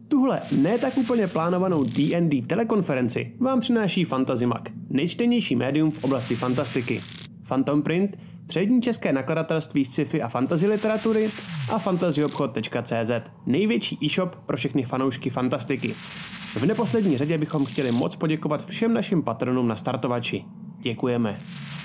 Tuhle ne tak úplně plánovanou D&D telekonferenci vám přináší Fantazimak, nejčtenější médium v oblasti fantastiky. Phantom Print, přední české nakladatelství sci-fi a fantasy literatury a fantazyobchod.cz, největší e-shop pro všechny fanoušky fantastiky. V neposlední řadě bychom chtěli moc poděkovat všem našim patronům na startovači. Děkujeme.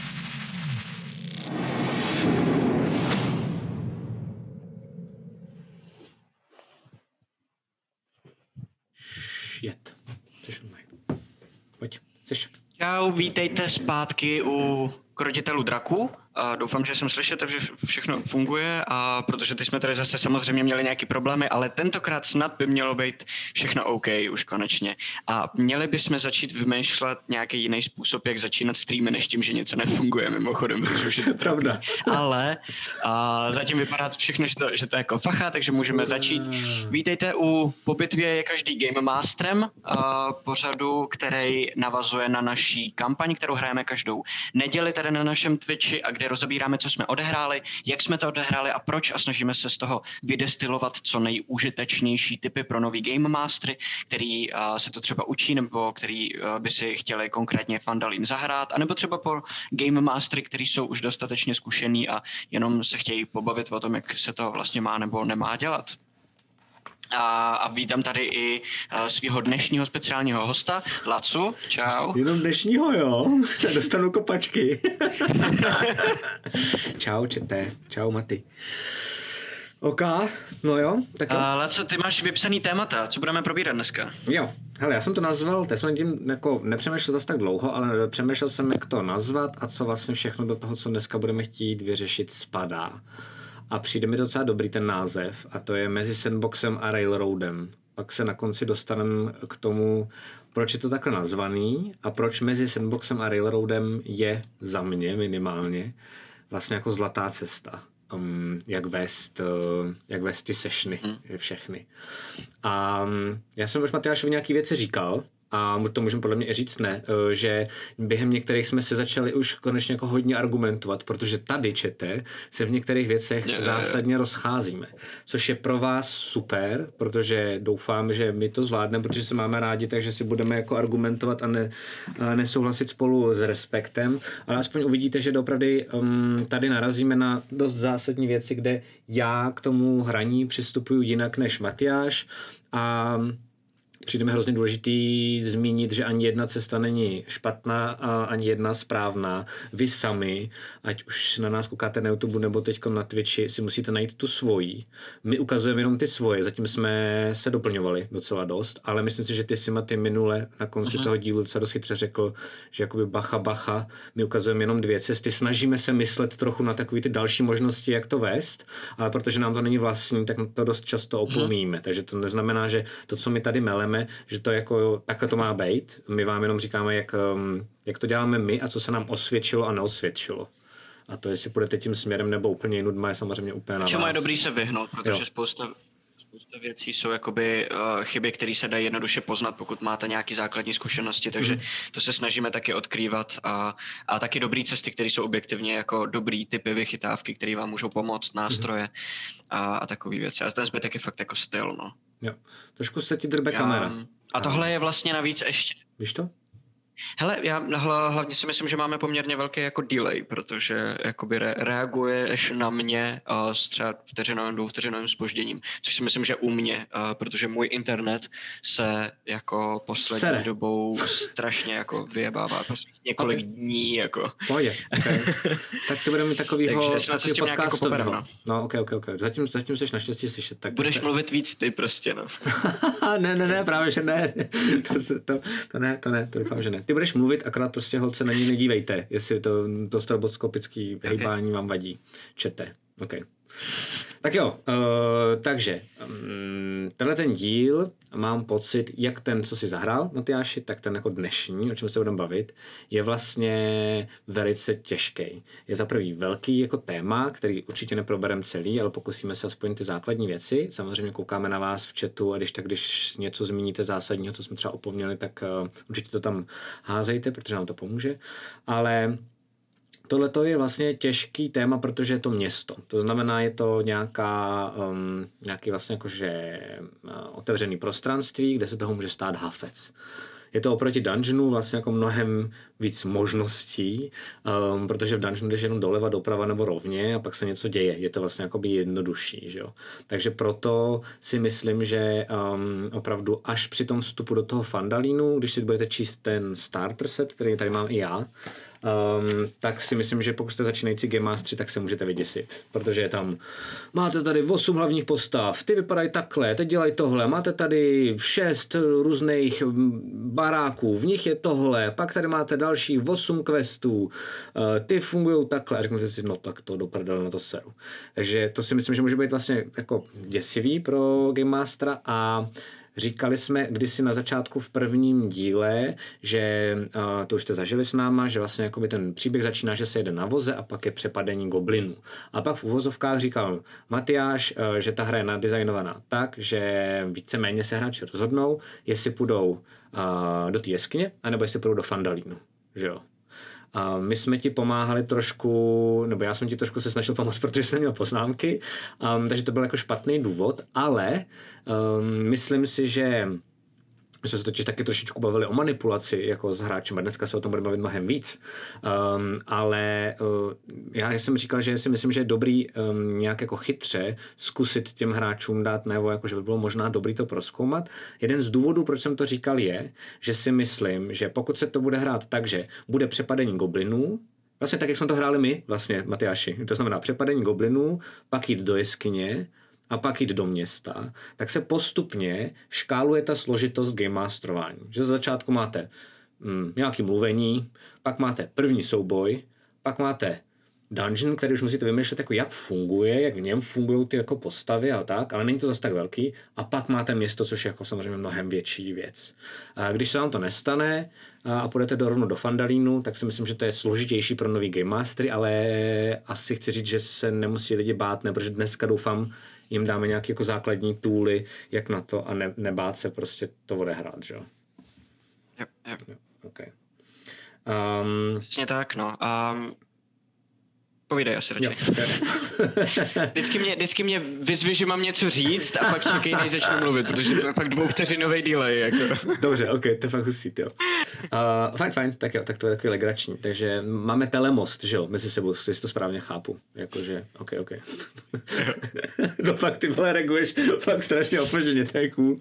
Jet. Pojď, chceš? Čau, vítejte zpátky u Krotitelů draků. Doufám, že jsem slyšet, že všechno funguje, a protože teď jsme tady zase samozřejmě měli nějaké problémy, ale tentokrát snad by mělo být všechno OK už konečně. A měli bychom začít vymýšlet nějaký jiný způsob, jak začínat streamy, než tím, že něco nefunguje mimochodem, protože už je to pravda. Ale zatím vypadá všechno, že to je jako facha, takže můžeme začít. Vítejte u Po bitvě je každý Game Masterem, pořadu, který navazuje na naší kampaň, kterou hrajeme každou neděli tady na našem Twitchi, a kde rozebíráme, co jsme odehráli, jak jsme to odehráli a proč, a snažíme se z toho vydestilovat co nejúžitečnější tipy pro nový Game Mastery, který se to třeba učí, nebo který by si chtěli konkrétně Fandalin zahrát, anebo třeba po Game Mastery, který jsou už dostatečně zkušený a jenom se chtějí pobavit o tom, jak se to vlastně má nebo nemá dělat. A vítám tady i svého dnešního speciálního hosta, Lacu. Čau. Jenom dnešního, jo? Dostanu kopačky. Čau, čete. Čau, Maty. OK, no jo. Tak jo. Laco, ty máš vypsaný témata. Co budeme probírat dneska? Jo, hele, já jsem to nazval, teď jsem tím jako nepřemýšlel zase tak dlouho, ale přemýšlel jsem, jak to nazvat a co vlastně všechno do toho, co dneska budeme chtít vyřešit, spadá. A přijde mi docela dobrý ten název, a to je Mezi Sandboxem a Railroadem. Pak se na konci dostaneme k tomu, proč je to takhle nazvaný a proč Mezi Sandboxem a Railroadem je za mě minimálně vlastně jako zlatá cesta. Jak vést ty sessiony všechny. A já jsem už Matyášovi nějaký věci říkal, a to můžeme podle mě i říct že během některých jsme se začali už konečně jako hodně argumentovat, protože tady, čete, se v některých věcech zásadně rozcházíme. Což je pro vás super, protože doufám, že my to zvládneme, protože se máme rádi, takže si budeme jako argumentovat a nesouhlasit spolu s respektem, ale aspoň uvidíte, že doopravdy tady narazíme na dost zásadní věci, kde já k tomu hraní přistupuju jinak než Matyáš, a přijde mi hrozně důležitý zmínit, že ani jedna cesta není špatná a ani jedna správná. Vy sami, ať už na nás koukáte na YouTube nebo teď na Twitchi, si musíte najít tu svoji. My ukazujeme jenom ty svoje, zatím jsme se doplňovali docela dost, ale myslím si, že ty Maty minule na konci toho dílu docela dost chytře řekl, že jakoby bacha, my ukazujeme jenom dvě cesty, snažíme se myslet trochu na takové ty další možnosti, jak to vést, ale protože nám to není vlastní, tak to dost často opomíjíme. Takže to neznamená, že to, co my tady meleme, že to jako takhle to má být. My vám jenom říkáme, jak to děláme my a co se nám osvědčilo a neosvědčilo. A to, jestli půjdete tím směrem nebo úplně jinou, je samozřejmě úplně na vás. Čemu je dobrý se vyhnout, protože spousta věcí jsou jakoby chyby, které se dají jednoduše poznat, pokud máte nějaké základní zkušenosti, takže to se snažíme taky odkrývat, a taky dobrý cesty, které jsou objektivně jako dobrý typy vychytávky, které vám můžou pomoct, nástroje a takové věci. A ten zbytek je fakt jako styl, no. Jo. Trošku se ti drbe kamera. A tohle je vlastně navíc ještě. Víš to? Hele, já hlavně si myslím, že máme poměrně velký jako delay, protože jakoby reaguješ na mě s třeba dvouvteřinovým zpožděním, což si myslím, že u mě, protože můj internet se jako poslední dobou strašně jako vyjebává, prostě několik dní jako. Pojď, okay. Tak to budeme mít takovýho podcastového. Jako no, ok. Zatím jsi naštěstí slyšet. Tak budeš mluvit víc ty prostě, no. ne, právě že ne. To ne, to doufám, že ne. Ty budeš mluvit, akorát prostě holce na ní nedívejte, jestli to stroboskopický hejbání vám vadí. Čete. OK. Tak jo, takže tenhle ten díl mám pocit, jak ten, co si zahrál, Matyáši, tak ten jako dnešní, o čem se budeme bavit, je vlastně velice těžký. Je za prvý velký jako téma, který určitě neprobereme celý, ale pokusíme se aspoň ty základní věci. Samozřejmě koukáme na vás v chatu a když něco zmíníte zásadního, co jsme třeba opomněli, tak určitě to tam házejte, protože nám to pomůže. Ale Tohle je vlastně těžký téma, protože je to město. To znamená, je to nějaký vlastně jakože otevřený prostranství, kde se toho může stát hafec. Je to oproti dungeonu vlastně jako mnohem víc možností, protože v dungeonu jdeš jenom doleva, doprava nebo rovně a pak se něco děje. Je to vlastně jakoby jednodušší, že jo. Takže proto si myslím, že opravdu až při tom vstupu do toho Fandalínu, když si budete číst ten starter set, který tady mám i já, tak si myslím, že pokud jste začínající Game Mastery, tak se můžete vyděsit, protože je tam, máte tady 8 hlavních postav, ty vypadají takhle, teď dělají tohle, máte tady 6 různých baráků, v nich je tohle, pak tady máte dalších 8 questů, ty fungují takhle a řeknete si, no tak to do prdele, na to seru. Takže to si myslím, že může být vlastně jako děsivý pro Game Mastera a říkali jsme kdysi na začátku v prvním díle, že to už jste zažili s náma, že vlastně jakoby ten příběh začíná, že se jede na voze a pak je přepadení goblinů. A pak v uvozovkách říkal Matyáš, že ta hra je nadizajnovaná tak, že víceméně se hráči rozhodnou, jestli půjdou do té jeskyně, anebo jestli půjdou do Fandalínu. Že jo? A my jsme ti pomáhali trošku, nebo já jsem ti trošku se snažil pomoct, protože jsem měl poznámky, takže to byl jako špatný důvod, ale myslím si, že my jsme se totiž taky trošičku bavili o manipulaci jako s hráčem a dneska se o tom budeme bavit mnohem víc. Ale já jsem říkal, že si myslím, že je dobrý nějak jako chytře zkusit těm hráčům dát najevo, jako že by bylo možná dobrý to prozkoumat. Jeden z důvodů, proč jsem to říkal, je, že si myslím, že pokud se to bude hrát tak, že bude přepadení goblinů, vlastně tak, jak jsme to hráli my, vlastně, Matyáši, to znamená přepadení goblinů, pak jít do jeskyně, a pak jít do města, tak se postupně škáluje ta složitost game masterování. Že za začátku máte nějaký mluvení, pak máte první souboj, pak máte dungeon, který už musíte vymýšlet, jako jak funguje, jak v něm fungují ty jako postavy a tak, ale není to zase tak velký. A pak máte město, což je jako samozřejmě mnohem větší věc. A když se vám to nestane a půjdete rovnou do Fandalínu, tak si myslím, že to je složitější pro nový game mastery, ale asi chci říct, že se nemusí lidi bát, protože dneska doufám, jim dáme nějaké jako základní tooly, jak na to a nebát se prostě to odehrát, že jo? Yep. Okay. Přesně tak, no. Povídej asi radši. Vždycky mě vyzvi, že mám něco říct a pak čekej, než začnu mluvit, protože to je fakt 2vteřinový delay. Jako. Dobře, ok, to je fakt hustý, jo. Fajn, tak jo, tak to je takový legrační. Takže máme telemost, že jo, mezi sebou, jestli to správně chápu. Jakože, ok. No fakt ty vole reaguješ fakt strašně opožděně, to je cool.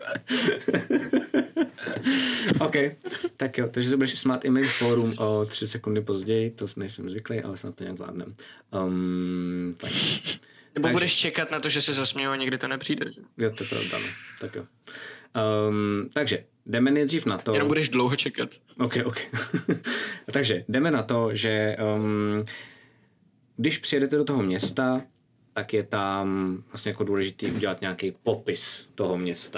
Ok, tak jo, takže se budeš smát e-mail forum o 3 sekundy později, to nejsem zvyklý, ale snad to nějak zvládnem. Fajn. Nebo budeš čekat na to, že se zasmějou a někdy to nepřijde, že? Jo, to je pravda, no. Tak jo. Takže jdeme nejdřív na to... Jenom budeš dlouho čekat. Ok. Takže jdeme na to, že když přijedete do toho města, tak je tam vlastně jako důležitý udělat nějaký popis toho města.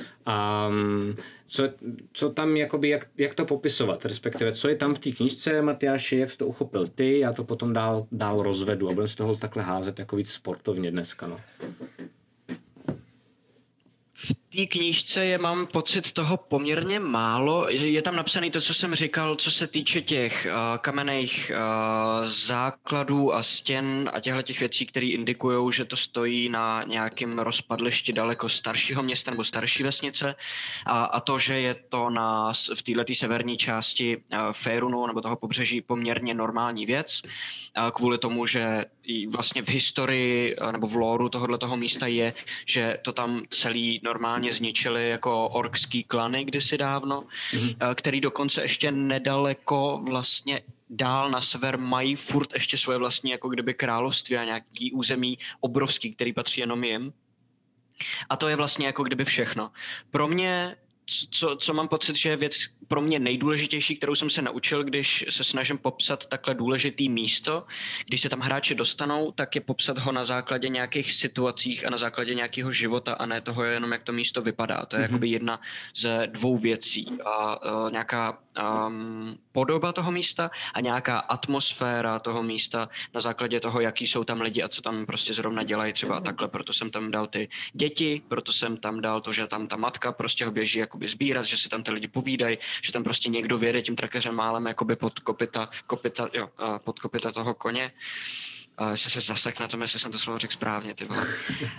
Co tam, jakoby, jak to popisovat, respektive co je tam v té knížce, Matyáši, jak jsi to uchopil ty, já to potom dál rozvedu a budeme z toho takhle házet jako víc sportovně dneska, no. V té knížce mám pocit toho poměrně málo. Je tam napsané to, co jsem říkal, co se týče těch kamenných základů a stěn a těchto věcí, které indikují, že to stojí na nějakém rozpadlišti daleko staršího města nebo starší vesnice a to, že je to v této severní části Faerunu nebo toho pobřeží poměrně normální věc, kvůli tomu, že vlastně v historii nebo v lóru tohoto místa je, že to tam celý normálně zničili jako orkský klany kdysi dávno, který dokonce ještě nedaleko vlastně dál na sever mají furt ještě svoje vlastní jako kdyby království a nějaký území obrovský, který patří jenom jim. A to je vlastně jako kdyby všechno. Pro mě co mám pocit, že je věc pro mě nejdůležitější, kterou jsem se naučil, když se snažím popsat takhle důležitý místo. Když se tam hráči dostanou, tak je popsat ho na základě nějakých situacích a na základě nějakého života a ne toho jenom, jak to místo vypadá. To je jakoby jedna ze dvou věcí. A nějaká podoba toho místa a nějaká atmosféra toho místa na základě toho, jaký jsou tam lidi a co tam prostě zrovna dělají třeba a takhle. Proto jsem tam dal ty děti, proto jsem tam dal to, že tam ta matka prostě ho běží jakoby sbírat, že si tam ty lidi povídají, že tam prostě někdo vyjede tím trakeřem málem jakoby pod kopyta toho koně. Jestli se zasek na tom, jestli jsem to slovo řekl správně, ty vole.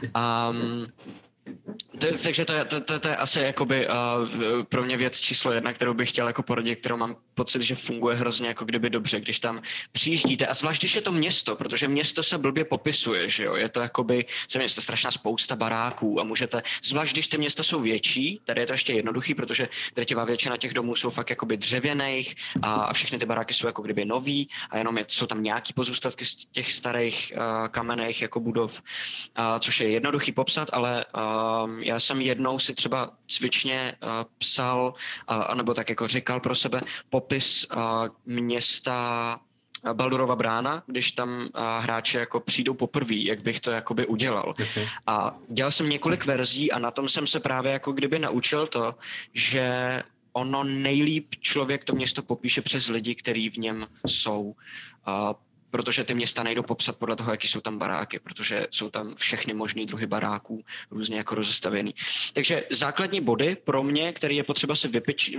Takže to je asi jakoby pro mě věc číslo 1, kterou bych chtěl jako poradit, kterou mám pocit, že funguje hrozně jako kdyby dobře, když tam přijíždíte. A zvlášť, když je to město, protože město se blbě popisuje, že jo. Je to jakoby, město strašná spousta baráků a můžete, zvlášť když ty města jsou větší, tady je to ještě jednoduchý, protože drtivá většina těch domů jsou fakt jakoby dřevěných a všechny ty baráky jsou jako kdyby nový a jenom jsou tam nějaký pozůstatky z těch starých kamenných jako budov, což je jednoduchý popsat, ale já jsem jednou si třeba cvičně psal, anebo tak jako říkal pro sebe popis města Baldurova brána, když tam hráči jako přijdou poprvé, jak bych to jakoby udělal. Jasně. A dělal jsem několik verzí a na tom jsem se právě jako kdyby naučil to, že ono nejlíp člověk to město popíše přes lidi, kteří v něm jsou. Protože ty města nejdou popsat podle toho, jaký jsou tam baráky, protože jsou tam všechny možný druhy baráků různě jako rozestavěný. Takže základní body pro mě, který je potřeba si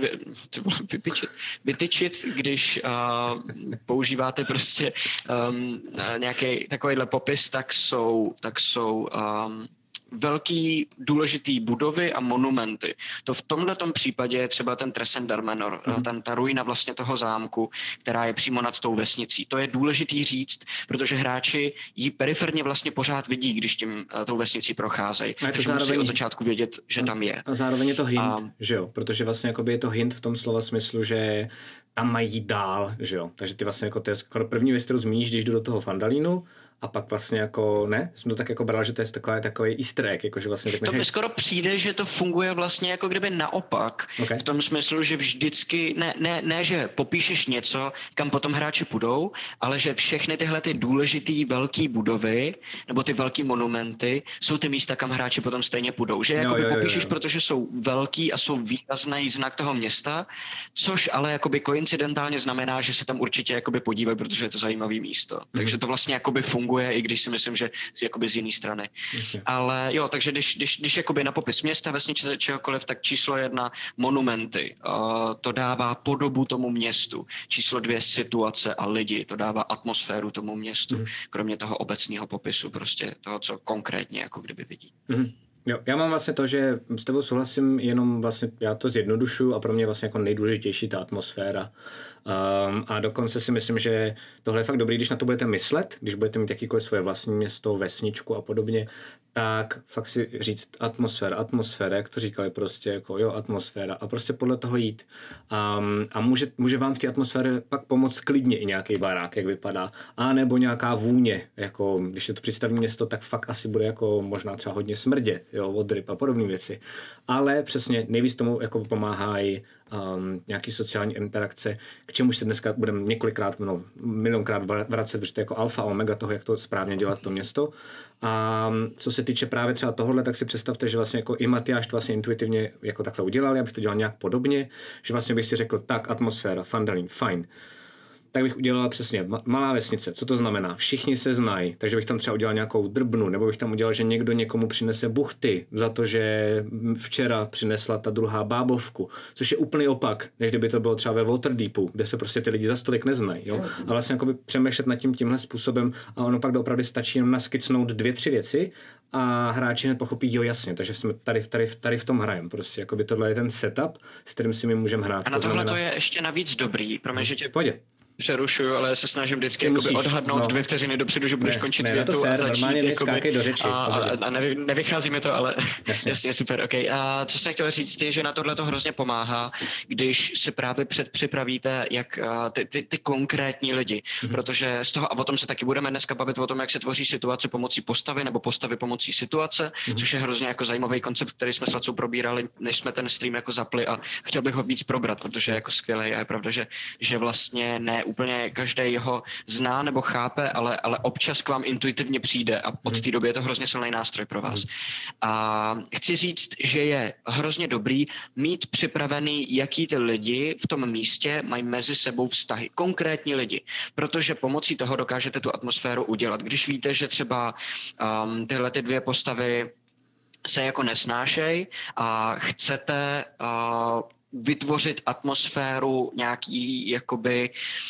vytyčit, když používáte prostě nějaký takovýhle popis, tak jsou velký důležitý budovy a monumenty. To v tomhletom případě je třeba ten Tresendar Manor, ta ruina vlastně toho zámku, která je přímo nad tou vesnicí. To je důležitý říct, protože hráči ji periferně vlastně pořád vidí, když tím tou vesnicí procházejí. Takže musí od začátku vědět, že tam je. A zároveň je to hint, že jo? Protože vlastně jakoby je to hint v tom slova smyslu, že tam mají jít dál, že jo? Takže ty vlastně jako to je skoro první věc, kterou zmíníš, když jdu do toho Fandalínu. A pak vlastně jako, ne? Jsem to tak jako bral, že to je takový easter egg, jakože vlastně to mi skoro přijde, že to funguje vlastně jako kdyby naopak. Okay. V tom smyslu, že vždycky, ne, že popíšeš něco, kam potom hráči půjdou, ale že všechny tyhle ty důležitý velký budovy, nebo ty velký monumenty, jsou ty místa, kam hráči potom stejně půjdou. Že jakoby popíšeš, protože jsou velký a jsou výrazný znak toho města, což ale jakoby koincidentálně znamená, že se tam určitě jakoby podívají, protože je to zajímavý místo. Takže to vlastně jakoby funguje, i když si myslím, že jakoby z jiné strany. Ale jo, takže když jakoby na popis města, vesnice, čehokoliv, tak číslo 1 monumenty. To dává podobu tomu městu. Číslo 2 situace a lidi. To dává atmosféru tomu městu. Kromě toho obecného popisu, prostě toho, co konkrétně jako kdyby vidí. Jo, já mám vlastně to, že s tebou souhlasím, jenom vlastně já to zjednodušuju a pro mě vlastně jako nejdůležitější ta atmosféra. A dokonce si myslím, že tohle je fakt dobrý, když na to budete myslet, když budete mít jakýkoliv svoje vlastní město, vesničku a podobně, tak fakt si říct atmosféra, jak to říkali prostě, jako jo, atmosféra a prostě podle toho jít. A může vám v té atmosféře pak pomoct klidně i nějaký barák, jak vypadá, a nebo nějaká vůně, jako když je to přístavní město, tak fakt asi bude jako možná třeba hodně smrdět, jo, od ryb a podobné věci. Ale přesně nejvíc tomu jako pomáhají nějaký sociální interakce, k čemu se dneska budeme milionkrát vracet, protože to je jako alfa a omega toho, jak to správně dělat to město. A co se týče právě třeba tohohle, tak si představte, že vlastně jako i Matyáš to vlastně intuitivně jako takhle udělal, já bych to dělal nějak podobně, že vlastně bych si řekl, tak atmosféra, Fandalín, fajn. Tak bych udělal přesně malá vesnice. Co to znamená? Všichni se znají, takže bych tam třeba udělal nějakou drbnu, nebo bych tam udělal, že někdo někomu přinese buchty za to, že včera přinesla ta druhá bábovku, což je úplný opak, než kdyby to bylo třeba ve Waterdeepu, kde se prostě ty lidi za stolik neznají. Jo? A vlastně jakoby přemýšlet nad tímhle způsobem a ono pak opravdu stačí jenom naskicnout 2-3 věci a hráči hned pochopí, jo jasně, takže jsme tady v tom hrajem. Prostě jakoby tohle je ten setup, s kterým si my můžeme hrát. A na tohle to je ještě navíc dobrý, že tě přerušuju, ale se snažím vždycky odhadnout 2 vteřiny dopředu, že budeš končit větu a začít do řeči. A nevychází mi to, ale jasně super, ok. A co jsem chtěl říct je, že na tohle to hrozně pomáhá, když si právě předpřipravíte jak ty konkrétní lidi, protože z toho, a o tom se taky budeme dneska bavit o tom, jak se tvoří situace pomocí postavy nebo postavy pomocí situace, což je hrozně jako zajímavý koncept, který jsme s Lacou probírali, než jsme ten stream jako zapli a chtěl bych ho víc probrat, protože je jako skvělý a je pravda, že vlastně ne ne úplně každý ho zná nebo chápe, ale občas k vám intuitivně přijde a od té doby je to hrozně silný nástroj pro vás. A chci říct, že je hrozně dobrý mít připravený, jaký ty lidi v tom místě mají mezi sebou vztahy. Konkrétní lidi, protože pomocí toho dokážete tu atmosféru udělat. Když víte, že třeba tyhle ty dvě postavy se jako nesnášej a chcete vytvořit atmosféru nějaký jakoby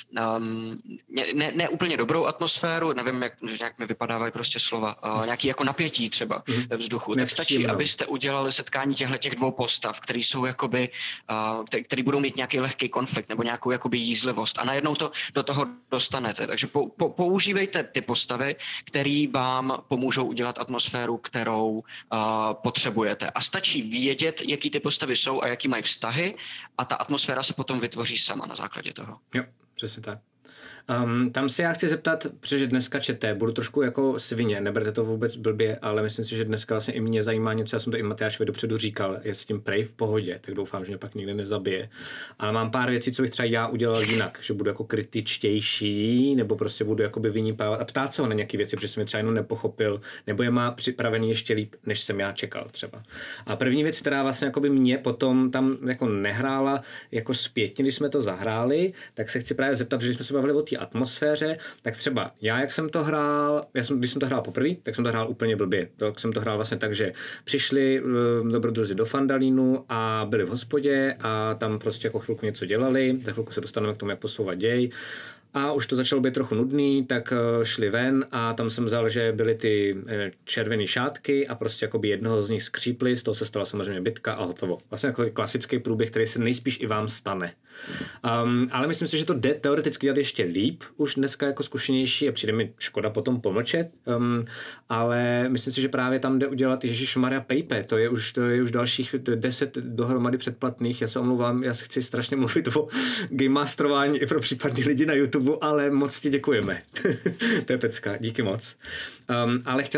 ne úplně dobrou atmosféru, nevím, jak mi vypadávají prostě slova, nějaký jako napětí třeba ve vzduchu, tak stačí, abyste udělali setkání těch dvou postav, který jsou jakoby, který budou mít nějaký lehký konflikt nebo nějakou jakoby jízlivost a najednou to do toho dostanete. Takže používejte ty postavy, který vám pomůžou udělat atmosféru, kterou potřebujete. A stačí vědět, jaký ty postavy jsou a jaký mají vztahy, a ta atmosféra se potom vytvoří sama na základě toho. Jo, přesně tak. Tam se já chci zeptat, protože dneska čete, budu trošku jako svině, neberte to vůbec blbě, ale myslím si, že dneska vlastně i mě zajímá něco, já jsem to i Matyášovi dopředu říkal, je s tím prej v pohodě, tak doufám, že mě pak nikdy nezabije. Ale mám pár věcí, co bych třeba já udělal jinak, že budu jako kritičtější, nebo prostě budu jakoby vynípávat a ptát se ho na nějaké věci, protože jsem je třeba jenom nepochopil, nebo je má připravený ještě líp, než jsem já čekal třeba. A první věc, která vlastně jakoby mě potom tam jako nehrála jako zpětně, když jsme to zahráli, tak se chci právě zeptat, že jsme se bavili o té atmosféře, tak třeba já, jak jsem to hrál, když jsem to hrál poprvé, tak jsem to hrál úplně blbě. Tak jsem to hrál vlastně tak, že přišli dobrodruzi do Fandalínu a byli v hospodě a tam prostě jako chvilku něco dělali, za chvilku se dostaneme k tomu, jak posouvat děj. A už to začalo být trochu nudný, tak šli ven a tam jsem vzal, že byly ty červené šátky a prostě jakoby jednoho z nich skřípli, z toho se stala samozřejmě bitka a hotovo. Vlastně jako klasický průběh, který se nejspíš i vám stane. Ale myslím si, že to jde teoreticky dělat ještě líp, už dneska jako zkušenější a přijde mi škoda potom pomlčet, ale myslím si, že právě tam jde udělat Ježišmarja Pejpe, to je už dalších 10 dohromady předplatných, já se omlouvám, já se chci strašně mluvit o game masterování i pro případní lidi na YouTube, ale moc ti děkujeme. To je pecka, díky moc. Ale chtěl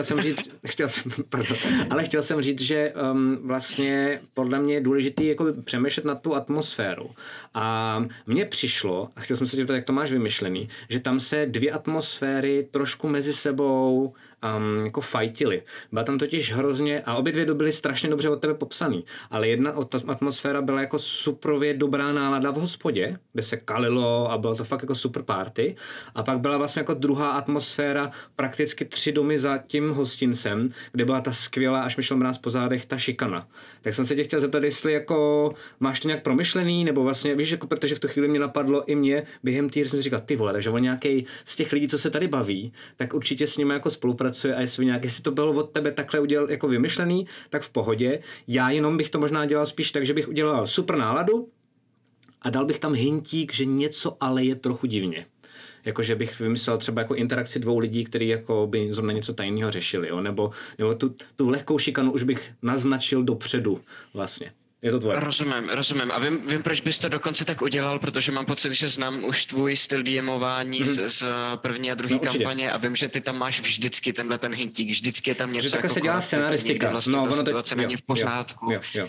jsem říct, že vlastně podle mě je důležité jako přemýšlet na tu atmosféru. A mně přišlo, a chtěl jsem se tě ptát, jak to máš vymyšlený, že tam se dvě atmosféry trošku mezi sebou jako fajtily. Byla tam totiž hrozně, a obě dvě byly strašně dobře od tebe popsaný, ale jedna atmosféra byla jako suprově dobrá nálada v hospodě, kde se kalilo a bylo to fakt jako super party. A pak byla vlastně jako druhá atmosféra prakticky 3 domy za tím hostincem, kde byla ta skvělá, až mi šel mráz po zádech, ta šikana. Tak jsem se tě chtěl zeptat, jestli jako máš to nějak promyšlený, nebo vlastně, víš, jako protože v tu chvíli mě napadlo i mě během týdne, jsem si říkal, ty vole, takže on nějaký z těch lidí, co se tady baví, tak určitě s nimi jako spolupracuje a jestli to bylo od tebe takhle udělal jako vymyšlený, tak v pohodě. Já jenom bych to možná dělal spíš tak, že bych udělal super náladu a dal bych tam hintík, že něco ale je trochu divně. Jakože bych vymyslel třeba jako interakci 2 lidí, kteří jako by zrovna něco tajného řešili, jo? Nebo tu lehkou šikanu už bych naznačil dopředu vlastně. Je to tvoje. Rozumím. A vím, proč bys to dokonce tak udělal, protože mám pocit, že znám už tvůj styl DMování z první a druhé kampaně a vím, že ty tam máš vždycky tenhle ten hintík, vždycky je tam něco. Že takhle jako se dělá scenaristika. Vlastně ta situace není v pořádku. Jo.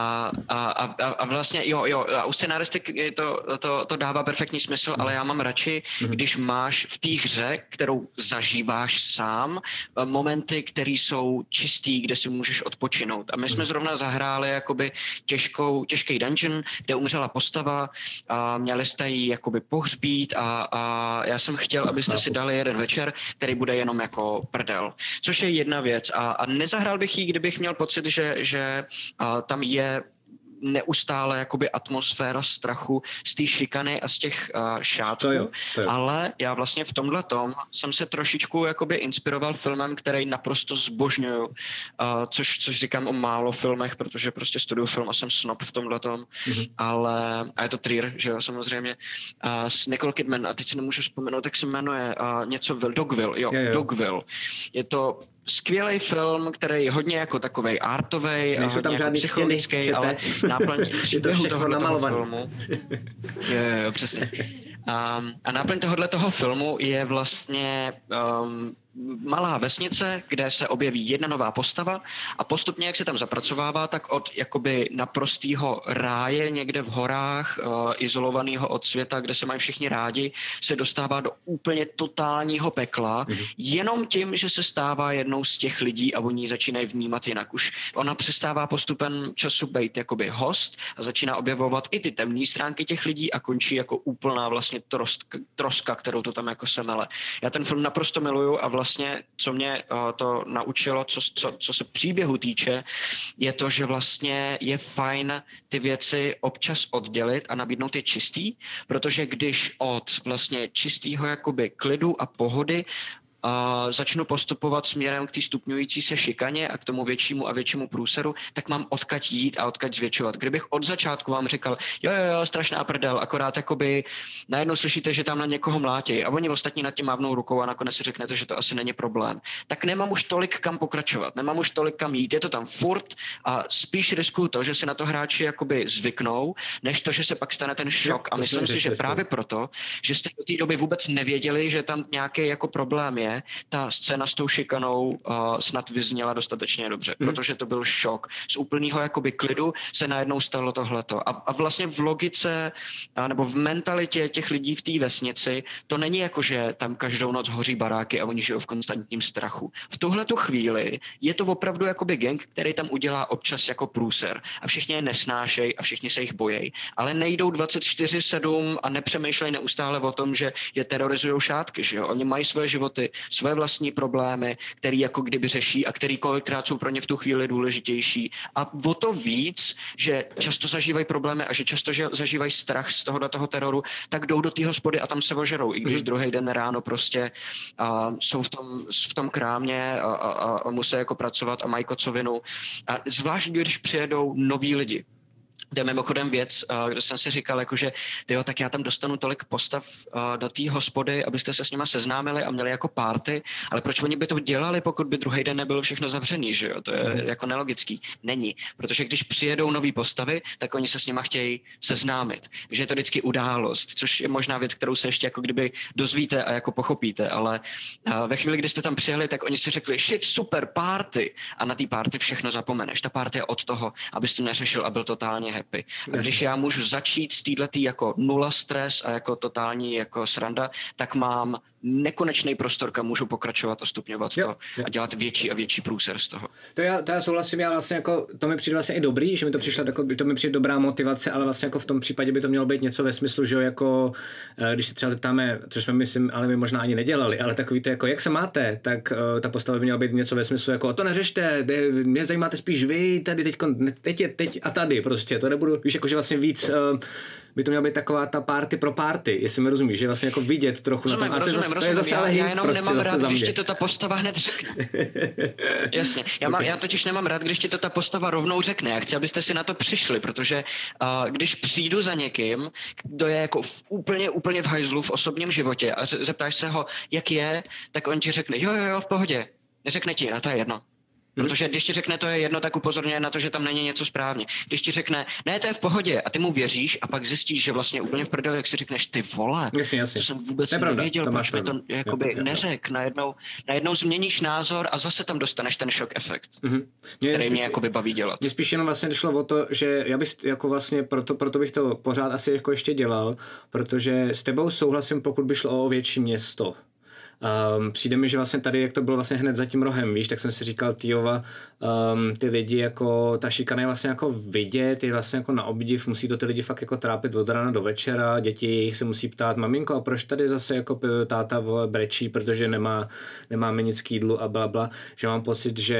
A vlastně jo, a u scenaristiky to dává perfektní smysl, ale já mám radši, když máš v té hře, kterou zažíváš sám, momenty, které jsou čistý, kde si můžeš odpočinout. A my jsme zrovna zahráli jakoby těžký dungeon, kde umřela postava a měli jste ji jakoby pohřbít a já jsem chtěl, abyste si dali jeden večer, který bude jenom jako prdel. Což je jedna věc a nezahrál bych ji, kdybych měl pocit, že tam je neustále jakoby atmosféra strachu z té šikany a z těch šátků, to jo. Ale já vlastně v tomhletom jsem se trošičku jakoby inspiroval filmem, který naprosto zbožňuju, což říkám o málo filmech, protože prostě studuju film a jsem snob v tomhletom, ale a je to Trier, že jo, samozřejmě, s Nicole Kidman a teď si nemůžu vzpomenout, jak se jmenuje něco Dogville, jo. Dogville. Je to skvělý film, který je hodně jako takovej artovej a hodně jako psychologický, ale náplň příběhu tohoto filmu. Jo, přesně. A náplň tohoto filmu je vlastně malá vesnice, kde se objeví jedna nová postava a postupně, jak se tam zapracovává, tak od jakoby naprostýho ráje někde v horách, izolovaného od světa, kde se mají všichni rádi, se dostává do úplně totálního pekla, jenom tím, že se stává jednou z těch lidí a oni ji začínají vnímat jinak. Už ona přestává postupem času být jakoby host a začíná objevovat i ty temné stránky těch lidí a končí jako úplná vlastně troska, kterou to tam jako semele. Já ten film naprosto miluju a vlastně, co mě to naučilo, co se příběhu týče, je to, že vlastně je fajn ty věci občas oddělit a nabídnout je čistý, protože když od vlastně čistého jakoby klidu a pohody začnu postupovat směrem k té stupňující se šikaně a k tomu většímu a většímu průseru, tak mám odkud jít a odkud zvětšovat. Kdybych od začátku vám říkal, jo, strašná prdel, akorát jakoby najednou slyšíte, že tam na někoho mlátí a oni ostatní nad tím mávnou rukou a nakonec si řeknete, že to asi není problém, tak nemám už tolik kam pokračovat, nemám už tolik kam jít, je to tam furt a spíš riskuju to, že si na to hráči jakoby zvyknou, než to, že se pak stane ten šok. A myslím si, že právě proto, že jste do té doby vůbec nevěděli, že tam nějaký jako problém je, ta scéna s tou šikanou snad vyzněla dostatečně dobře, protože to byl šok. Z úplného jakoby klidu se najednou stalo tohleto. A vlastně v logice nebo v mentalitě těch lidí v té vesnici to není jako, že tam každou noc hoří baráky a oni žijou v konstantním strachu. V tuhletu chvíli je to opravdu jakoby gang, který tam udělá občas jako průser a všichni je nesnášejí a všichni se jich bojí. Ale nejdou 24/7 a nepřemýšlejí neustále o tom, že je terorizujou šátky, že jo? Oni mají své životy, své vlastní problémy, který jako kdyby řeší a který kolikrát jsou pro ně v tu chvíli důležitější. A o to víc, že často zažívají problémy a že často zažívají strach z toho teroru, tak jdou do té hospody a tam se ožerou, i když druhý den ráno prostě jsou v tom krámě a musí jako pracovat a mají kocovinu. A zvlášť, když přijedou noví lidi. To je mimochodem věc, kde jsem si říkal, jakože tyjo, tak já tam dostanu tolik postav do té hospody, abyste se s nima seznámili a měli jako party, ale proč oni by to dělali, pokud by druhý den nebylo všechno zavřený, že jo? To je jako nelogický. Není, protože když přijedou nový postavy, tak oni se s nima chtějí seznámit. Že je to vždycky událost, což je možná věc, kterou se ještě jako kdyby dozvíte a jako pochopíte, ale ve chvíli, kdy jste tam přijeli, tak oni si řekli, shit, super party, a na té party všechno zapomeneš. Ta party je od toho, abys to neřešil a byl totálně happy. A když já můžu začít z této jako nula stres a jako totální jako sranda, tak mám nekonečný prostor, kam můžu pokračovat a stupňovat to a dělat větší a větší průser z toho. To já souhlasím, já vlastně jako, to mi přijde vlastně i dobrý, že mi to přišlo, to mi přijde dobrá motivace, ale vlastně jako v tom případě by to mělo být něco ve smyslu, že jo, jako, když se třeba zeptáme, což jsme myslím, ale my možná ani nedělali, ale takový to jako, jak se máte, tak ta postava by měla být něco ve smyslu, jako, to neřešte, mě zajímáte spíš vy, tady teď a tady prostě, to nebudu, víš, jakože vlastně víc, by to měla být taková ta party pro party, jestli mi rozumíš, že vlastně jako vidět trochu na tom. To je zase ale já jenom prostě nemám rád, když mě. ti to ta postava hned řekne. Jasně, já totiž nemám rád, když ti to ta postava rovnou řekne. Já chci, abyste si na to přišli, protože když přijdu za někým, kdo je jako úplně v hajzlu v osobním životě a zeptáš se ho, jak je, tak on ti řekne, jo, v pohodě. Neřekne ti, a to je jedno. Protože když ti řekne, to je jedno, tak upozorňuje na to, že tam není něco správně. Když ti řekne, ne, to je v pohodě, a ty mu věříš a pak zjistíš, že vlastně úplně v prdeli, jak si řekneš, ty vole, jasně. to jsem vůbec nevěděl, proč mi to jakoby neřek. Najednou změníš názor a zase tam dostaneš ten šok efekt, který mě jakoby baví dělat. Mně spíš jenom vlastně došlo o to, že já bych jako vlastně, proto bych to pořád asi jako ještě dělal, protože s tebou souhlasím, pokud by šlo o větší město. Přijde mi, že vlastně tady, jak to bylo vlastně hned za tím rohem, víš, tak jsem si říkal, ty lidi jako, ta šikana je vlastně jako vidět, je vlastně jako na obdiv, musí to ty lidi fakt jako trápit od rána do večera, děti se musí ptát, maminko, a proč tady zase jako táta brečí, protože nemáme nic k jídlu a blabla, že mám pocit, že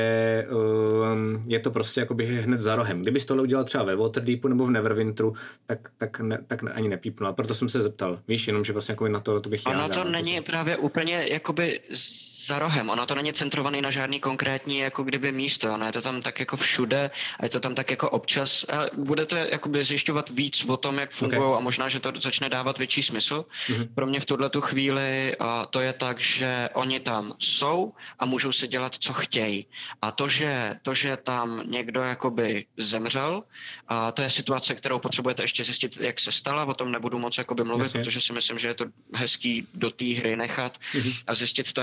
je to prostě jako by hned za rohem. Kdybys tohle udělal třeba ve Waterdeepu nebo v Neverwinteru, tak ani nepípnu. A proto jsem se zeptal, víš, jenom, že vlastně jako na to bych já to není právě úplně jakoby za rohem. Ono to není centrovaný na žádný konkrétní jako kdyby místo. Ono je to tam tak jako všude a je to tam tak jako občas. Budete jakoby zjišťovat víc o tom, jak fungují a možná, že to začne dávat větší smysl. Pro mě v tuhletu chvíli to je tak, že oni tam jsou a můžou si dělat, co chtějí. A to, že tam někdo jakoby zemřel, to je situace, kterou potřebujete ještě zjistit, jak se stala. O tom nebudu moc jakoby mluvit, protože si myslím, že je to hezký do té hry nechat a zjistit to, jako kdyby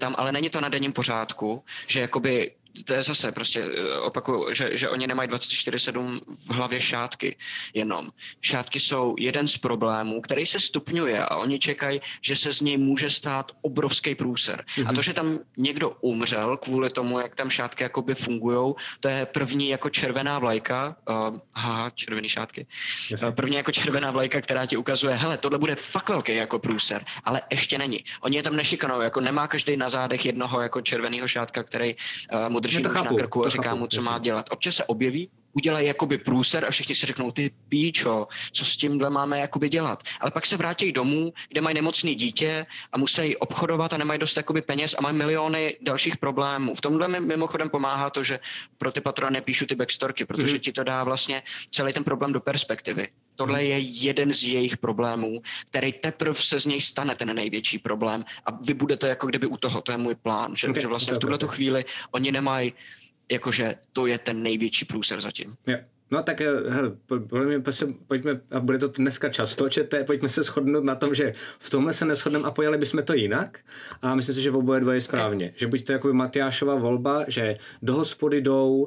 tam, ale není to na denním pořádku, že jakoby to je zase prostě, opakuju, že oni nemají 24/7 v hlavě šátky jenom. Šátky jsou jeden z problémů, který se stupňuje a oni čekají, že se z něj může stát obrovský průser. A to, že tam někdo umřel kvůli tomu, jak tam šátky jakoby fungujou, to je první jako červená vlajka, červený šátky, první jako červená vlajka, která ti ukazuje, hele, tohle bude fakt velký jako průser, ale ještě není. Oni je tam nešikanou, jako nemá každý na zádech jednoho jako červeného šátka, který mu drží na krku a říká mu, co má dělat. Občas se objeví, udělají jakoby průser a všichni si řeknou, ty píčo, co s tímhle máme jakoby dělat. Ale pak se vrátí domů, kde mají nemocný dítě a musí obchodovat a nemají dost jakoby peněz a mají miliony dalších problémů. V tomhle mi mimochodem pomáhá to, že pro ty patrony píšu ty backstorky, protože ti to dá vlastně celý ten problém do perspektivy. Tohle je jeden z jejich problémů, který teprve se z něj stane ten největší problém a vy budete jako kdyby u toho, to je můj plán, že vlastně v tuhletu chvíli oni nemají jakože to je ten největší průser zatím. Yeah. No tak hele, pojďme, a bude to dneska často, pojďme se shodnout na tom, že v tomhle se neshodneme a pojali bychom to jinak. A myslím si, že v oboje dvoje je správně. Okay. Že buď to jakoby Matyášova volba, že do hospody jdou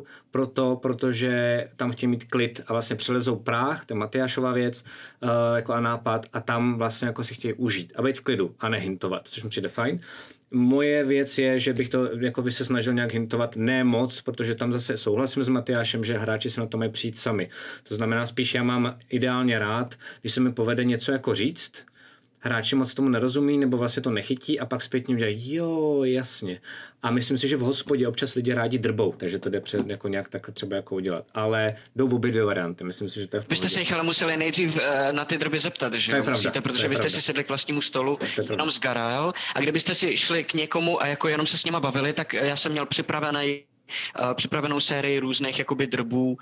protože tam chtějí mít klid a vlastně přelezou práh, to je Matyášova věc jako a nápad a tam vlastně jako si chtějí užít a být v klidu a nehintovat, což mi přijde fajn. Moje věc je, že bych to jako by se snažil nějak hintovat, ne moc, protože tam zase souhlasím s Matyášem, že hráči se na to mají přijít sami. To znamená spíš já mám ideálně rád, když se mi povede něco jako říct, hráči moc tomu nerozumí nebo vlastně to nechytí a pak zpětně udělají, jo, jasně. A myslím si, že v hospodě občas lidi rádi drbou, takže to jde před jako nějak takhle třeba jako udělat. Ale jdou v obě dvě varianty, myslím si, že to je v pohodě. Vy jste se jich ale museli nejdřív na ty drby zeptat, že to je pravda, musíte, protože vy jste si sedli k vlastnímu stolu jenom z Garael a kdybyste si šli k někomu a jako jenom se s nima bavili, tak já jsem měl připravenou sérii různých jakoby drbů,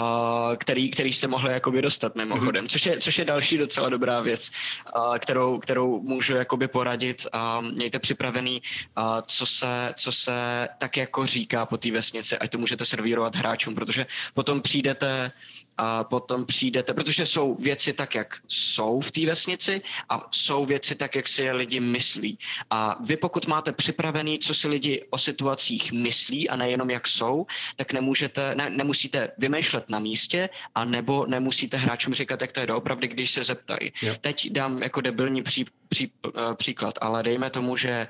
který jste mohli jakoby dostat mimochodem, což je další docela dobrá věc, kterou můžu jakoby poradit. Mějte připravený, co se tak jako říká po té vesnici, ať to můžete servírovat hráčům, protože potom přijdete, protože jsou věci tak, jak jsou v té vesnici a jsou věci tak, jak si je lidi myslí. A vy pokud máte připravený, co si lidi o situacích myslí a nejenom jak jsou, tak nemusíte vymýšlet na místě a nebo nemusíte hráčům říkat, jak to je doopravdy, když se zeptají. Yep. Teď dám jako debilní příklad, ale dejme tomu, že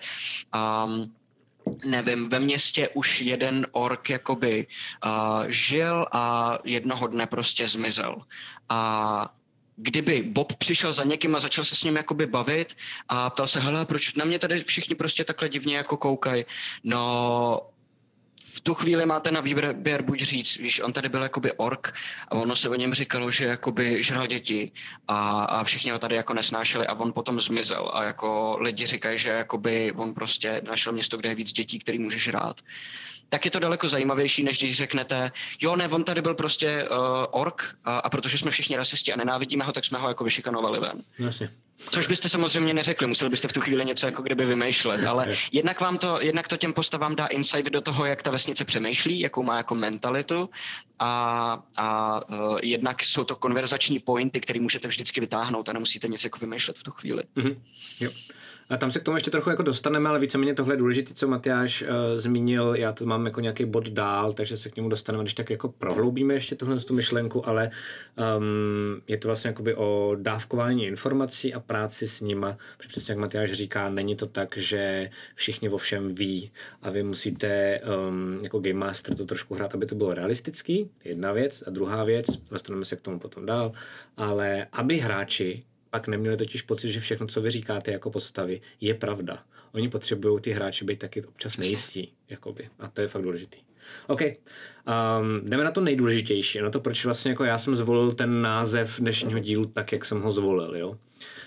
nevím, ve městě už jeden ork jakoby žil a jednoho dne prostě zmizel. A kdyby Bob přišel za někým a začal se s ním jakoby bavit a ptal se, hele, proč na mě tady všichni prostě takhle divně jako koukají, no v tu chvíli máte na výběr buď říct, víš, on tady byl jakoby ork a ono se o něm říkalo, že jakoby žral děti a všichni ho tady jako nesnášeli a on potom zmizel a jako lidi říkají, že jakoby on prostě našel město, kde je víc dětí, který může žrát. Tak je to daleko zajímavější, než když řeknete, jo, ne, on tady byl prostě ork a protože jsme všichni rasisti a nenávidíme ho, tak jsme ho jako vyšikanovali ven. Jasně. Což byste samozřejmě neřekli, museli byste v tu chvíli něco jako kdyby vymýšlet, ale jednak to těm postavám dá insight do toho, jak ta vesnice přemýšlí, jakou má jako mentalitu a jednak jsou to konverzační pointy, které můžete vždycky vytáhnout a nemusíte nic jako vymýšlet v tu chvíli. Mm-hmm. Jo. A tam se k tomu ještě trochu jako dostaneme, ale víceméně tohle je důležité, co Matyáš zmínil, já to mám jako nějaký bod dál, takže se k němu dostaneme, když tak jako prohloubíme ještě tuhle tu myšlenku, ale je to vlastně jakoby o dávkování informací a práci s nima, protože přesně jak Matyáš říká, není to tak, že všichni o všem ví a vy musíte jako Game Master to trošku hrát, aby to bylo realistický, jedna věc, a druhá věc, dostaneme se k tomu potom dál, ale aby hráči pak neměli totiž pocit, že všechno, co vy říkáte jako postavy, je pravda. Oni potřebují ty hráči být taky občas nejistí, jakoby. A to je fakt důležitý. OK. Jdeme na to nejdůležitější. Na to, proč vlastně jako já jsem zvolil ten název dnešního dílu tak, jak jsem ho zvolil, jo.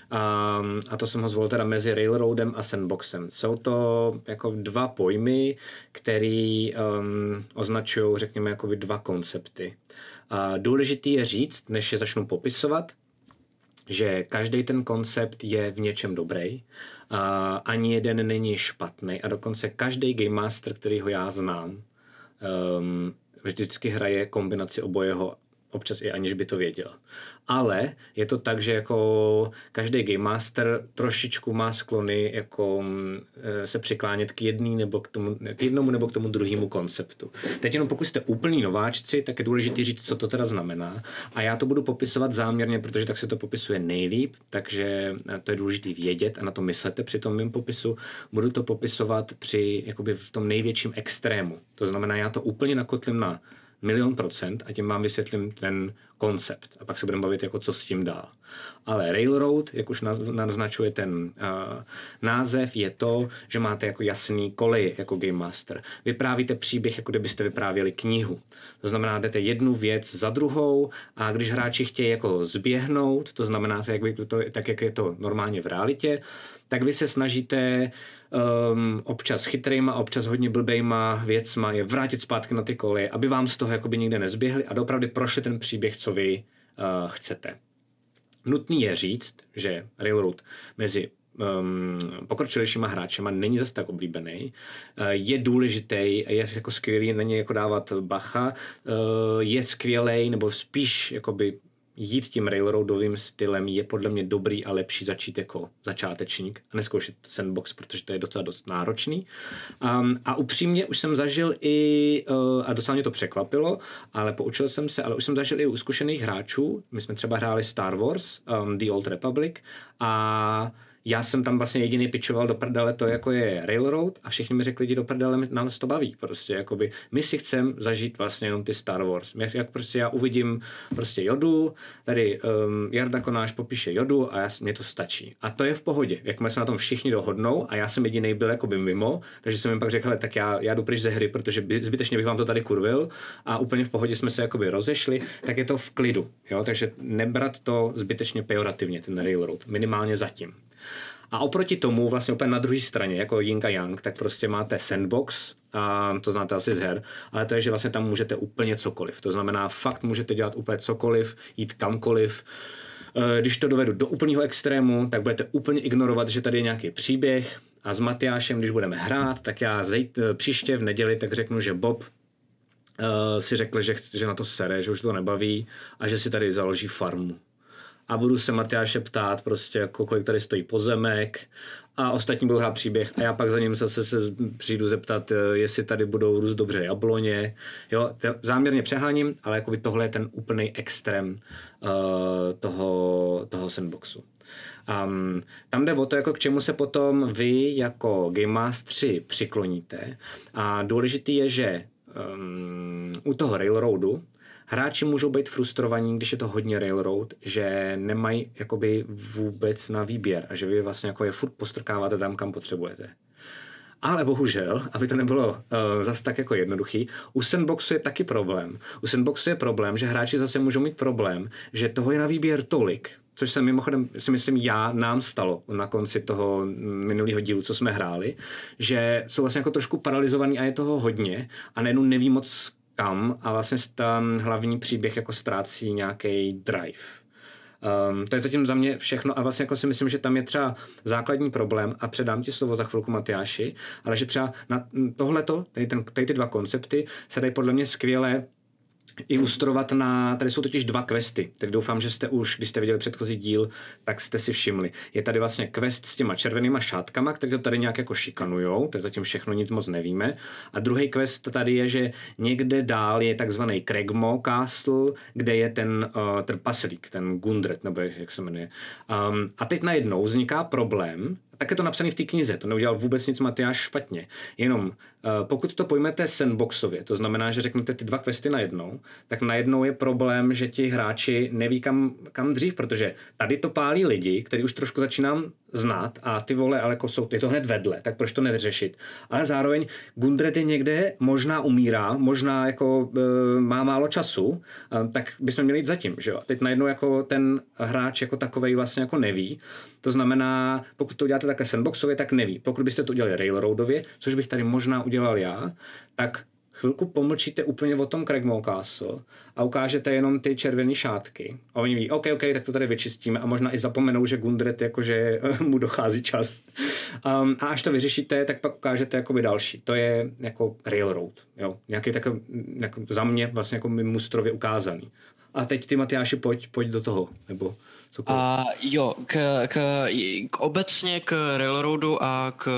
A to jsem ho zvolil teda mezi Railroadem a Sandboxem. Jsou to jako dva pojmy, který označují, řekněme, jako dva koncepty. Důležitý je říct, než je začnu popisovat, že každý ten koncept je v něčem dobrý, ani jeden není špatný a dokonce každý Game Master, kterýho já znám, vždycky hraje kombinaci obojeho občas i aniž by to věděl. Ale je to tak, že jako každý Game Master trošičku má sklony jako se přiklánět k jednomu nebo k tomu druhému konceptu. Teď jenom pokud jste úplní nováčci, tak je důležité říct, co to teda znamená. A já to budu popisovat záměrně, protože tak se to popisuje nejlíp, takže to je důležité vědět a na to myslete při tom mým popisu. Budu to popisovat jakoby v tom největším extrému. To znamená, já to úplně nakotlím na 1,000,000% a tím vám vysvětlím ten koncept. A pak se budeme bavit, jako co s tím dál. Ale Railroad, jak už naznačuje ten název, je to, že máte jako jasný kolej jako Game Master. Vyprávíte příběh, jako kdybyste vyprávěli knihu. To znamená, jdete jednu věc za druhou a když hráči chtějí jako zběhnout, to znamená, tak jak je to normálně v realitě, tak vy se snažíte občas chytrýma, občas hodně blbejma věcma je vrátit zpátky na ty koleje, aby vám z toho jakoby nikde nezběhli a opravdu prošli ten příběh, co vy chcete. Nutný je říct, že Railroad mezi pokročilejšíma hráčema není zase tak oblíbený. Je důležitý, je jako skvělý, není jako dávat bacha, je skvělej, nebo spíš jakoby jít tím railroadovým stylem je podle mě dobrý a lepší začít jako začátečník a neskoušet sandbox, protože to je docela dost náročný. A upřímně už jsem zažil a docela mě to překvapilo, ale poučil jsem se, ale už jsem zažil i u zkušených hráčů. My jsme třeba hráli Star Wars, The Old Republic a já jsem tam vlastně jediný pitchoval do prdele to, jako je Railroad a všichni mi řekli, jdi do prdele, nás to baví. Prostě, jakoby, my si chceme zažít vlastně jenom ty Star Wars. Jak prostě já uvidím prostě Jodu, tady Jarda Konáš popíše Jodu a mně to stačí. A to je v pohodě. Jakmile se na tom všichni dohodnou a já jsem jediný byl jakoby mimo, takže jsem jim pak řekl, tak já jdu pryč ze hry, protože zbytečně bych vám to tady kurvil a úplně v pohodě jsme se jakoby rozešli, tak je to v klidu. Jo? Takže nebrat to zbytečně pejorativně, ten Railroad. Minimálně zatím. A oproti tomu vlastně úplně na druhé straně, jako Yin a Yang, tak prostě máte sandbox, a to znáte asi z her, ale to je, že vlastně tam můžete úplně cokoliv. To znamená, fakt můžete dělat úplně cokoliv, jít kamkoliv. Když to dovedu do úplného extrému, tak budete úplně ignorovat, že tady je nějaký příběh a s Matyášem, když budeme hrát, tak já příště v neděli tak řeknu, že Bob si řekl, že na to sere, že už to nebaví a že si tady založí farmu. A budu se Matyáše ptát prostě, jako kolik tady stojí pozemek a ostatní budou hrát příběh a já pak za ním zase se přijdu zeptat, jestli tady budou růst dobře jabloně. Jo, záměrně přeháním, ale jako by tohle je ten úplný extrém toho sandboxu. Tam jde o to, jako k čemu se potom vy jako Game Masteři přikloníte a důležitý je, že u toho Railroadu hráči můžou být frustrovaní, když je to hodně Railroad, že nemají jakoby vůbec na výběr a že vy vlastně jako je furt postrkáváte tam, kam potřebujete. Ale bohužel, aby to nebylo zase tak jako jednoduchý, u sandboxu je taky problém. U sandboxu je problém, že hráči zase můžou mít problém, že toho je na výběr tolik, což se mimochodem si myslím nám stalo na konci toho minulého dílu, co jsme hráli, že jsou vlastně jako trošku paralizovaný a je toho hodně a najednou neví moc kam a vlastně tam hlavní příběh jako ztrácí nějaký drive. To je zatím za mě všechno a vlastně jako si myslím, že tam je třeba základní problém a předám ti slovo za chvilku Matyáši, ale že třeba na tohleto, tady ty dva koncepty se dají podle mě skvěle ilustrovat tady jsou totiž dva questy, tak doufám, že jste už, když jste viděli předchozí díl, tak jste si všimli. Je tady vlastně quest s těma červenýma šátkama, které to tady nějak jako šikanujou, to je zatím všechno, nic moc nevíme. A druhý quest tady je, že někde dál je takzvaný Cragmaw Castle, kde je ten trpaslík, ten Gundret, nebo jak se jmenuje. A teď najednou vzniká problém, tak je to napsané v té knize, to neudělal vůbec nic Matyáš špatně. Jenom pokud to pojmete sandboxově, to znamená, že řeknete ty dva questy najednou, tak najednou je problém, že ti hráči neví kam dřív, protože tady to pálí lidi, který už trošku začínám znát a ty vole, ale jako je to hned vedle, tak proč to nevyřešit? Ale zároveň Gundret je někde, možná umírá, možná jako má málo času, tak bychom měli jít zatím, že jo? Teď najednou jako ten hráč jako takovej vlastně jako neví. To znamená, pokud to uděláte takhle sandboxově, tak neví. Pokud byste to udělali railroadově, což bych tady možná udělal já, tak chvilku pomlčíte úplně o tom Cragmaw Castle a ukážete jenom ty červené šátky. A oni ví, OK, tak to tady vyčistíme a možná i zapomenou, že Gundret jakože mu dochází čas. A až to vyřešíte, tak pak ukážete jakoby další. To je jako railroad, jo. Nějaký takový jako za mě vlastně jako mustrově ukázaný. A teď ty, Matyáši, pojď do toho, nebo cokoliv. Jo, obecně k Railroadu a k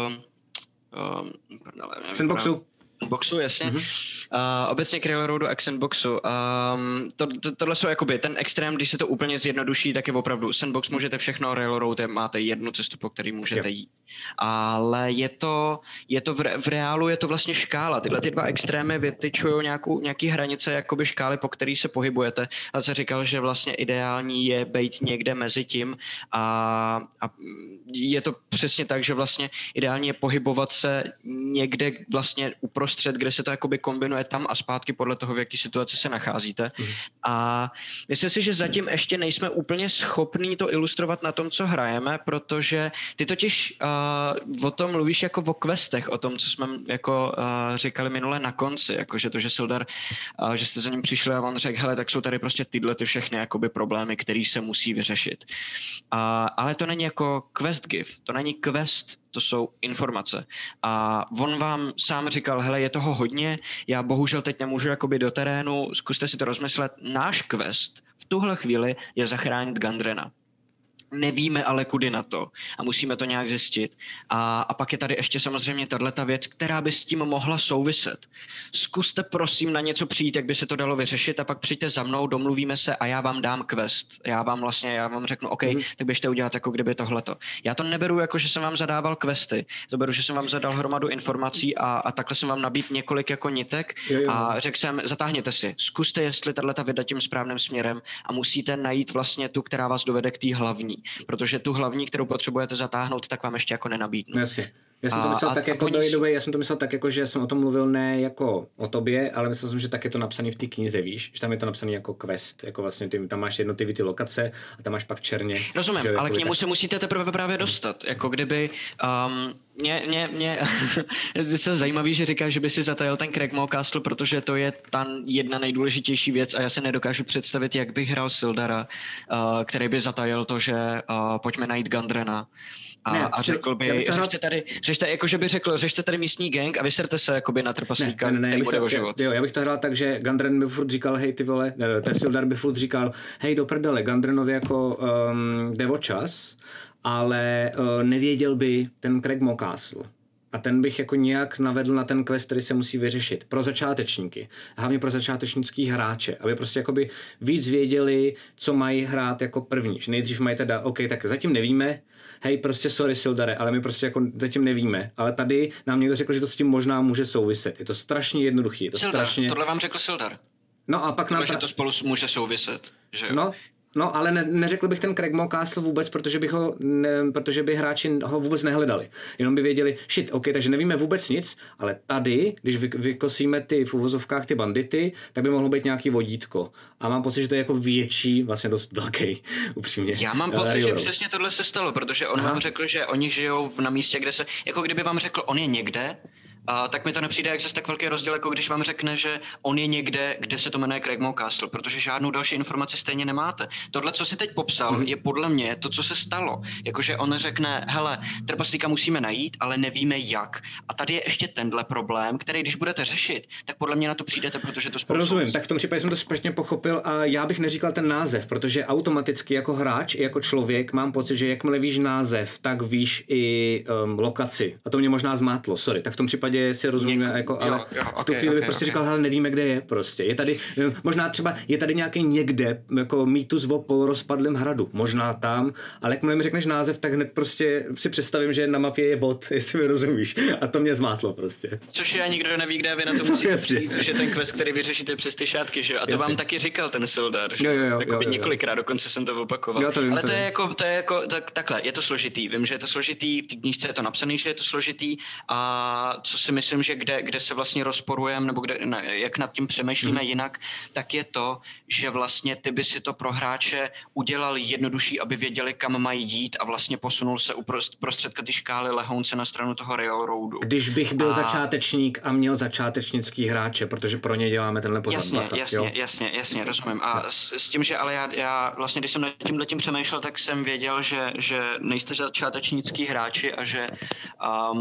Sandboxu. Boxu, jasně. Obecně k Railroadu a k Sandboxu. Tohle jsou jakoby ten extrém, když se to úplně zjednoduší, tak je opravdu Sandbox můžete všechno, Railroad máte jednu cestu, po který můžete jít. Ale je to v reálu je to vlastně škála. Tyhle ty dva extrémy vytyčují nějaký hranice jakoby škály, po který se pohybujete. A co říkal, že vlastně ideální je být někde mezi tím a je to přesně tak, že vlastně ideálně je pohybovat se někde vlastně uprostřed, kde se to jakoby kombinuje tam a zpátky podle toho, v jaký situaci se nacházíte. A myslím si, že zatím ještě nejsme úplně schopní to ilustrovat na tom, co hrajeme, protože ty totiž o tom mluvíš jako o questech, o tom, co jsme jako říkali minule na konci, jakože to, že Sildar, že jste za ním přišli a on řekl, hele, tak jsou tady prostě tyhle ty všechny jakoby problémy, které se musí vyřešit. Ale to není jako quest give, to není quest, to jsou informace. A on vám sám říkal, hele, je toho hodně, já bohužel teď nemůžu jakoby do terénu, zkuste si to rozmyslet. Náš quest v tuhle chvíli je zachránit Gandrena. Nevíme ale kudy na to a musíme to nějak zjistit. A pak je tady ještě samozřejmě tato věc, která by s tím mohla souviset. Zkuste prosím na něco přijít, jak by se to dalo vyřešit a pak přijďte za mnou, domluvíme se a já vám dám quest. Já vám řeknu, OK, tak běžte udělat jako kdyby tohleto. Já to neberu jako, že jsem vám zadával questy, to beru, že jsem vám zadal hromadu informací a takhle jsem vám nabít několik jako nitek a řekl jsem, zatáhněte si, zkuste, jestli tato vydat tím správným směrem a musíte najít vlastně tu, která vás dovede k té hlavní. Protože tu hlavní, kterou potřebujete zatáhnout, tak vám ještě jako nenabídnu. Jasně. Já jsem to myslel tak jako já jsem to myslel tak jako, že jsem o tom mluvil ne jako o tobě, ale myslel jsem, že tak je to napsané v té knize, víš, že tam je to napsané jako quest, jako vlastně tam máš jednotlivé ty lokace a tam máš pak černě. Rozumím, ale k němu se musíte teprve právě dostat, jako kdyby je se zajímavý, že říkáš, že by si zatajil ten Cragmaw Castle, protože to je ta jedna nejdůležitější věc a já se nedokážu představit, jak bych hrál Sildara, který by zatajil to, že pojďme najít Gandrena. A řekl by, řešte tady místní gang a vyserte se jakoby na trpaslíka, který bude o život. Já bych to hrál tak, že Gandren by furt říkal, hej ty vole, ten Sildar by furt říkal, hej do prdele, Gandrenovi jako jde o čas, ale nevěděl by ten Cragmaw Castle. A ten bych jako nějak navedl na ten quest, který se musí vyřešit. Pro začátečníky. Hlavně pro začátečnický hráče. Aby prostě jakoby víc věděli, co mají hrát jako první. Že nejdřív mají teda, OK, tak zatím nevíme, hej, prostě sorry Sildare, ale my prostě jako zatím nevíme. Ale tady nám někdo řekl, že to s tím možná může souviset. Je to strašně jednoduchý. Je to Sildar, strašně... tohle vám řekl Sildar. No a pak nám... že to spolu může souviset, že jo? No, ale neřekl bych ten Cragmaw Castle vůbec, protože by hráči ho vůbec nehledali. Jenom by věděli, shit, OK, takže nevíme vůbec nic, ale tady, když vykosíme ty v uvozovkách ty bandity, tak by mohlo být nějaký vodítko. A mám pocit, že to je jako větší, vlastně dost velký, upřímně. Já mám pocit, že přesně tohle se stalo, protože on vám řekl, že oni žijou na místě, kde se, jako kdyby vám řekl, on je někde, tak mi to nepřijde jak zase tak velký rozdíl, jako když vám řekne, že on je někde, kde se to jmenuje Cragmaw Castle, protože žádnou další informaci stejně nemáte. Tohle, co si teď popsal, je podle mě to, co se stalo. Jakože on řekne, hele, trpaslíka musíme najít, ale nevíme jak. A tady je ještě tenhle problém, který když budete řešit, tak podle mě na to přijdete, protože to spolu rozumím, souvisí. tak v tom případě jsem to špatně pochopil a já bych neříkal ten název, protože automaticky jako hráč i jako člověk mám pocit, že jakmile víš název, tak víš i lokaci. A to mě možná zmátlo, sorry. Tak v tom případě si rozumíme, jako, ale v tu chvíli bych prostě říkal, hele, nevíme, kde je prostě. Je tady, možná třeba je tady nějaký někde, jako mýtus o polorozpadlém hradu. Možná tam, ale jakmile mi řekneš název, tak hned prostě si představím, že na mapě je bod, jestli mi rozumíš. A to mě zmátlo prostě. Což já nikdo neví, kde vy na to musíte přijít, že ten quest, který vyřešíte přes ty šátky, že? A to vám taky říkal ten Sildar. Jo. Několikrát, dokonce jsem to opakoval. Ale to je jako takhle, je to složitý. Vím, že je to složitý, v té knížce je to napsané, že je to složitý a co si myslím, že kde se vlastně rozporujeme, nebo jak nad tím přemýšlíme jinak, tak je to, že vlastně ty by si to pro hráče udělal jednodušší, aby věděli, kam mají jít a vlastně posunul se prostředka ty škály lehounce na stranu toho Railroadu. Když bych byl začátečník a měl začátečnický hráče, protože pro ně děláme tenhle pořad. Jasně, rozumím. A s tím, že ale já vlastně, když jsem nad tímhletím přemýšlel, tak jsem věděl, že nejste začátečnický hráči a že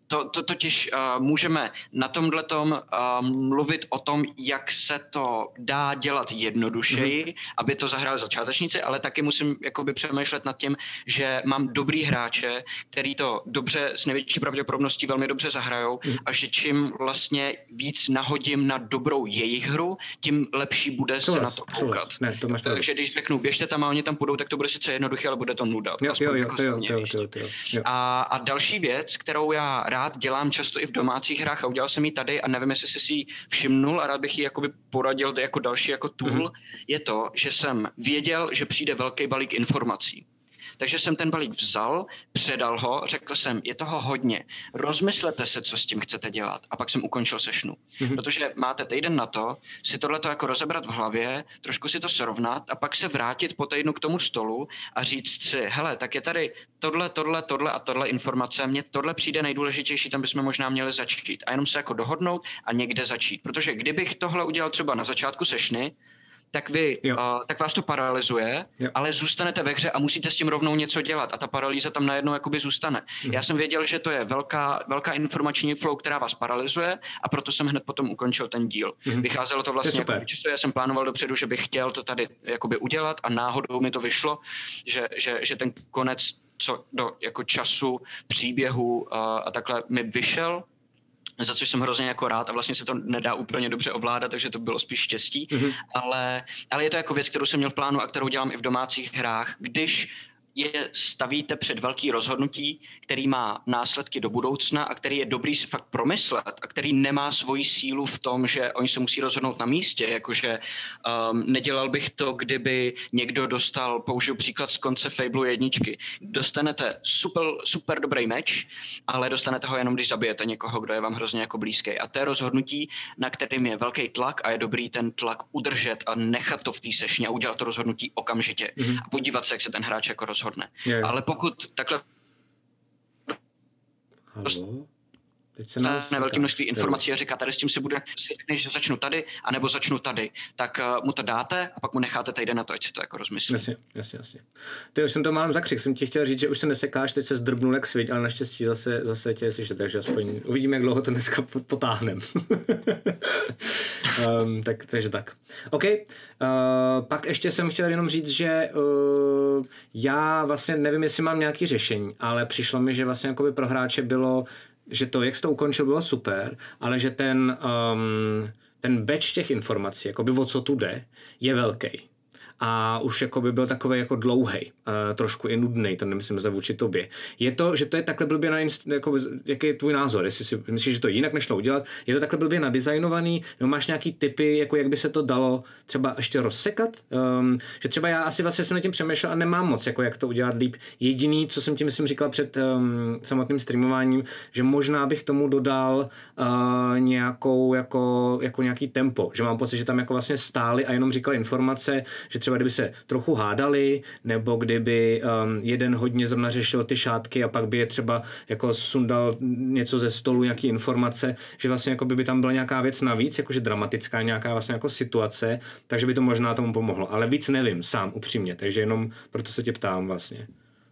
To totiž můžeme na tomhletom mluvit o tom, jak se to dá dělat jednodušeji, aby to zahráli začátečníci, ale taky musím jakoby přemýšlet nad tím, že mám dobrý hráče, který to dobře, s největší pravděpodobností velmi dobře zahrajou a že čím vlastně víc nahodím na dobrou jejich hru, tím lepší bude se na to koukat. Takže když řeknu, běžte tam a oni tam půjdou, tak to bude sice jednoduché, ale bude to nuda. A další věc, kterou já rád dělám často i v domácích hrách a udělal jsem ji tady a nevím, jestli jsi ji všimnul a rád bych ji jakoby poradil jako další jako tool, je to, že jsem věděl, že přijde velký balík informací. Takže jsem ten balík vzal, předal ho, řekl jsem, je toho hodně, rozmyslete se, co s tím chcete dělat. A pak jsem ukončil sešnu. Protože máte týden na to, si tohleto jako rozebrat v hlavě, trošku si to srovnat a pak se vrátit po týdnu k tomu stolu a říct si, hele, tak je tady tohle a tohle informace, mně tohle přijde nejdůležitější, tam bychom možná měli začít. A jenom se jako dohodnout a někde začít. Protože kdybych tohle udělal třeba na začátku sešny, tak vás to paralyzuje, ale zůstanete ve hře a musíte s tím rovnou něco dělat a ta paralýza tam najednou jakoby zůstane. Já jsem věděl, že to je velká informační flow, která vás paralyzuje a proto jsem hned potom ukončil ten díl. Vycházelo to vlastně jako čisto, já jsem plánoval dopředu, že bych chtěl to tady jakoby udělat a náhodou mi to vyšlo, že ten konec co do jako času, příběhu a takhle mi vyšel, za což jsem hrozně jako rád a vlastně se to nedá úplně dobře ovládat, takže to bylo spíš štěstí, ale je to jako věc, kterou jsem měl v plánu a kterou dělám i v domácích hrách, když je stavíte před velký rozhodnutí, který má následky do budoucna a který je dobrý si fakt promyslet a který nemá svoji sílu v tom, že oni se musí rozhodnout na místě, jakože nedělal bych to, kdyby někdo použiju příklad z konce Fable 1, dostanete super dobrý meč, ale dostanete ho jenom, když zabijete někoho, kdo je vám hrozně jako blízký. A to je rozhodnutí, na kterým je velký tlak a je dobrý ten tlak udržet a nechat to v té sešně a udělat to rozhodnutí okamžitě a podívat se, jak se ten hráč jako rozhodne. Ale pokud takhle dostane velké množství informací a říká, tady s tím si řekneš, že začnu tady, anebo začnu tady, tak mu to dáte a pak mu necháte týden na to, ať si to jako rozmyslí. Jasně. To už jsem to málem zakřik, jsem ti chtěl říct, že už se nesekáš, teď se zdrbnul jak sviť, ale naštěstí zase tě slyšet, takže aspoň uvidíme, jak dlouho to dneska potáhneme. Takže tak. OK, pak ještě jsem chtěl jenom říct, že já vlastně nevím, jestli mám nějaké řešení, ale přišlo mi, že vlastně jakoby pro hráče bylo, že to, jak jsi to ukončil, bylo super, ale že ten batch těch informací, jakoby o co tu jde, je velký. A už jakoby byl takový jako dlouhej, trošku i nudnej, to nemyslím zde vůči tobě. Je to, že to je takhle blbě jaký je tvůj názor, jestli si myslíš, že to jinak nešlo udělat, je to takhle blbě nadizajnovaný, nebo máš nějaký tipy, jako jak by se to dalo třeba ještě rozsekat? Že třeba já asi vlastně jsem nad tím přemýšlel a nemám moc, jako jak to udělat líp. Jediný, co jsem ti myslím říkal před samotným streamováním, že možná bych tomu dodal nějakou jako nějaký tempo, že mám pocit, že tam jako vlastně stáli a jenom říkali informace, že třeba kdyby se trochu hádali, nebo kdyby jeden hodně zrovna řešil ty šátky a pak by je třeba jako sundal něco ze stolu, nějaký informace, že vlastně jako by tam byla nějaká věc navíc, jakože dramatická nějaká vlastně jako situace, takže by to možná tomu pomohlo. Ale víc nevím sám, upřímně, takže jenom proto se tě ptám vlastně.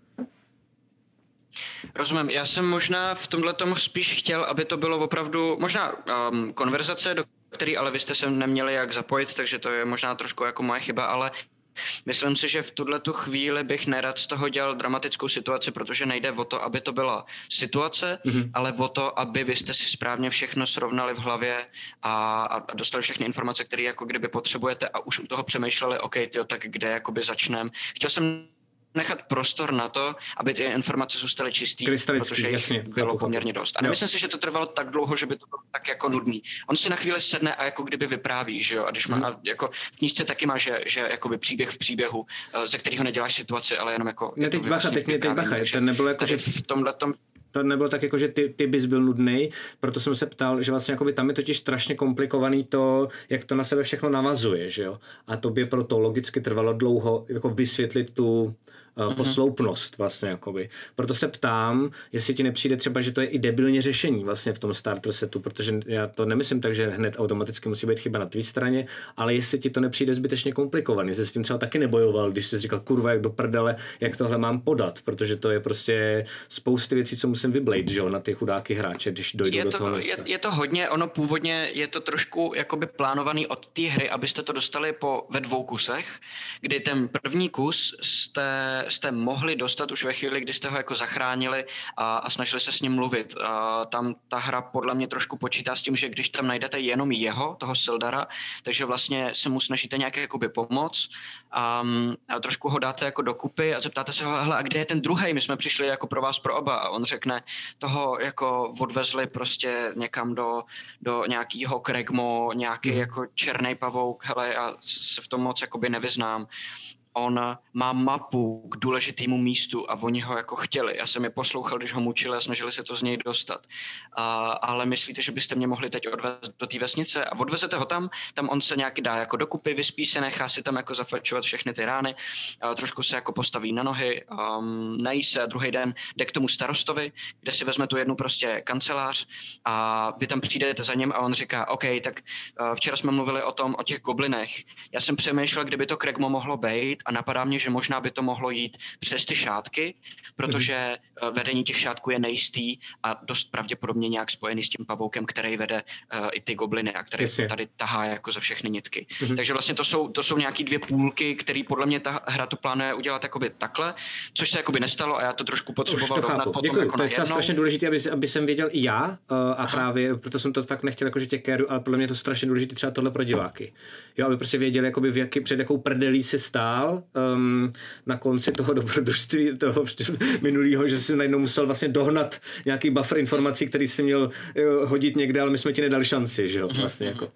Rozumím, já jsem možná v tomhletom spíš chtěl, aby to bylo opravdu možná konverzace, do který ale vy jste se neměli jak zapojit, takže to je možná trošku jako moje chyba, ale myslím si, že v tuhletu chvíli bych nerad z toho dělal dramatickou situaci, protože nejde o to, aby to byla situace, ale o to, aby vy jste si správně všechno srovnali v hlavě a dostali všechny informace, které jako kdyby potřebujete a už u toho přemýšleli, OK, tak kde jakoby začneme. Chtěl jsem nechat prostor na to, aby ty informace zůstaly čistý, protože jich bylo poměrně dost. A nemyslím si, že to trvalo tak dlouho, že by to bylo tak jako nudný. On si na chvíli sedne a jako kdyby vypráví, že jo? A když má, jako v knížce taky má, že jakoby příběh v příběhu, ze kterého neděláš situaci, ale jenom jako... Teď bacha, to nebylo jako, že... V tomhletom to nebylo tak jako, že ty bys byl nudnej, proto jsem se ptal, že vlastně jakoby tam je totiž strašně komplikovaný to, jak to na sebe všechno navazuje, že jo? A tobě proto logicky trvalo dlouho jako vysvětlit tu posloupnost vlastně jakoby. Proto se ptám, jestli ti nepřijde třeba, že to je i debilně řešení vlastně v tom starter setu, protože já to nemyslím tak, že hned automaticky musí být chyba na tvý straně, ale jestli ti to nepřijde zbytečně komplikovaný, jestli s tím třeba taky nebojoval, když jsi říkal, kurva, jak do prdele, jak tohle mám podat, protože to je prostě spousty věcí, co musím vyblejt, že jo, na ty chudáky hráče, když dojdu do toho města. Je to hodně, ono původně je to trošku jakoby plánovaný od té hry, abyste to dostali ve 2 kusech, kdy ten první kus jste mohli dostat už ve chvíli, kdy jste ho jako zachránili a snažili se s ním mluvit. Tam ta hra podle mě trošku počítá s tím, že když tam najdete jenom toho Sildara, takže vlastně se mu snažíte nějak jakoby pomoct a trošku ho dáte jako dokupy a zeptáte se ho, hele, a kde je ten druhej? My jsme přišli jako pro vás pro oba a on řekne, toho jako odvezli prostě někam do nějakého Kregmo, nějaký jako černý pavouk, hele, já se v tom moc jakoby nevyznám. On má mapu k důležitému místu a oni ho jako chtěli. Já jsem je poslouchal, když ho mučili a snažili se to z něj dostat. Ale myslíte, že byste mě mohli teď odvést do té vesnice a odvezete ho tam on se nějaký dá jako dokupy, vyspí se, nechá si tam jako zaflečovat všechny ty rány, trošku se jako postaví na nohy, nají se a druhý den jde k tomu starostovi, kde si vezme tu jednu prostě kancelář a vy tam přijdete za ním a on říká, OK, tak včera jsme mluvili o těch goblinech. Já jsem přemýšlel, kdyby to Kregmo mohlo být, a napadá mě, že možná by to mohlo jít přes ty šátky, protože vedení těch šátků je nejistý a dost pravděpodobně nějak spojený s tím pavoukem, který vede i ty gobliny a který tady tahá jako za všechny nitky. Takže vlastně to jsou nějaký 2 půlky, který podle mě ta hra to plánuje udělat jakoby takhle, což se jakoby nestalo a já to trošku potřeboval dohnat potom. Děkuji, jako to je strašně důležité, aby jsem věděl i já a právě proto jsem to fakt nechtěl jako, že tě kéru, ale podle mě je to strašně důležité třeba tohle pro diváky. Jo, aby prostě věděli, jakoby před jakou prdelí si stál na konci toho dobrodružství toho minulého, že jsem najednou musel vlastně dohnat nějaký buffer informací, který si měl hodit někde, ale my jsme ti nedali šanci, že jo, vlastně jako,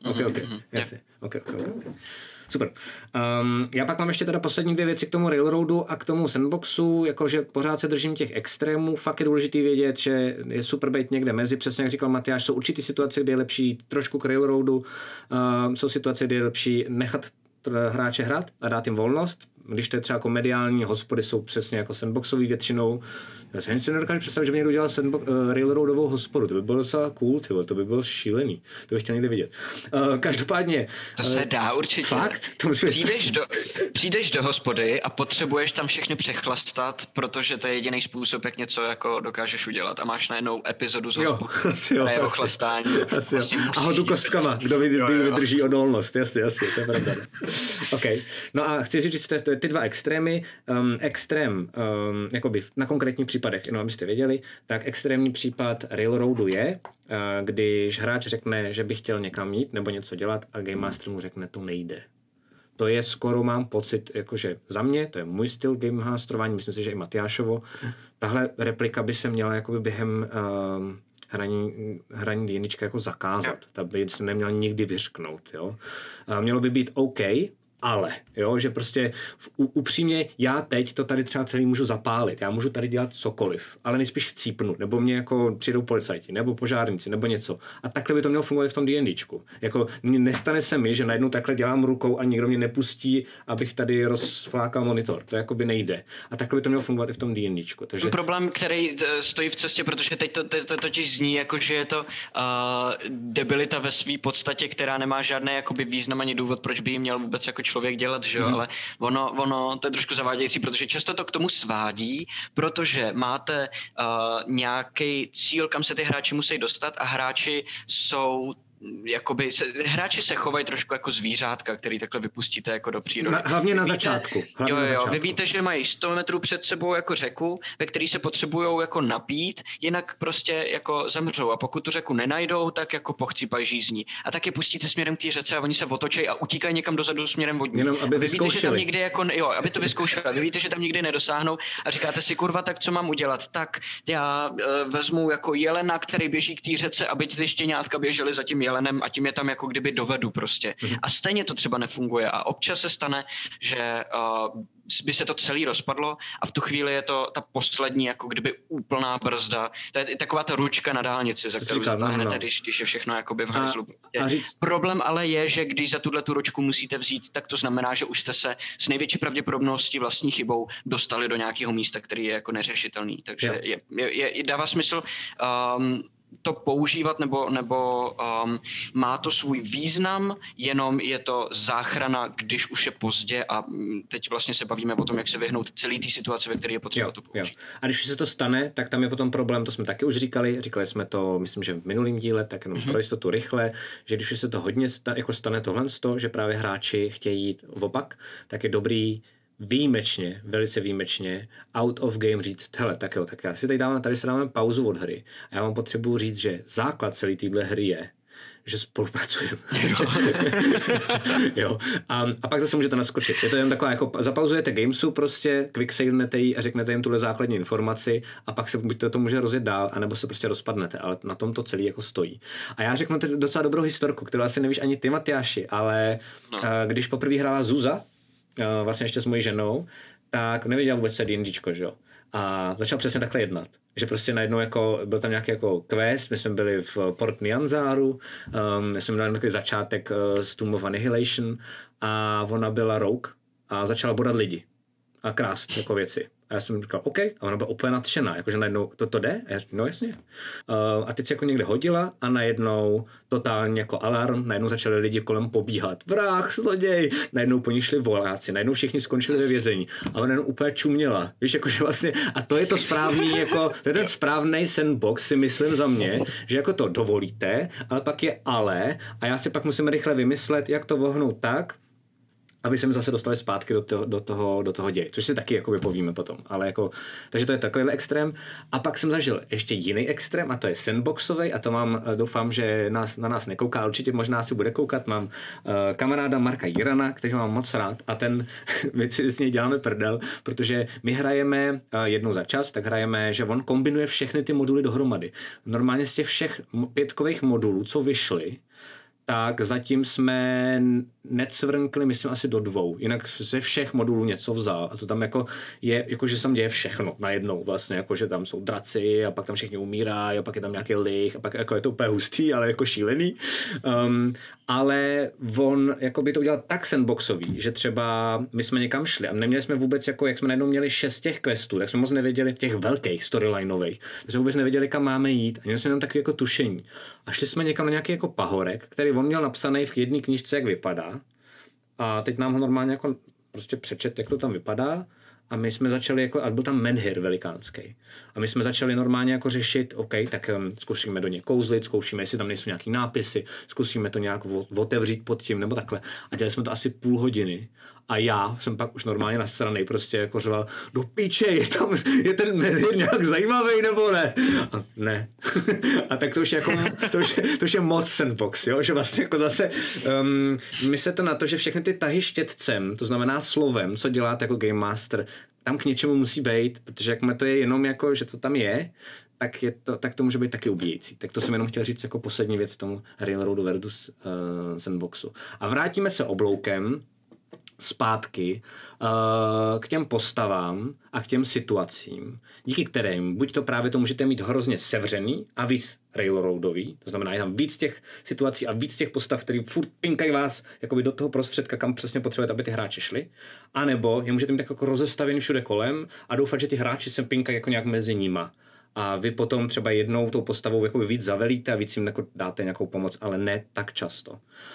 okay. Super. Já pak mám ještě teda poslední 2 věci k tomu Railroadu a k tomu sandboxu, jakože pořád se držím těch extrémů, fakt je důležitý vědět, že je super být někde mezi, přesně jak říkal Matyáš, jsou určitý situace, kdy je lepší trošku k Railroadu, jsou situace, kdy je lepší nechat hráče hrát a dát jim volnost. Když to je třeba jako mediální, hospody jsou přesně jako sandboxový většinou. Já si nic nedokážu představit, že by někdo dělal railroadovou hospodu. To by bylo docela cool, tyvo, to by bylo šílený. To bych chtěl někde vidět. Každopádně... To se dá určitě. Fakt? Přijdeš do hospody a potřebuješ tam všechny přechlastat, protože to je jediný způsob, jak něco jako dokážeš udělat. A máš najednou epizodu z hospody. A jeho chlastání. A hodu kostkama, kdo vydrží odolnost. Jasně, to je pravda. Okay. No a chci říct, ty 2 extrémy, jakoby na konkrétních případech, jenom abyste věděli, tak extrémní případ Railroadu je, když hráč řekne, že by chtěl někam jít nebo něco dělat a Game Master mu řekne, to nejde. To je skoro, mám pocit, jakože za mě, to je můj styl Game Masterování, myslím si, že i Matyášovo. Tahle replika by se měla jakoby během hraní D&Dčka jako zakázat. Ta by se neměla nikdy vyřknout, jo. Mělo by být OK, ale, jo, že prostě upřímně já teď to tady třeba celý můžu zapálit, já můžu tady dělat cokoliv, ale nejspíš chcípnu, nebo mě jako přijdou policajti, nebo požárníci, nebo něco. A takhle by to mělo fungovat v tom D&Dčku. Jako nestane se mi, že najednou takhle dělám rukou a nikdo mě nepustí, abych tady rozflákal monitor. To jakoby nejde. A takhle by to mělo fungovat i v tom D&Dčku. Takže... Problém, který stojí v cestě, protože teď to totiž zní, jako že je to debilita ve své podstatě, která nemá žádný jakoby význam ani důvod, proč by ji měl vůbec jako člověk dělat, že jo, ale ono to je trošku zavádějící, protože často to k tomu svádí, protože máte nějaký cíl, kam se ty hráči musí dostat a hráči jsou hráči se chovají trošku jako zvířátka, který takhle vypustíte jako do přírody. Hlavně na začátku. Vy víte, že mají 100 metrů před sebou jako řeku, ve který se potřebujou jako napít, jinak prostě jako zemřou a pokud tu řeku nenajdou, tak jako pochcípají žízní. A tak je pustíte směrem k té řece a oni se otočí a utíkají někam dozadu směrem od ní. Jenom aby vyzkoušeli. Aby to vyzkoušeli. Vy víte, že tam nikdy nedosáhnou a říkáte si, kurva, tak co mám udělat? Tak já vezmu jako jelena, který běží k té řece, aby ty štěňátka běžely za tím jelenem a tím je tam jako kdyby dovedu prostě. A stejně to třeba nefunguje a občas se stane, že by se to celý rozpadlo a v tu chvíli je to ta poslední jako kdyby úplná brzda. To je taková ta ručka na dálnici, za kterou zatáhnete, když je všechno jakoby v hajzlu. Problém ale je, že když za tu ručku musíte vzít, tak to znamená, že už jste se s největší pravděpodobností vlastní chybou dostali do nějakého místa, který je jako neřešitelný. Takže dává smysl to používat, nebo má to svůj význam, jenom je to záchrana, když už je pozdě a teď vlastně se bavíme o tom, jak se vyhnout celý té situaci, ve které je potřeba to použít. A když se to stane, tak tam je potom problém, to jsme taky už říkali jsme to, myslím, že v minulém díle, tak jenom pro jistotu rychle, že když se to hodně stane tohle, že právě hráči chtějí jít opak, tak je dobrý velice výjimečně out of game říct, hele, tak jo, tak tady si dáme pauzu od hry a já vám potřebuji říct, že základ celé téhle hry je, že spolupracujeme. Jo. A pak zase můžete naskočit. Je to jen taková, jako zapauzujete gamesu prostě, quicksavenete ji a řeknete jim tuhle základní informaci a pak se buď to může rozjet dál, anebo se prostě rozpadnete, ale na tom to celý jako stojí. A já řeknu docela dobrou historku, kterou asi nevíš ani ty, Matyáši, ale když poprvé hrála Zuza, vlastně ještě s mojí ženou, tak nevěděl vůbec se D&Dčko, že jo. A začal přesně takhle jednat. Že prostě najednou jako, byl tam nějaký jako quest, my jsme byli v Port Nyanzaru, my jsme měli takový začátek z Tomb of Annihilation a ona byla rogue a začala bodat lidi a krást jako věci. A já jsem říkal, OK, a ona byla úplně nadšená, jakože najednou to jde? A já říkal, no jasně. A teď se jako někde hodila a najednou totálně jako alarm, najednou začali lidi kolem pobíhat. Vrah, zloděj! Najednou po ní šli vojáci, najednou všichni skončili ve vězení. A ona najednou úplně čuměla. Víš, jakože vlastně, a to je to správný, jako, to je ten správný sandbox, si myslím za mě, že jako to dovolíte, ale pak je ale, a já si pak musím rychle vymyslet, jak to vohnout tak, aby se mi zase dostali zpátky do toho děje, což si taky jako povíme potom, ale jako, takže to je takovýhle extrém. A pak jsem zažil ještě jiný extrém a to je sandboxový a to mám, doufám, že na nás nekouká, určitě možná si bude koukat, mám kamaráda Marka Jirana, kterého mám moc rád a my si s něj děláme prdel, protože my hrajeme jednou za čas, tak hrajeme, že on kombinuje všechny ty moduly dohromady. Normálně z těch všech 5kových modulů, co vyšly, tak zatím jsme necvrnkli, myslím, asi do 2. Jinak ze všech modulů něco vzal. A to tam jako je, jako že se tam děje všechno najednou vlastně, jako že tam jsou draci a pak tam všichni umírají a pak je tam nějaký lich a pak jako je to úplně hustý, ale jako šílený. Ale on jako by to udělal tak sandboxový, že třeba my jsme někam šli a neměli jsme vůbec, jako jak jsme najednou měli 6 těch questů, tak jsme moc nevěděli těch velkých storylineových. Tak jsme vůbec nevěděli, kam máme jít a měli jsme tam takový jako tušení. A šli jsme někam na nějaký jako pahorek, který on měl napsaný v jedné knížce, jak vypadá. A teď nám ho normálně jako prostě přečet, jak to tam vypadá. A my jsme začali jako, a byl tam menhir velikánský. A my jsme začali normálně jako řešit, OK, tak zkusíme do něj kouzlit, zkoušíme, jestli tam nejsou nějaký nápisy, zkusíme to nějak otevřít pod tím, nebo takhle. A dělali jsme to asi půl hodiny. A já jsem pak už normálně nasranej prostě jako řval, do piče, je ten menhir nějak zajímavý nebo ne? A ne. A tak to už je jako, to už je moc sandbox, jo? Že vlastně jako zase myslete na to, že všechny ty tahy štětcem, to znamená slovem, co děláte jako Game Master, tam k něčemu musí být, protože jakmile to je jenom jako, že to tam je, tak to může být taky ubíjející. Tak to jsem jenom chtěl říct jako poslední věc tomu Railroadu versus sandboxu. A vrátíme se obloukem zpátky k těm postavám a k těm situacím, díky kterým buď to právě to můžete mít hrozně sevřený a víc railroadový, to znamená, je tam víc těch situací a víc těch postav, který furt pinkají vás jakoby do toho prostředka, kam přesně potřebujete, aby ty hráči šli, anebo je můžete mít tak jako rozestavený všude kolem a doufat, že ty hráči se pinkají jako nějak mezi nima. A vy potom třeba jednou tou postavou jakoby víc zavelíte a víc jim jako dáte nějakou pomoc, ale ne tak často.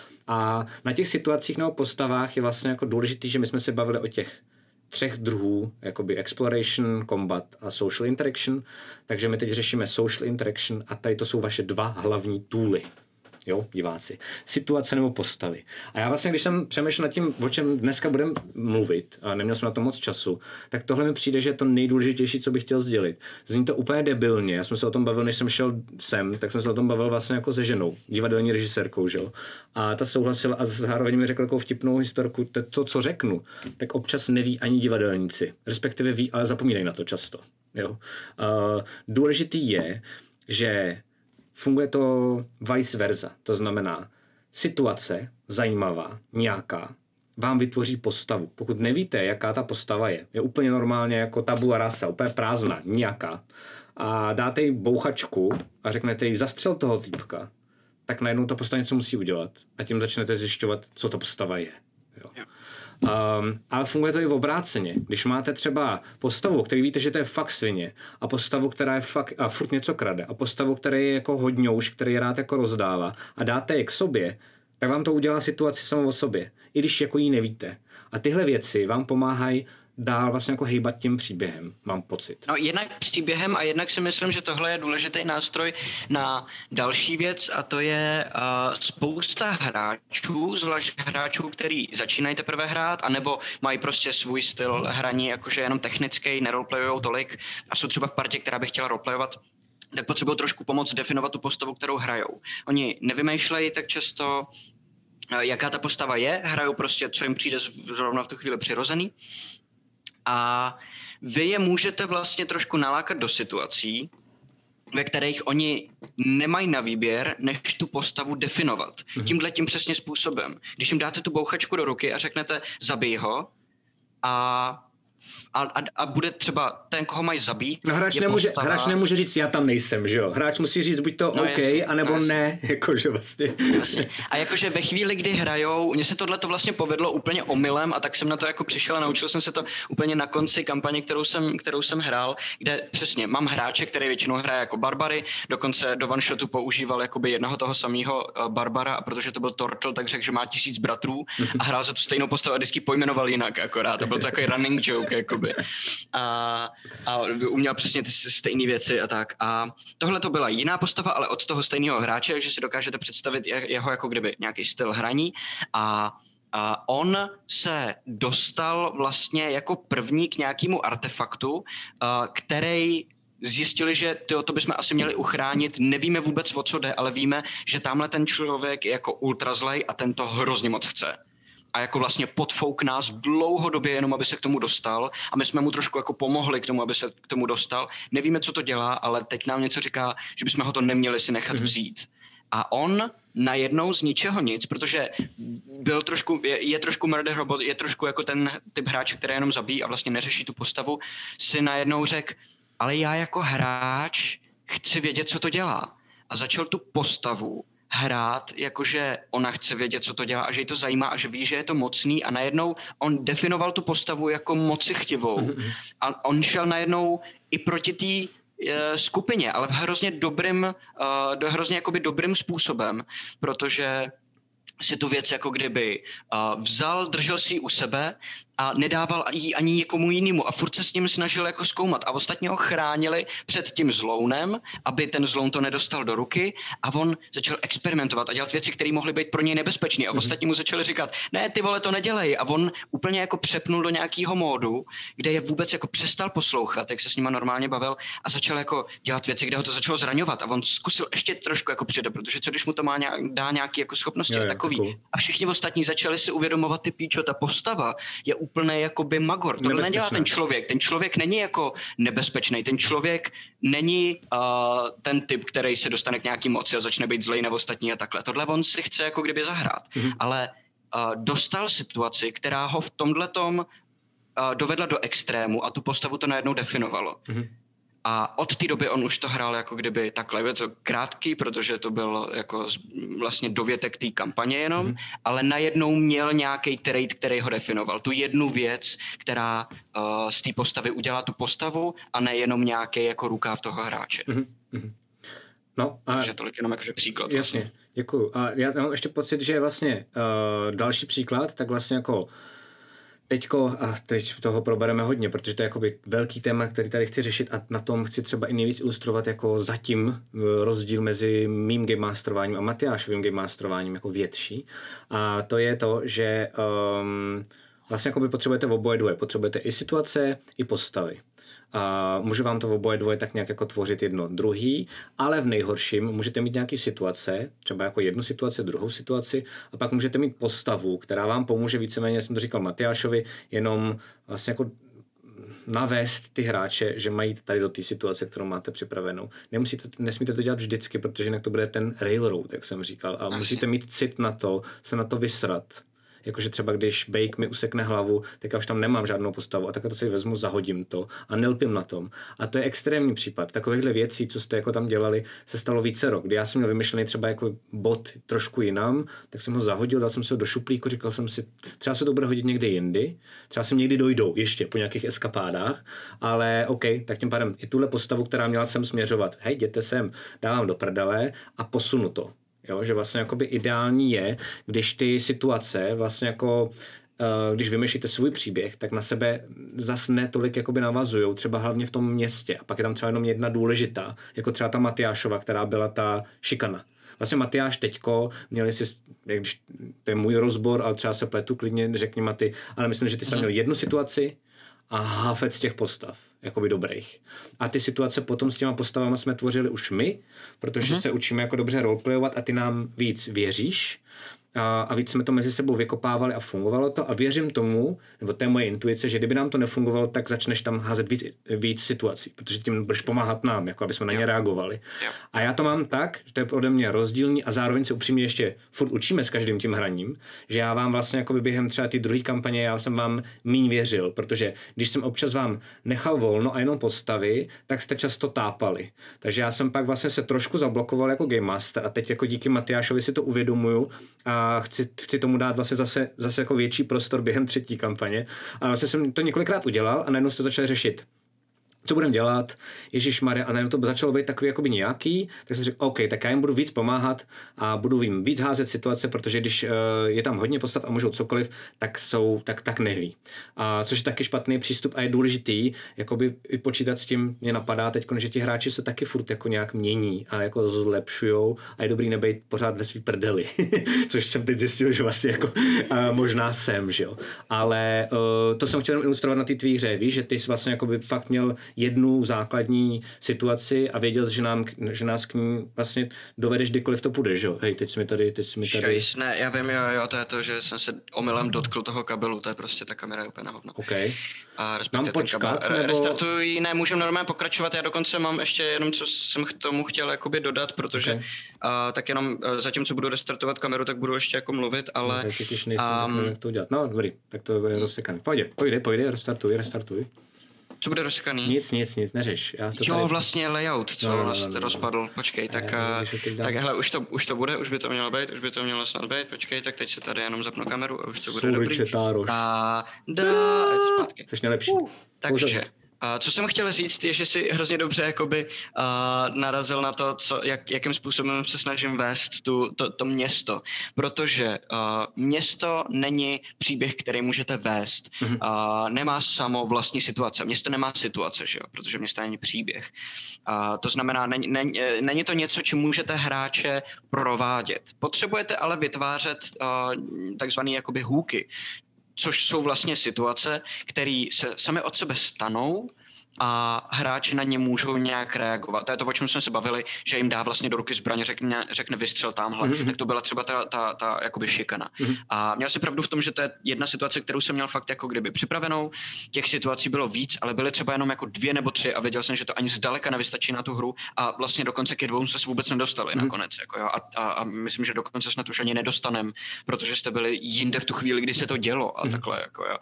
A na těch situacích nebo postavách je vlastně jako důležitý, že my jsme se bavili o těch 3 druhů, jakoby exploration, combat a social interaction, takže my teď řešíme social interaction a tady to jsou vaše 2 hlavní tooly. Jo, diváci. Situace nebo postavy. A já vlastně, když jsem přemýšlel nad tím, o čem dneska budeme mluvit, a neměl jsem na to moc času, tak tohle mi přijde, že je to nejdůležitější, co bych chtěl sdělit. Zní to úplně debilně. Já jsem se o tom bavil, než jsem šel sem, tak jsem se o tom bavil vlastně jako se ženou, divadelní režisérkou, že jo. A ta souhlasila a zároveň mi řekla takovou vtipnou historku, to, co řeknu, tak občas neví ani divadelníci. Respektive ví, ale zapomínají na to často. Jo. Důležitý je, že funguje to vice versa. To znamená, situace zajímavá, nějaká, vám vytvoří postavu. Pokud nevíte, jaká ta postava je úplně normálně jako tabula rasa, úplně prázdná, nějaká, a dáte jí bouchačku a řeknete jí zastřel toho týpka, tak najednou ta postava něco musí udělat a tím začnete zjišťovat, co ta postava je. Jo. Ale funguje to i v obráceně. Když máte třeba postavu, který víte, že to je fakt svině, a postavu, která je fakt a furt něco krade, a postavu, který je jako hodňouš, který rád jako rozdává, a dáte je k sobě, tak vám to udělá situaci samo o sobě, i když jako jí nevíte. A tyhle věci vám pomáhají dál vlastně jako hejbat tím příběhem, mám pocit. No jednak příběhem a jednak si myslím, že tohle je důležitý nástroj na další věc a to je spousta hráčů, zvlášť hráčů, který začínají teprve hrát, anebo mají prostě svůj styl hraní, jakože jenom technický, neroleplayujou tolik a jsou třeba v partě, která by chtěla roleplayovat, tak potřebují trošku pomoct definovat tu postavu, kterou hrajou. Oni nevymýšlejí tak často, jaká ta postava je, hrajou prostě, co jim přijde zrovna v tu chvíli přirozený. A vy je můžete vlastně trošku nalákat do situací, ve kterých oni nemají na výběr, než tu postavu definovat. Tímhletím přesně způsobem. Když jim dáte tu bouchačku do ruky a řeknete zabij ho a bude třeba ten, koho mají zabít. No hráč nemůže říct, já tam nejsem, že jo? Hráč musí říct buď to OK, anebo ne, jakože vlastně. Vlastně. A jakože ve chvíli, kdy hrajou, mně se tohle to vlastně povedlo úplně omylem a tak jsem na to jako přišel a naučil jsem se to úplně na konci kampaně, kterou jsem hrál, kde přesně mám hráče, který většinou hraje jako barbary, dokonce do one-shotu používal jakoby jednoho toho samého barbara a protože to byl Turtle, tak řekl, že má 1000 bratrů a hrál za tu stejnou postavu a vždycky pojmenoval jinak akorát. To byl to takový running joke, jakoby. A uměl přesně ty stejné věci a tak. A tohle to byla jiná postava, ale od toho stejného hráče, takže si dokážete představit jeho jako kdyby nějaký styl hraní a on se dostal vlastně jako první k nějakému artefaktu, který zjistili, že to bychom asi měli uchránit. Nevíme vůbec, o co jde, ale víme, že tamhle ten člověk je jako ultra zlej a ten to hrozně moc chce. A jako vlastně podfouk nás dlouhodobě jenom, aby se k tomu dostal a my jsme mu trošku jako pomohli k tomu, aby se k tomu dostal. Nevíme, co to dělá, ale teď nám něco říká, že bychom ho to neměli si nechat vzít. A on najednou z ničeho nic, protože byl trošku, je trošku murder robot, je trošku jako ten typ hráče, který jenom zabíjí a vlastně neřeší tu postavu, si najednou řekl, ale já jako hráč chci vědět, co to dělá. A začal tu postavu hrát, jakože ona chce vědět, co to dělá a že jí to zajímá a že ví, že je to mocný a najednou on definoval tu postavu jako mocichtivou a on šel najednou i proti té skupině, ale v hrozně dobrým způsobem, protože si tu věc jako kdyby vzal, držel si ji u sebe a nedával ji ani někomu jinému a furt se s ním snažil jako zkoumat a ostatně ho chránili před tím zlounem, aby ten zloun to nedostal do ruky a on začal experimentovat a dělat věci, které mohly být pro něj nebezpečné a ostatní mu začali říkat, ne, ty vole, to nedělej a on úplně jako přepnul do nějakého módu, kde je vůbec jako přestal poslouchat, jak se s nima normálně bavil a začal jako dělat věci, kde ho to začalo zraňovat a on zkusil ještě trošku jako přidat, protože co když mu to dá nějaké jako schopnosti a takový. Cool. A všichni ostatní začali si uvědomovat, ty píčo, ta postava je úplně jakoby magor. To nedělá ten člověk. Ten člověk není jako nebezpečný. Ten člověk není ten typ, který se dostane k nějaký moci a začne být zlej na ostatní a takhle. Tohle on si chce jako kdyby zahrát. Ale dostal situaci, která ho v tomhletom dovedla do extrému a tu postavu to najednou definovalo. A od té doby on už to hrál jako kdyby takhle. Je to krátký, protože to byl jako vlastně dovětek té kampaně jenom, ale najednou měl nějaký trait, který ho definoval. Tu jednu věc, která z té postavy udělá tu postavu a nejenom nějaký jako rukáv toho hráče. No, a takže tolik jenom jakože příklad. Jasně, vlastně. Děkuju. A já mám ještě pocit, že vlastně další příklad, tak vlastně jako teď toho probereme hodně, protože to je jakoby velký téma, který tady chci řešit a na tom chci třeba i nejvíc ilustrovat jako zatím rozdíl mezi mým game masterováním a Matyášovým game masterováním jako větší. A to je to, že vlastně jakoby potřebujete oboje dvoje. Potřebujete i situace, i postavy. A může vám to oboje dvoje tak nějak jako tvořit jedno druhý, ale v nejhorším můžete mít nějaký situace, třeba jako jednu situaci, druhou situaci a pak můžete mít postavu, která vám pomůže víceméně, jsem to říkal Matyášovi, jenom vlastně jako navést ty hráče, že mají tady do té situace, kterou máte připravenou. Nesmíte to dělat vždycky, protože jinak to bude ten railroad, jak jsem říkal. A musíte mít cit na to, se na to vysrat. Jakože třeba když Bake mi usekne hlavu, tak já už tam nemám žádnou postavu a tak to si vezmu, zahodím to a nelpím na tom. A to je extrémní případ. Takovýchhle věcí, co jste jako tam dělali, se stalo vícero. Kdy já jsem měl vymyšlený třeba jako bod trošku jinam, tak jsem ho zahodil, dal jsem si ho do šuplíku, říkal jsem si, třeba se to bude hodit někde jindy, třeba se někdy dojdou ještě po nějakých eskapádách, ale OK, tak tím pádem i tuhle postavu, která měla sem směřovat, hej, jděte sem, dávám do prdele a posunu to. Jo, že vlastně jakoby ideální je, když ty situace vlastně jako, když vymýšlíte svůj příběh, tak na sebe zas ne tolik jakoby navazujou, třeba hlavně v tom městě. A pak je tam třeba jenom jedna důležitá, jako třeba ta Matyášova, která byla ta šikana. Vlastně Matyáš teďko, měli si, když to je můj rozbor, ale třeba se pletu, klidně řekni Maty, ale myslím, že ty jsi tam měl jednu situaci a hafec těch postav, jakoby dobrých. A ty situace potom s těma postavama jsme tvořili už my, protože se učíme jako dobře roleplayovat a ty nám víc věříš a víc jsme to mezi sebou vykopávali a fungovalo to a věřím tomu, nebo to je moje intuice, že kdyby nám to nefungovalo, tak začneš tam házet víc situací, protože tím budeš pomáhat nám, jako aby jsme na ně reagovali. A já to mám tak, že to je ode mě rozdílný a zároveň se upřímně ještě furt učíme s každým tím hraním, že já vám vlastně jako během třeba ty druhé kampaně, já jsem vám míň věřil, protože když jsem občas vám nechal volno a jenom postavy, tak jste často tápali. Takže já jsem pak vlastně se trošku zablokoval jako Game Master a teď jako díky Matyášovi si to uvědomuju a chci tomu dát vlastně zase jako větší prostor během třetí kampaně. A vlastně jsem to několikrát udělal a najednou se to začal řešit. Co budeme dělat? Ježišmarja, a najednou to začalo být takový jakoby nějaký, tak jsem řekl, OK, tak já jim budu víc pomáhat a budu jim víc házet situace, protože když je tam hodně postav a můžou cokoliv, tak neví. A což je taky špatný přístup a je důležitý, jakoby i počítat s tím, mě napadá teď, že ti hráči se taky furt jako nějak mění a jako zlepšujou a je dobrý nebejt pořád ve svý prdeli. Což jsem teď zjistil, že vlastně jako možná jsem, že jo. Ale to jsem chtěl ilustrovat na té tvý hře, víš, že ty jsi vlastně jakoby fakt měl jednu základní situaci a věděl, že nás k ní vlastně dovedeš kdykoliv to půjde, že jo? Hej, teď jsi mi tady. Šajs, ne, já vím, jo, to je to, že jsem se omylem dotkl toho kabelu, to je prostě ta kamera je úplně na hovno. OK. A respektive ten kabel. Nebo... Restartuji, ne, můžeme normálně pokračovat, já dokonce mám ještě jenom, co jsem k tomu chtěl jakoby dodat, protože tak jenom zatímco budu restartovat kameru, tak budu ještě jako mluvit, ale... Tak když nejsem, jak to udělat. No, dobrý, tak to bude rozsekaný. Pojď, restartuj. Co bude rozsekaný? Nic, neřeš. Jo, vlastně layout, co rozpadl. Počkej, tak hele, už to bude, už by to mělo být, snad být. Počkej, tak teď se tady jenom zapnu kameru a už to bude dobrý. A je to zpátky. Což nejlepší. Takže, co jsem chtěl říct, je, že si hrozně dobře jakoby narazil na to, jakým způsobem se snažím vést to město. Protože město není příběh, který můžete vést. Nemá samo vlastní situace. Město nemá situace, že jo? Protože město není příběh. To znamená, není to něco, čím můžete hráče provádět. Potřebujete ale vytvářet takzvaný jakoby hooky, což jsou vlastně situace, které se sami od sebe stanou a hráči na ně můžou nějak reagovat. To je to, o čem jsme se bavili, že jim dá vlastně do ruky zbraně, řekne vystřel tamhle. Tak to byla třeba ta jakoby šikana. A měl si pravdu v tom, že to je jedna situace, kterou jsem měl fakt jako kdyby připravenou. Těch situací bylo víc, ale byly třeba jenom jako 2 nebo 3 a věděl jsem, že to ani zdaleka nevystačí na tu hru a vlastně dokonce ke 2 se vůbec nedostali nakonec. Jako jo. A myslím, že dokonce snad už ani nedostanem, protože jste byli jinde v tu chvíli, kdy se to dělo a takhle. Jako jo.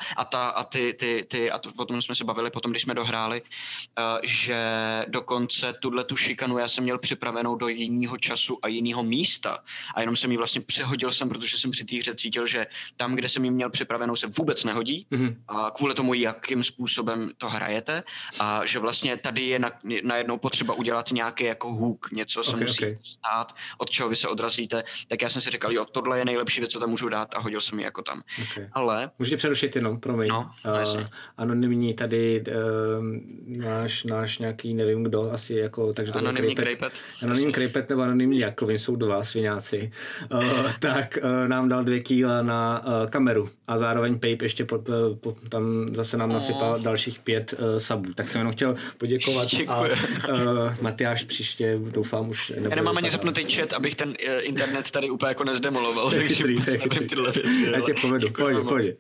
A o tom jsme se bavili potom, když jsme dohráli, že dokonce tu šikanu já jsem měl připravenou do jiného času a jiného místa a jenom jsem ji vlastně přehodil protože jsem při té hře cítil, že tam, kde jsem ji měl připravenou, se vůbec nehodí a kvůli tomu, jakým způsobem to hrajete a že vlastně tady je najednou potřeba udělat nějaký jako hook, něco se musí stát, od čeho vy se odrazíte, tak já jsem si říkal, jo, tohle je nejlepší věc, co tam můžu dát a hodil jsem ji jako tam. Ale... Můžete přerušit jenom, promiň. No, anonymní tady náš nějaký, nevím kdo, asi jako, takže to anonymní Krejpet. Anonymní Krejpet nebo anonymní Jakl, oni jsou dva sviňáci, tak nám dal 2 kýla na kameru a zároveň Pape ještě tam zase nám nasypal dalších 5 sabů, tak jsem jenom chtěl poděkovat a Matyáš příště doufám už nebude. Já nemám ani zapnutý chat, abych ten internet tady úplně jako nezdemoloval, takže nevím tyhle věci. Já tě povedu, pojď.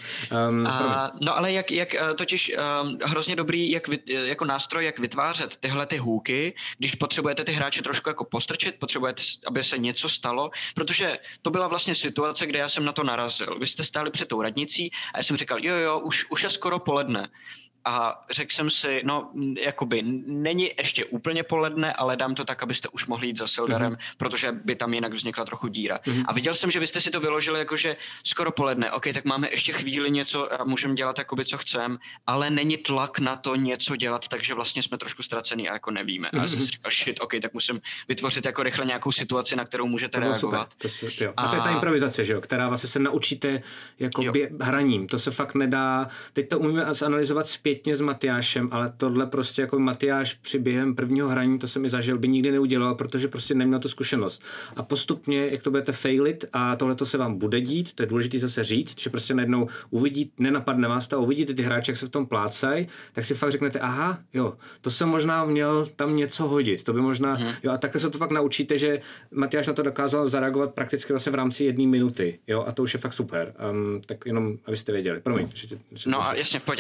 No ale jak totiž hrozně dobrý jako nástroj, jak vytvářet tyhle ty hůky, když potřebujete ty hráče trošku jako postrčit, potřebujete, aby se něco stalo, protože to byla vlastně situace, kde já jsem na to narazil. Vy jste stáli před tou radnicí a já jsem říkal, jo, už je skoro poledne. A řekl jsem si, no, jakoby není ještě úplně poledne, ale dám to tak, abyste už mohli jít za Sildarem, protože by tam jinak vznikla trochu díra. A viděl jsem, že vy jste si to vyložili jakože skoro poledne. OK, tak máme ještě chvíli něco a můžeme dělat jakoby co chceme, ale není tlak na to něco dělat, takže vlastně jsme trošku ztracený a jako nevíme. A já jsem si říkal, OK, tak musím vytvořit jako rychle nějakou situaci, na kterou můžete reagovat. A to je ta improvizace, že jo, která vlastně se naučíte jako hraním. To se fakt nedá, teď to umíme analyzovat zpětně s Matyášem, ale tohle prostě jako Matyáš při během prvního hraní, to jsem i zažil, by nikdy neudělal, protože prostě neměl tu zkušenost. A postupně, jak to budete failit a tohle to se vám bude dít, to je důležité zase říct, že prostě najednou nenapadne vás to a uvidíte ty hráče, jak se v tom plácají, tak si fakt řeknete, aha, jo, to jsem možná měl tam něco hodit, to by možná, jo, a takhle se to fakt naučíte, že Matyáš na to dokázal zareagovat prakticky vlastně v rámci 1 minuty, jo, a to už je fakt super. Tak jenom, abyste věděli. Promiň. No a jasně, v pohodě.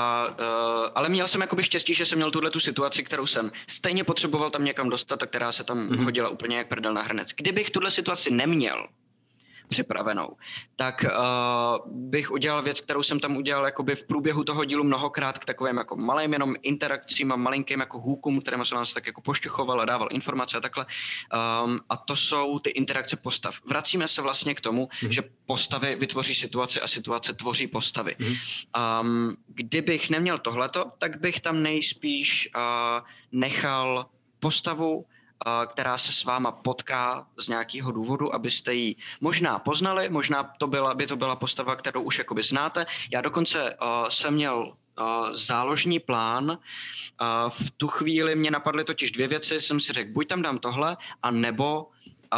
Ale měl jsem jakoby štěstí, že jsem měl tuhletu situaci, kterou jsem stejně potřeboval tam někam dostat a která se tam hodila úplně jak prdel na hrnec. Kdybych tuhle situaci neměl připravenou, tak bych udělal věc, kterou jsem tam udělal jakoby v průběhu toho dílu mnohokrát k takovým jako malým jenom interakcím a malinkým jako hůkům, kterým jsem nás tak jako pošťuchoval a dával informace a takhle. A to jsou ty interakce postav. Vracíme se vlastně k tomu, že postavy vytvoří situace a situace tvoří postavy. Kdybych neměl tohleto, tak bych tam nejspíš nechal postavu, která se s váma potká z nějakého důvodu, abyste ji možná poznali, možná by to byla postava, kterou už jakoby znáte. Já dokonce jsem měl záložní plán. V tu chvíli mě napadly totiž 2 věci. Jsem si řekl, buď tam dám tohle, a nebo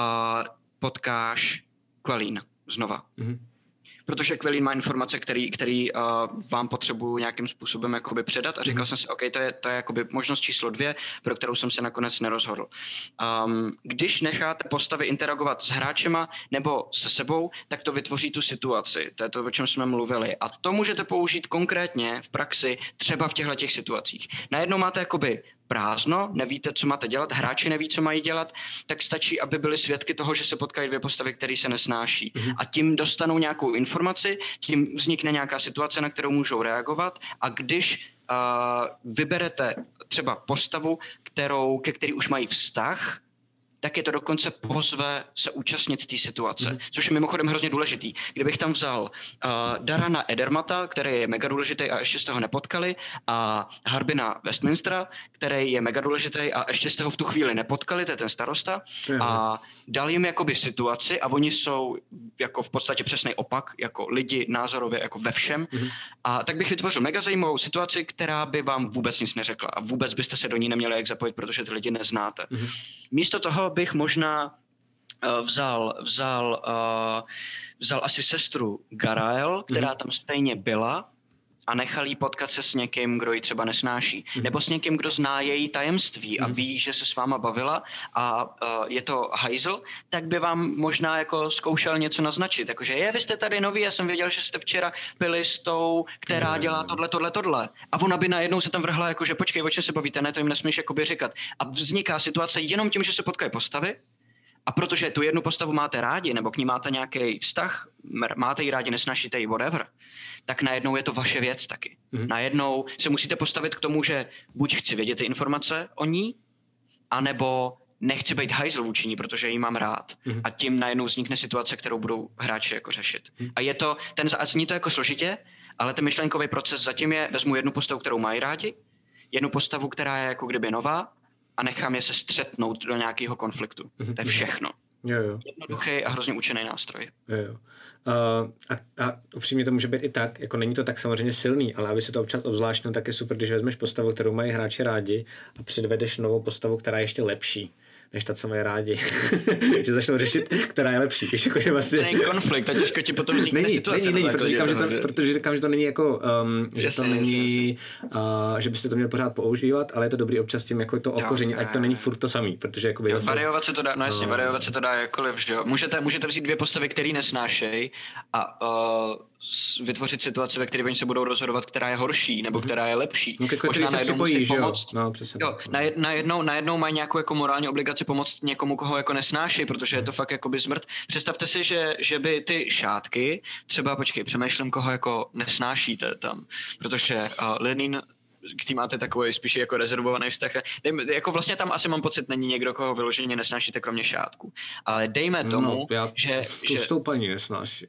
potkáš Quelín znova. Protože Quelín má informace, který vám potřebuju nějakým způsobem jakoby předat a říkal jsem si, OK, to je jakoby možnost číslo 2, pro kterou jsem se nakonec nerozhodl. Když necháte postavy interagovat s hráčema nebo se sebou, tak to vytvoří tu situaci. To je to, o čem jsme mluvili. A to můžete použít konkrétně v praxi třeba v těchto situacích. Najednou máte jakoby prázdno, nevíte, co máte dělat, hráči neví, co mají dělat, tak stačí, aby byli svědky toho, že se potkají 2 postavy, které se nesnáší. A tím dostanou nějakou informaci, tím vznikne nějaká situace, na kterou můžou reagovat, a když vyberete třeba postavu, ke který už mají vztah, tak je to dokonce pozve se účastnit té situace, což je mimochodem hrozně důležitý. Kdybych tam vzal Darana Edermata, který je mega důležitý a ještě jste ho nepotkali, a Harbina Westminstera, který je mega důležitý a ještě jste ho v tu chvíli nepotkali, to je ten starosta, a dal jim jakoby situaci a oni jsou jako v podstatě přesný opak, jako lidi názorově jako ve všem, a tak bych vytvořil mega zajímavou situaci, která by vám vůbec nic neřekla a vůbec byste se do ní neměli jak zapojit, protože ty lidi neznáte. Místo toho bych možná vzal asi sestru Garael, která tam stejně byla, a nechal jí potkat se s někým, kdo ji třeba nesnáší. Nebo s někým, kdo zná její tajemství a ví, že se s váma bavila a je to hajzl, tak by vám možná jako zkoušel něco naznačit. Jakože vy jste tady noví, já jsem věděl, že jste včera pili s tou, která dělá tohle. A ona by najednou se tam vrhla, jakože počkej, o čem se bavíte, ne, to jim nesmíš jakoby říkat. A vzniká situace jenom tím, že se potkají postavy. A protože tu jednu postavu máte rádi, nebo k ní máte nějaký vztah, máte ji rádi, nesnášíte ji, whatever, tak najednou je to vaše věc taky. Najednou se musíte postavit k tomu, že buď chci vědět ty informace o ní, anebo nechci být hajzl vůči ní, protože ji mám rád. A tím najednou vznikne situace, kterou budou hráči jako řešit. A je to, zní to jako složitě, ale ten myšlenkový proces zatím je, vezmu jednu postavu, kterou mají rádi, jednu postavu, která je jako kdyby nová, a nechám je se střetnout do nějakého konfliktu. To je všechno. Jo. Jednoduchý a hrozně účinný nástroj. Jo. A upřímně to může být i tak, jako není to tak samozřejmě silný, ale aby se to občas obzvláštnil, tak je super, když vezmeš postavu, kterou mají hráči rádi a předvedeš novou postavu, která je ještě lepší než ta, co mají rádi. Že začnou řešit, která je lepší. Víš, jako, že vlastně... Není konflikt, a těžko ti potom vznikne situace. Není, protože říkám, že to není jako, že to není, že byste to měli pořád používat, ale je to dobrý občas tím jako to okoření, ať to není furt to samý, protože jakoby zase... Variovat se to dá, no jasně, variovat se to dá jakkoliv, že jo. Můžete vzít dvě postavy, které nesnášejí a vytvořit situaci, ve které oni se budou rozhodovat, která je horší nebo která je lepší. Možná najednou musí pomoct. No, přesně. Jo, najednou mají nějakou jako morální obligaci pomoct někomu, koho jako nesnáší, protože je to fakt jakoby smrt. Představte si, že by ty šátky, třeba přemýšlím, koho jako nesnášíte tam, protože Lenin, k tým máte takový spíš jako rezervovaný vztah. Jako vlastně tam asi mám pocit, není někdo, koho vyloženě nesnášíte kromě šátku. Ale dejme tomu, že tlustou paní nesnáší.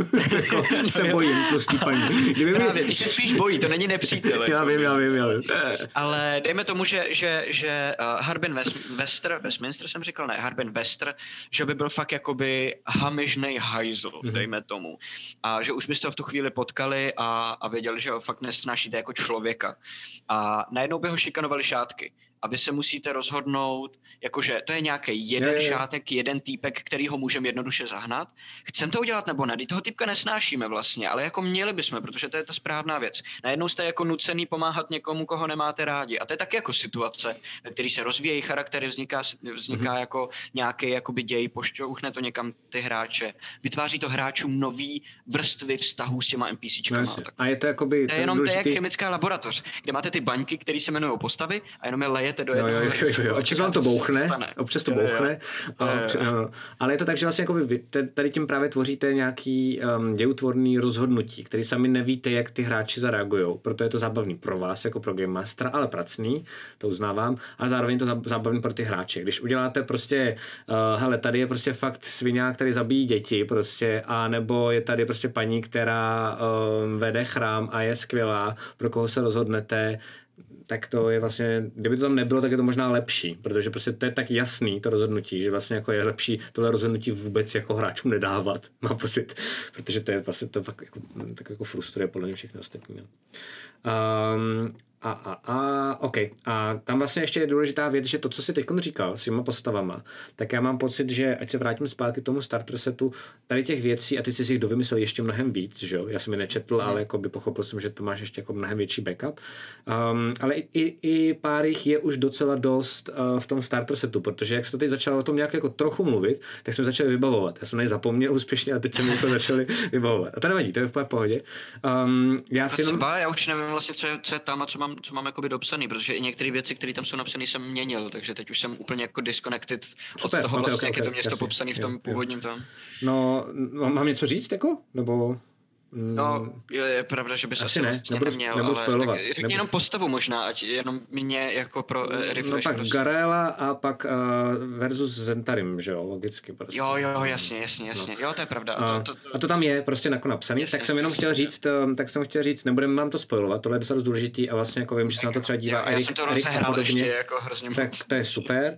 Se bojím tlustý paní. Právě, ty se spíš bojí, to není nepřítel. Já vím. Ale dejme tomu, že Harbin Westminster jsem říkal, ne, Harbin Wester, že by byl fakt jakoby hamižnej hajzl, dejme tomu. A že už byste ho v tu chvíli potkali a věděli, že ho fakt nesnášíte jako člověka. A najednou by ho šikanovali šátky. A vy se musíte rozhodnout, jakože to je nějaký jeden šátek, jeden týpek, který ho můžeme jednoduše zahnat. Chcem to udělat nebo ne? Toho týpka nesnášíme vlastně, ale jako měli bychom, protože to je ta správná věc. Najednou jste jako nucený pomáhat někomu, koho nemáte rádi. A to je taky jako situace, ve které se rozvíjejí charaktery, vzniká jako nějaký jakoby děj, pošťouchne to někam ty hráče. Vytváří to hráčům nový vrstvy vztahů s těma NPCčkama. No, a je to jakoby... To je jenom důležitý... to je jak chemická laboratoř, kde máte ty baňky, které se jmenují postavy a jenom je lejete do jednoho. Jo. Občas vám to bouchne, občas to bouchne, ale je to tak, že vlastně jakoby tady tím právě tvoříte nějaký dějotvorný rozhodnutí, který sami nevíte, jak ty hráči zareagujou, proto je to zábavný pro vás, jako pro Game Mastera, ale pracný, to uznávám, ale zároveň to zábavný pro ty hráče. Když uděláte prostě, hele, tady je prostě fakt sviňák, který zabíjí děti prostě, a nebo je tady prostě paní, která vede chrám a je skvělá, pro koho se rozhodnete, tak to je vlastně, kdyby to tam nebylo, tak je to možná lepší, protože prostě to je tak jasný to rozhodnutí, že vlastně jako je lepší tohle rozhodnutí vůbec jako hráčům nedávat, mám pocit, protože to je vlastně to fakt jako, tak jako frustruje podle mě všechny ostatní. OK. A tam vlastně ještě je důležitá věc, že to, co jsi teď říkal s těma postavama, tak já mám pocit, že ať se vrátím zpátky k tomu starter setu, tady těch věcí, a ty jsi si jich dovymyslel ještě mnohem víc, že jo? Já jsem je nečetl, ale jako by pochopil jsem, že to máš ještě jako mnohem větší backup. Ale i pár jich je už docela dost v tom starter setu, protože jak se to teď začalo o tom nějak jako trochu mluvit, tak jsme začali vybavovat. Já jsem na ně zapomněl úspěšně a teď jsme to začali vybavovat. A to nevadí, to je v pohodě. Já už nevím vlastně, co je tam a co mám jakoby dopsaný, protože i některé věci, které tam jsou napsané, jsem měnil, takže teď už jsem úplně jako disconnected od toho vlastně, jak je to město popsané v tom původním tam. No, mám něco říct jako? Nebo... No, je pravda, že by se asi vlastně neměl, ale řekni jenom postavu možná, ať jenom mě jako pro refresh. No pak Garela a pak versus Zentarim, že jo, logicky prostě. Jo, jasně. No. Jo, to je pravda. A to tam je prostě jako napsaný, jasně, tak jsem jenom chtěl říct, nebudeme vám to spoilovat, tohle je docela důležitý a vlastně jako vím, že se na to třeba dívá Erik a podobně. Jako hrozně tak moc. To je super.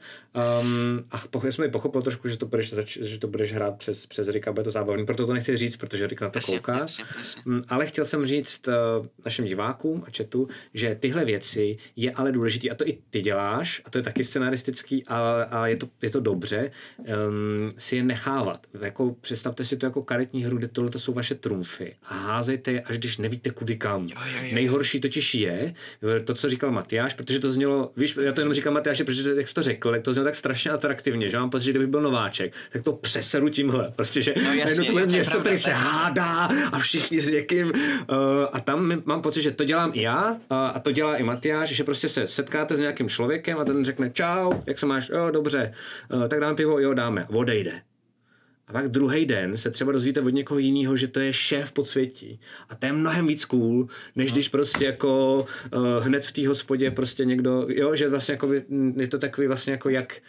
A jsme pochopil trošku, že to budeš hrát přes Rika, bude to zábavný, proto to nechci říct, protože Rik na to kouká. Ale chtěl jsem říct našim divákům a chatu, že tyhle věci je ale důležitý, a to i ty děláš, a to je taky scenaristický, a je to dobře, si je nechávat. Jako, představte si to jako karetní hru, kde tohle jsou vaše trumfy a házejte je, až když nevíte kudy kam. Jo. Nejhorší totiž je to, co říkal Matyáš, protože to znělo, víš, já to jenom říkám Matyáši, protože jak jsi to řekl, tak to znělo tak strašně atraktivně, že mám pocit, že kdybych byl nováček, tak to přeseru tímhle, prostě, že jednotlivé město, které se hádá a všichni s někým a tam mám pocit, že to dělám i já a to dělá i Matyáš, že prostě se setkáte s nějakým člověkem a ten řekne čau, jak se máš, jo, dobře, tak dáme pivo, jo, dáme, odejde. A pak druhý den se třeba dozvíte od někoho jiného, že to je šéf podsvětí. A to je mnohem víc cool, než když prostě jako hned v té hospodě prostě někdo, jo, že vlastně jako je to takový vlastně jako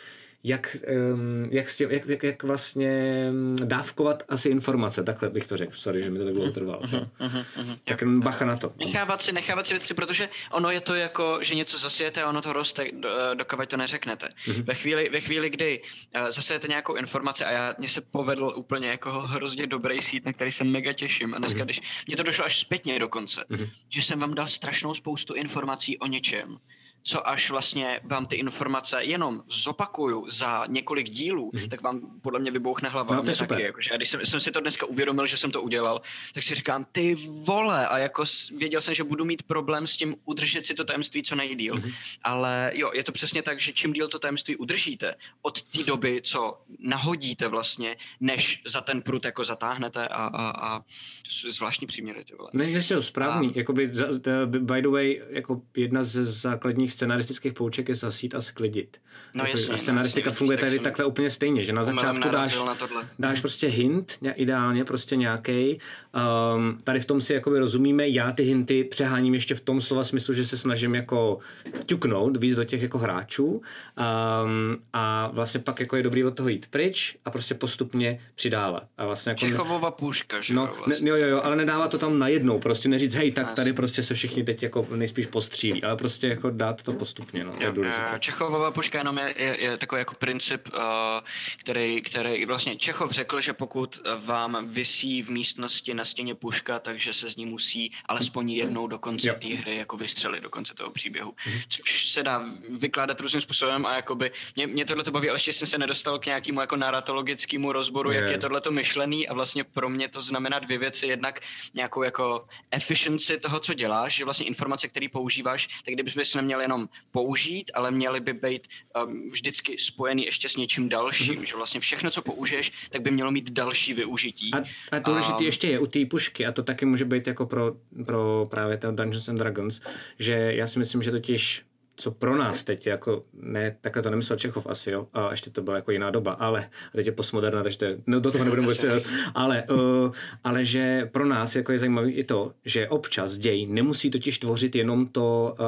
jak vlastně dávkovat asi informace, takhle bych to řekl, sorry, že mi to tak dlouho trvalo. Tak bacha na to. Nechávat si věci, protože ono je to jako, že něco zasijete a ono to roste, dokud to neřeknete. Ve chvíli, kdy zasijete nějakou informaci a mně se povedl úplně jako hrozně dobrý sít, na který se mega těším a dneska, když mě to došlo až zpětně dokonce, že jsem vám dal strašnou spoustu informací o něčem, co až vlastně vám ty informace jenom zopakuju za několik dílů, tak vám podle mě vybouchne hlava. No, to je super. Taky, jakože, a když jsem si to dneska uvědomil, že jsem to udělal, tak si říkám, ty vole, a jako věděl jsem, že budu mít problém s tím udržet si to tajemství co nejdýl. Ale jo, je to přesně tak, že čím díl to tajemství udržíte, od té doby, co nahodíte vlastně, než za ten prut jako zatáhnete a zvláštní příměry, ty vole. Ne, to správný. Jakoby, by the way, jako jedna ze základních scenaristických pouček je zasít a sklidit. No jasně. A scenaristika funguje tady takhle úplně stejně, že na začátku dáš prostě hint, ideálně prostě nějaký. Tady v tom si jakoby rozumíme, já ty hinty přeháním ještě v tom slova smyslu, že se snažím jako ťuknout víc do těch jako hráčů a vlastně pak jako je dobrý od toho jít pryč a prostě postupně přidávat. A vlastně jako Čechovova puška, že no, vlastně. Jo, ale nedává to tam najednou, prostě neříct, hej, tak tady prostě se všichni teď jako nejspíš postřílí, ale prostě jako dát to postupně, no, to je důležité. Čechovova puška jenom je takový jako princip, který vlastně Čechov řekl, že pokud vám visí v místnosti na stěně puška, takže se z ní musí alespoň jednou do konce té hry jako vystřelit, do konce toho příběhu. Což se dá vykládat různým způsobem a jakoby mě tohleto baví, ale ještě jsem se nedostal k nějakému jako narratologickému rozboru, jak je tohleto myšlený a vlastně pro mě to znamená dvě věci. Jednak nějakou jako efficiency toho, co děláš, že vlastně informace, které používáš, tak kdybys neměl jenom použít, ale měly by být vždycky spojený ještě s něčím dalším, že vlastně všechno, co použiješ, tak by mělo mít další využití. A důležitý ještě je u té pušky, a to taky může být jako pro právě ten Dungeons and Dragons, že já si myslím, že totiž co pro nás teď, jako ne, takhle to nemyslel Čechov asi, jo, a ještě to byla jako jiná doba, ale teď je postmoderna, takže no, do toho nebudeme vůbec, ale že pro nás jako je zajímavé i to, že občas děj nemusí totiž tvořit jenom to,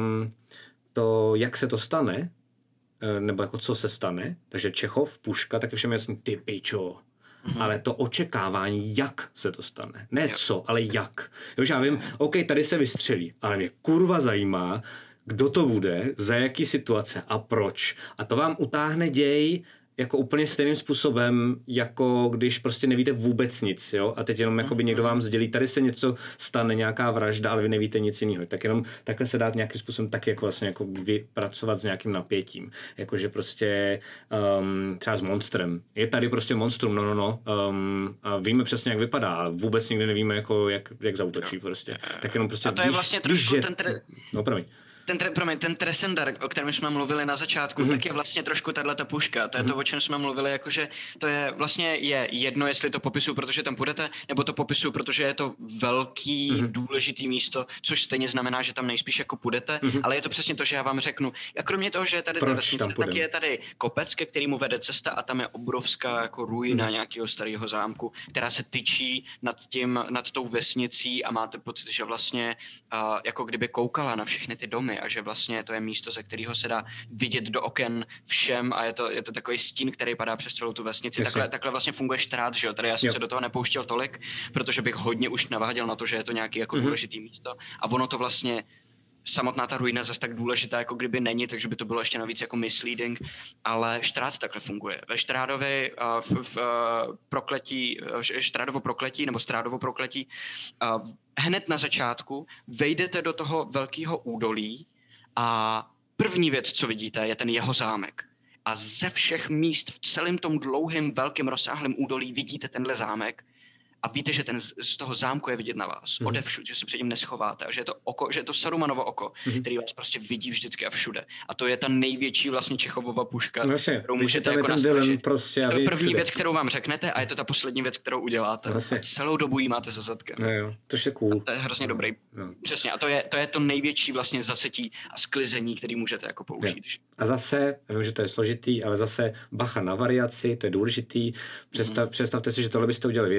jak se to stane, nebo jako co se stane, takže Čechov, puška, taky všem jasný, ty pičo, ale to očekávání, jak se to stane. Ne co, ale jak. Jo, že já vím, OK, tady se vystřelí, ale mě kurva zajímá, kdo to bude, za jaký situace a proč. A to vám utáhne děj jako úplně stejným způsobem, jako když prostě nevíte vůbec nic, jo? A teď jenom jakoby někdo vám sdělí, tady se něco stane, nějaká vražda, ale vy nevíte nic jiného. Tak jenom takhle se dá nějakým způsobem taky jako vlastně jako pracovat s nějakým napětím. Jakože prostě třeba s monstrem. Je tady prostě monstrum, a víme přesně, jak vypadá, a vůbec nikdy nevíme, jako jak zaútočí prostě. Tak jenom prostě a to je vlastně trošku ten Tresendar, o kterém jsme mluvili na začátku, tak je vlastně trošku tato puška. To je to, o čem jsme mluvili, jakože to je vlastně jedno, jestli to popisuju, protože tam půjdete, nebo to popisuju, protože je to velký, důležitý místo, což stejně znamená, že tam nejspíš jako půjdete, ale je to přesně to, že já vám řeknu. A kromě toho, že je tady ta vesnice, tak je tady kopec, ke kterému vede cesta a tam je obrovská jako ruina nějakého starého zámku, která se tyčí nad tou vesnicí a máte pocit, že vlastně jako kdyby koukala na všechny ty domy a že vlastně to je místo, ze kterého se dá vidět do oken všem a je to takový stín, který padá přes celou tu vesnici. Takhle vlastně funguje štrát, že jo? Tady já jsem se do toho nepouštěl tolik, protože bych hodně už naváděl na to, že je to nějaký jako důležitý místo a ono to vlastně samotná ta ruina zase tak důležitá, jako kdyby není, takže by to bylo ještě navíc jako misleading, ale štrát takhle funguje. Ve Štrádovi Štrádovo prokletí nebo Strádovo prokletí hned na začátku vejdete do toho velkého údolí a první věc, co vidíte, je ten jeho zámek. A ze všech míst v celém tom dlouhým, velkým, rozsáhlém údolí vidíte tenhle zámek a víte, že z toho zámku je vidět na vás. Odevšud, že se před ním neschováte a že je to oko, že je to Sarumanovo oko, který vás prostě vidí vždycky a všude. A to je ta největší vlastně Čechovova puška, kterou můžete jako nastražit. Prostě to je první věc, kterou vám řeknete a je to ta poslední věc, kterou uděláte. A celou dobu jí máte za zadkem. Jo. To je cool. A to je hrozně dobrý. Přesně. A to je to největší vlastně zasetí a sklizení, který můžete jako použít. A zase, vím, že to je složitý, ale zase bacha na variaci, to je důležitý. Představte si, že tohle byste udělali v jedné vesnici,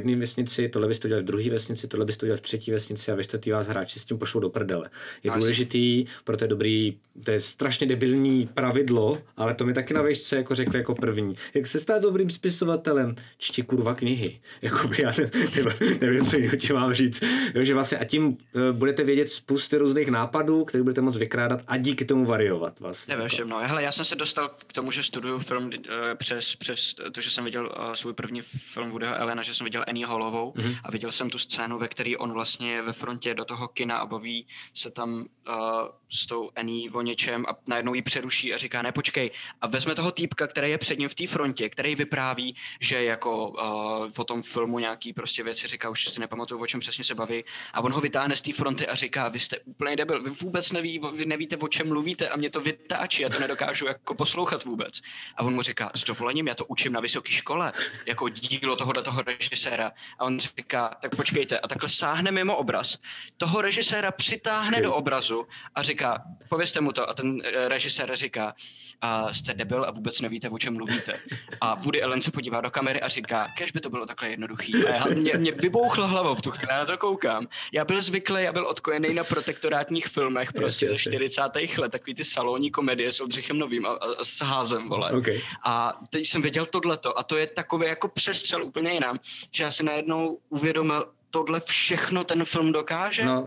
vesnici, tohle byste udělali v druhé vesnici, tohle byste udělali v třetí vesnici a ve čtvrtý vás hráči s tím pošlou do prdele. Je důležitý, proto je dobrý, to je strašně debilní pravidlo, ale to mi taky na výšce jako řekli jako první. Jak se stát dobrým spisovatelem? Čti kurva knihy. Jakoby já nevím, co jiného ti mám říct. Jo, že vlastně a tím budete vědět spousty různých nápadů, které budete moct vykrádat a díky tomu variovat vlastně. Nevím, no. Hele, já jsem se dostal k tomu, že studuju film přes to, že jsem viděl svůj první film Woodyho Allena, že jsem viděl Annie Hallovou a viděl jsem tu scénu, ve které on vlastně je ve frontě do toho kina a baví se tam s tou Annie o něčem a najednou jí přeruší a říká, ne, počkej, a vezme toho týpka, který je před ním v té frontě, který vypráví, že jako o tom filmu nějaký prostě věci říká, už si nepamatuju, o čem přesně se baví, a on ho vytáhne z té fronty a říká, vy jste úplně debil, vy vůbec vy nevíte, o čem mluvíte a mě to vytáčí, já to nedokážu jako poslouchat vůbec. A on mu říká, s dovolením, já to učím na vysoké škole, jako dílo toho režiséra. A on říká, tak počkejte, a takhle sáhne mimo obraz, toho režiséra přitáhne do obrazu a říká, povězte mu to. A ten režisér říká, jste debil a vůbec nevíte, o čem mluvíte. A Woody Allen se podívá do kamery a říká, kež by to bylo takhle jednoduchý. A mě vybouchla hlavou v tu chvíli, na to koukám. Já byl zvyklý, já byl odkojený na protektorátních filmech prostě ze 40. let, takový ty salonní komedie s Oldřichem Novým a s Házem, vole. Okay. A teď jsem viděl tohleto a to je takový jako přestřel úplně jinam, že já si najednou uvědomil, tohle všechno ten film dokáže. No.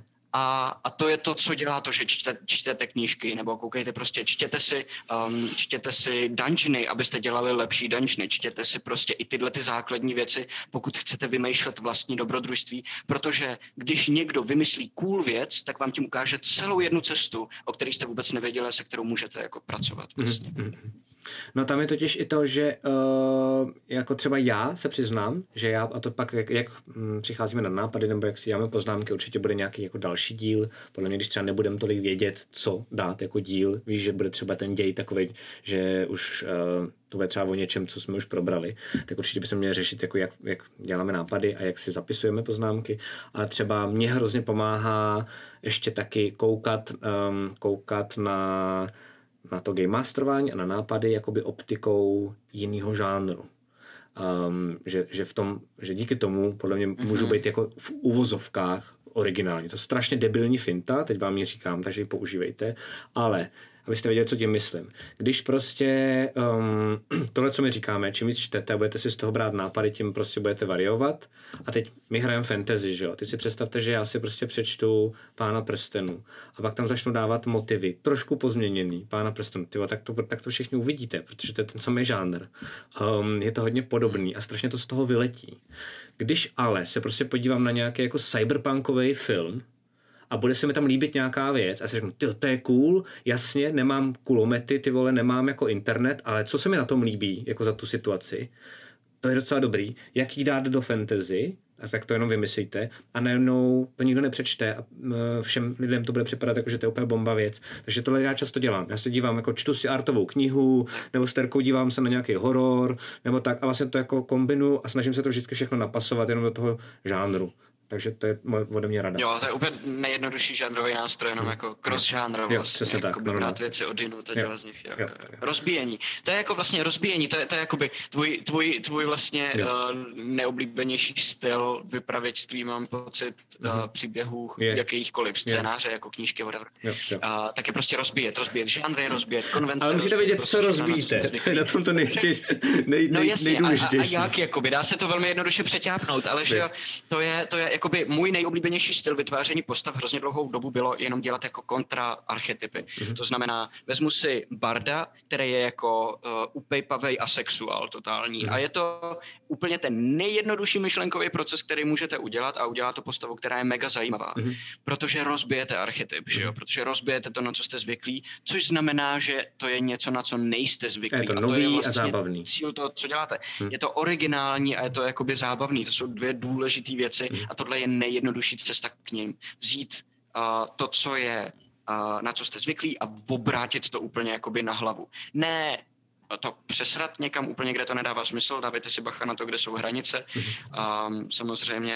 A to je to, co dělá to, že čtete knížky, nebo koukejte prostě, čtěte si dungeony, abyste dělali lepší dungeony, čtěte si prostě i tyhle ty základní věci, pokud chcete vymýšlet vlastní dobrodružství, protože když někdo vymyslí cool věc, tak vám tím ukáže celou jednu cestu, o které jste vůbec nevěděli, se kterou můžete jako pracovat vlastně. No tam je totiž i to, že jako třeba já se přiznám, že já, a to pak jak přicházíme na nápady, nebo jak si děláme poznámky, určitě bude nějaký jako další díl, podle mě, když třeba nebudeme tolik vědět, co dát jako díl, víš, že bude třeba ten děj takovej, že už to bude třeba o něčem, co jsme už probrali, tak určitě bychom měli řešit, jako jak děláme nápady a jak si zapisujeme poznámky, ale třeba mě hrozně pomáhá ještě taky koukat na to game masterování a na nápady jakoby optikou jiného žánru. Že díky tomu podle mě můžu být jako v uvozovkách originální. To je strašně debilní finta, teď vám ji říkám, takže ji používejte, ale abyste věděli, co tím myslím. Když prostě tohle, co my říkáme, čím víc čtete a budete si z toho brát nápady, tím prostě budete variovat. A teď my hrajeme fantasy, že jo? Teď si představte, že já si prostě přečtu Pána prstenů a pak tam začnu dávat motivy, trošku pozměněný Pána prstenů. Tyvo, tak to všichni uvidíte, protože to je ten samý žánr. Je to hodně podobný a strašně to z toho vyletí. Když ale se prostě podívám na nějaký jako cyberpunkový film, a bude se mi tam líbit nějaká věc a si řeknu, to je cool, jasně, nemám kulomety, ty vole, nemám jako internet, ale co se mi na tom líbí, jako za tu situaci, to je docela dobrý. Jak jí dát do fantasy, a tak to jenom vymyslíte, a najednou to nikdo nepřečte a všem lidem to bude připadat jako, že to je úplně bomba věc. Takže tohle já často dělám. Já se dívám, jako čtu si artovou knihu, nebo s Terkou dívám se na nějaký horor, nebo tak a vlastně to jako kombinu a snažím se to vždycky všechno napasovat jenom do toho žánru. Takže to je ode mě rada. Jo, to je úplně nejjednodušší žánrový nástroj, jenom jako cross-žánr vlastně, jako brát věci od jinut a dělat z nich. Jo. Rozbíjení. To je jako vlastně rozbíjení, to je jakoby tvůj vlastně neoblíbenější styl vypravěčství, mám pocit, příběhů, jakýchkoliv scénáře, jako knížky, whatever. Tak je prostě rozbíjet žánry, rozbíjet konvence. Ale musíte vědět, co rozbíjíte. To je na tom to nejdůležitější. A jak, jakoby, dá se to velmi jednoduše přeťápnout, ale že jo, to je jakoby můj nejoblíbenější styl vytváření postav hrozně dlouhou dobu bylo jenom dělat jako kontraarchetypy. To znamená, vezmu si barda, který je jako upejpavej asexuál totální a je to úplně ten nejjednodušší myšlenkový proces, který můžete udělat a udělat to postavu, která je mega zajímavá. Protože rozbijete archetyp, že jo? Protože rozbijete to, na co jste zvyklí, což znamená, že to je něco, na co nejste zvyklí. Je to nový a to je vlastně a zábavný. Cíl toho, co děláte. Je to originální a je to jakoby zábavný. To jsou dvě důležité věci a tohle je nejjednodušší cesta k ním. Vzít to, co je, na co jste zvyklí a obrátit to úplně jakoby na hlavu. Ne to přesrat někam úplně, kde to nedává smysl, dávejte si bacha na to, kde jsou hranice, samozřejmě,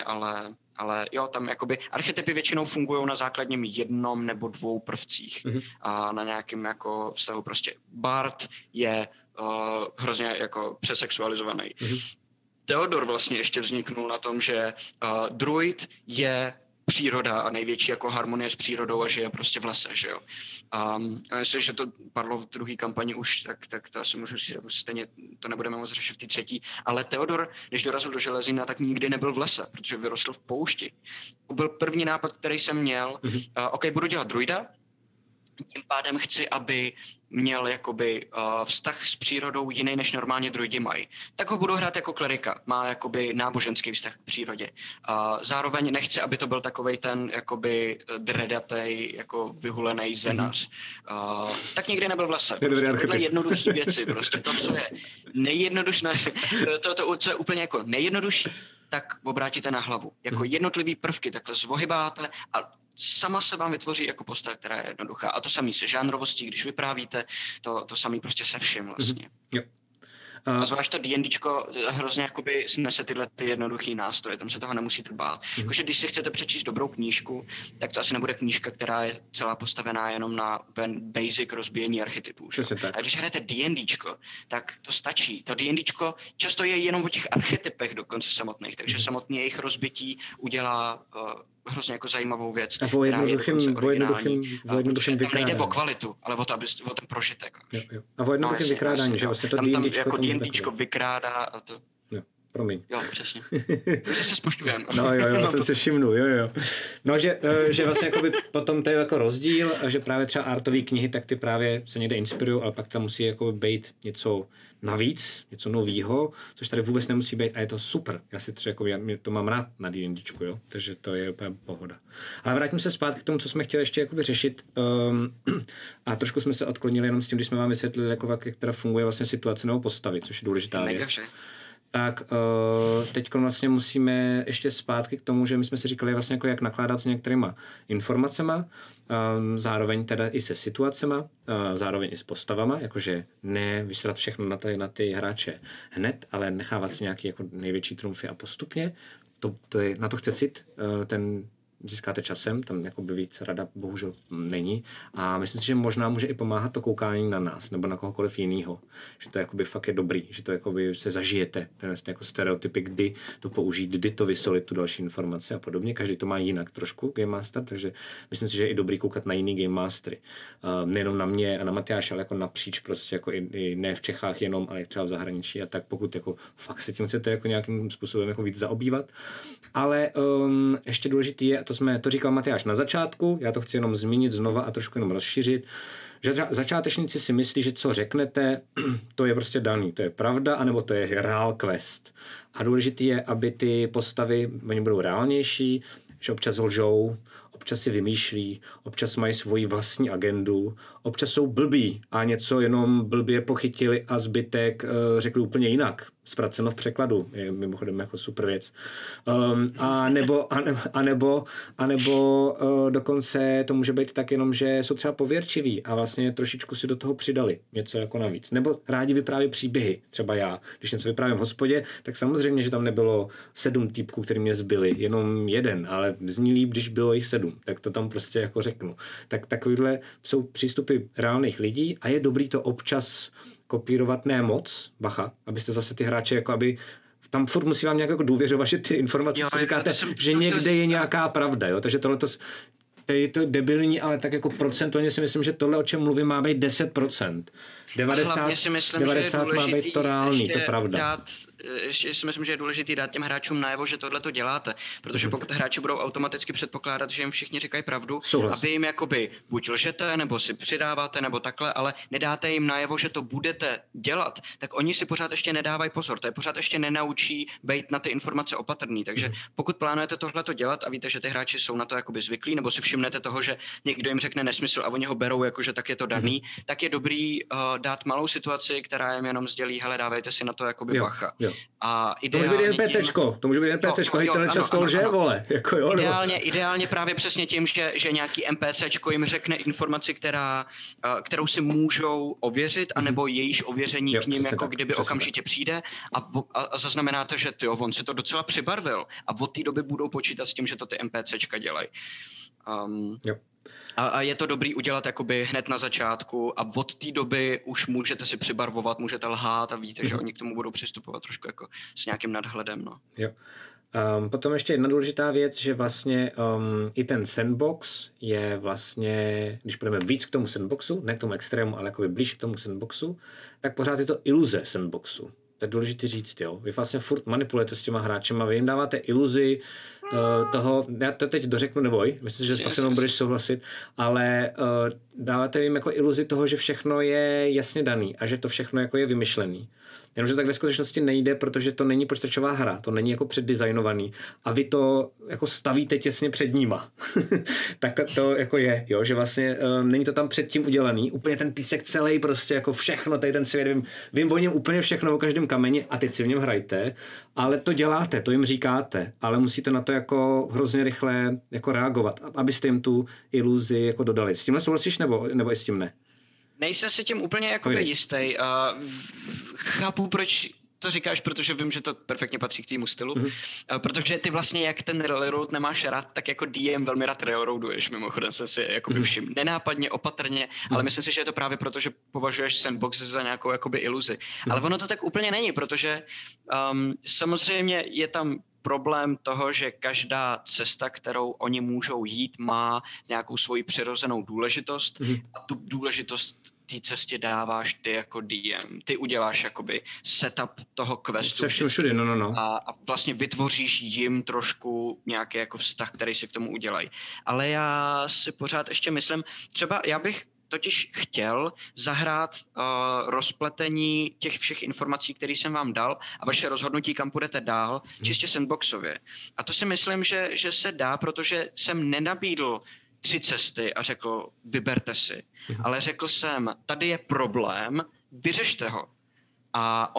ale jo, tam jakoby archetypy většinou fungují na základním jednom nebo dvou prvcích a na nějakém jako vztahu prostě. Bard je hrozně jako přesexualizovaný. Theodor vlastně ještě vzniknul na tom, že druid je příroda a největší jako harmonie s přírodou a že je prostě v lese, že jo. A myslím, že to padlo v druhé kampani už, tak to asi můžu si, stejně to nebudeme moc řešit v té třetí. Ale Theodor, když dorazil do Železina, tak nikdy nebyl v lese, protože vyrostl v poušti. To byl první nápad, který jsem měl. OK, budu dělat druida, tím pádem chci, aby měl jakoby vztah s přírodou jiný, než normálně druidi mají. Tak ho budu hrát jako klerika. Má jakoby náboženský vztah k přírodě. Zároveň nechci, aby to byl takovej ten jakoby dredatej, jako vyhulený zenař. Tak nikdy nebyl v lese. Prostě tyhle jednoduché věci. Prostě to, co je nejjednodušší, to, co je úplně jako nejjednodušší, tak obrátíte na hlavu. Jako jednotlivý prvky takhle zvohybáte a sama se vám vytvoří jako postava, která je jednoduchá. A to samé se žánrovostí, když vyprávíte, to samé prostě se vším vlastně. Jo. A zvlášť to D&Dčko hrozně jakoby snese tyhle ty jednoduchý nástroje, tam se toho nemusíte bát. Jakože když si chcete přečíst dobrou knížku, tak to asi nebude knížka, která je celá postavená jenom na basic rozbíjení archetypů. A když hrajete D&Dčko, tak to stačí. To D&Dčko často je jenom o těch archetypech dokonce samotných, takže samotné jejich rozbití udělá hrozně jako zajímavou věc. A o jednoduchým tam nejde o kvalitu, ale o ten prožitek. Jo. A o jednoduchým vykrádání, že vlastně to D&Dčko jako D&Dčko vykrádá a to... Jo, promiň. Jo, přesně. Takže se spoštujeme. No jo, jsem si všimnul, jo. No, že vlastně jakoby potom to je jako rozdíl, že právě třeba artové knihy, tak ty právě se někde inspirují, ale pak tam musí jako být něco navíc, něco novýho, což tady vůbec nemusí být a je to super. Já si třeba jako, já to mám rád na D&Dčku, jo, takže to je úplně pohoda. Ale vrátím se zpátky k tomu, co jsme chtěli ještě jakoby řešit a trošku jsme se odklonili jenom s tím, když jsme vám vysvětlili, jak teda funguje vlastně situace nebo postavy, což je důležitá věc. Tak teď vlastně musíme ještě zpátky k tomu, že my jsme si říkali vlastně jako jak nakládat s některýma informacema, zároveň teda i se situacema, zároveň i s postavama, jakože ne vysrat všechno na ty hráče hned, ale nechávat si nějaký jako největší trumfy a postupně. To je, na to chce cit, ten získáte časem, tam jakoby víc rada bohužel není a myslím si, že možná může i pomáhat to koukání na nás nebo na kohokoliv jinýho, že to jakoby fakt je dobrý, že to jakoby se zažijete, jako stereotypy, kdy to použít, kdy to vysolit tu další informace a podobně, každý to má jinak trošku Game Master, takže myslím si, že je i dobrý koukat na jiný Game Mastery, nejenom na mě a na Matyáše, ale jako napříč prostě jako i ne v Čechách jenom, ale třeba v zahraničí a tak pokud jako fakt se tím chcete jako nějakým způsobem jako víc zaobývat, ale ještě důležitý je, to říkal Matyáš na začátku, já to chci jenom zmínit znova a trošku jenom rozšířit, že začátečníci si myslí, že co řeknete, to je prostě daný, to je pravda, anebo to je real quest. A důležitý je, aby ty postavy, oni budou reálnější, že občas lžou, občas si vymýšlí, občas mají svoji vlastní agendu, občas jsou blbí a něco jenom blbě pochytili a zbytek řekli úplně jinak. Zpraceno v překladu, je mimochodem jako super věc. A nebo dokonce to může být tak jenom, že jsou třeba pověrčiví a vlastně trošičku si do toho přidali něco jako navíc. Nebo rádi vypráví příběhy, třeba já. Když něco vyprávím v hospodě, tak samozřejmě, že tam nebylo 7 týpků, který mě zbyli, jenom jeden, ale zní líp, když bylo jich 7, tak to tam prostě jako řeknu. Tak takovýhle jsou přístupy reálných lidí a je dobrý to občas kopírovat ne moc, bacha, abyste zase ty hráče jako aby tam furt musí vám nějak jako důvěřovat, že ty informace, co říkáte, že někde je nějaká pravda, jo, takže tohle je to debilní, ale tak jako procentuálně si myslím, že tohle, o čem mluvím, má být 10%. 90 má být to reálný, to pravda. Ještě si myslím, že je důležité dát těm hráčům najevo, že tohle to děláte, protože pokud hráči budou automaticky předpokládat, že jim všichni říkají pravdu, a vy jim jakoby buď lžete, nebo si přidáváte, nebo takhle, ale nedáte jim najevo, že to budete dělat, tak oni si pořád ještě nedávají pozor, to je pořád ještě nenaučí být na ty informace opatrný, takže pokud plánujete tohle to dělat a víte, že ty hráči jsou na to jakoby zvyklí, nebo si všimnete toho, že někdo jim řekne nesmysl a oni ho berou jako, že tak je to daný, tak je dobrý dát malou situaci, která jim jenom sdělí, hele, dávejte si na to jakoby bacha. Jo. A to může být NPCčko, hejtele často lže, vole. Jako jo, ideálně právě přesně tím, že nějaký NPCčko jim řekne informaci, kterou si můžou ověřit, anebo jejíž ověření k nim jako kdyby okamžitě přijde a zaznamenáte, že on si to docela přibarvil a od té doby budou počítat s tím, že to ty NPCčka dělají. A je to dobrý udělat jakoby hned na začátku a od té doby už můžete si přibarvovat, můžete lhát a víte, že oni k tomu budou přistupovat trošku jako s nějakým nadhledem. No. Jo. Potom ještě jedna důležitá věc, že vlastně i ten sandbox je vlastně, když půjdeme víc k tomu sandboxu, ne k tomu extrému, ale jakoby blíž k tomu sandboxu, tak pořád je to iluze sandboxu. To je důležité říct, jo. Vy vlastně furt manipulujete s těma hráčema, vy jim dáváte iluzi toho, já to teď dořeknu, neboj, myslím, že s budeš souhlasit, ale dáváte jim jako iluzi toho, že všechno je jasně daný a že to všechno jako je vymyšlený. Jenomže tak ve skutečnosti nejde, protože to není počítačová hra, to není jako předdesignovaný a vy to jako stavíte těsně před níma. Tak to jako je, jo, že vlastně není to tam předtím udělaný, úplně ten písek celý prostě jako všechno, tady ten svět, vím o něm úplně všechno, o každém kameni a teď si v něm hrajte, ale to děláte, to jim říkáte, ale musíte na to jako hrozně rychle jako reagovat, abyste jim tu iluzi jako dodali. S tímhle souhlasíš nebo i s tím ne? Nejsem si tím úplně jakoby jistý. Chápu, proč to říkáš, protože vím, že to perfektně patří k týmu stylu. Protože ty vlastně, jak ten railroad nemáš rád, tak jako DM velmi rád railroaduješ, mimochodem se si jakoby všim. Nenápadně, opatrně, ale myslím si, že je to právě proto, že považuješ sandbox za nějakou jakoby iluzi. Ale ono to tak úplně není, protože samozřejmě je tam problém toho, že každá cesta, kterou oni můžou jít, má nějakou svoji přirozenou důležitost a tu důležitost té cestě dáváš ty jako DM. Ty uděláš jakoby setup toho questu. Všude, no. A vlastně vytvoříš jim trošku nějaký jako vztah, který si k tomu udělají. Ale já si pořád ještě myslím, třeba já bych totiž chtěl zahrát rozpletení těch všech informací, které jsem vám dal a vaše rozhodnutí, kam půjdete dál, čistě sandboxově. A to si myslím, že se dá, protože jsem nenabídl 3 cesty a řekl, vyberte si. Ale řekl jsem, tady je problém, vyřešte ho. A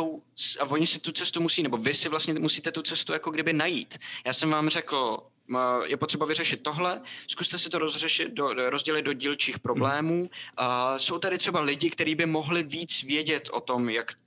oni si tu cestu musí, nebo vy si vlastně musíte tu cestu jako kdyby najít. Já jsem vám řekl, je potřeba vyřešit tohle, zkuste si to rozdělit do dílčích problémů. Jsou tady třeba lidi, kteří by mohli víc vědět o tom,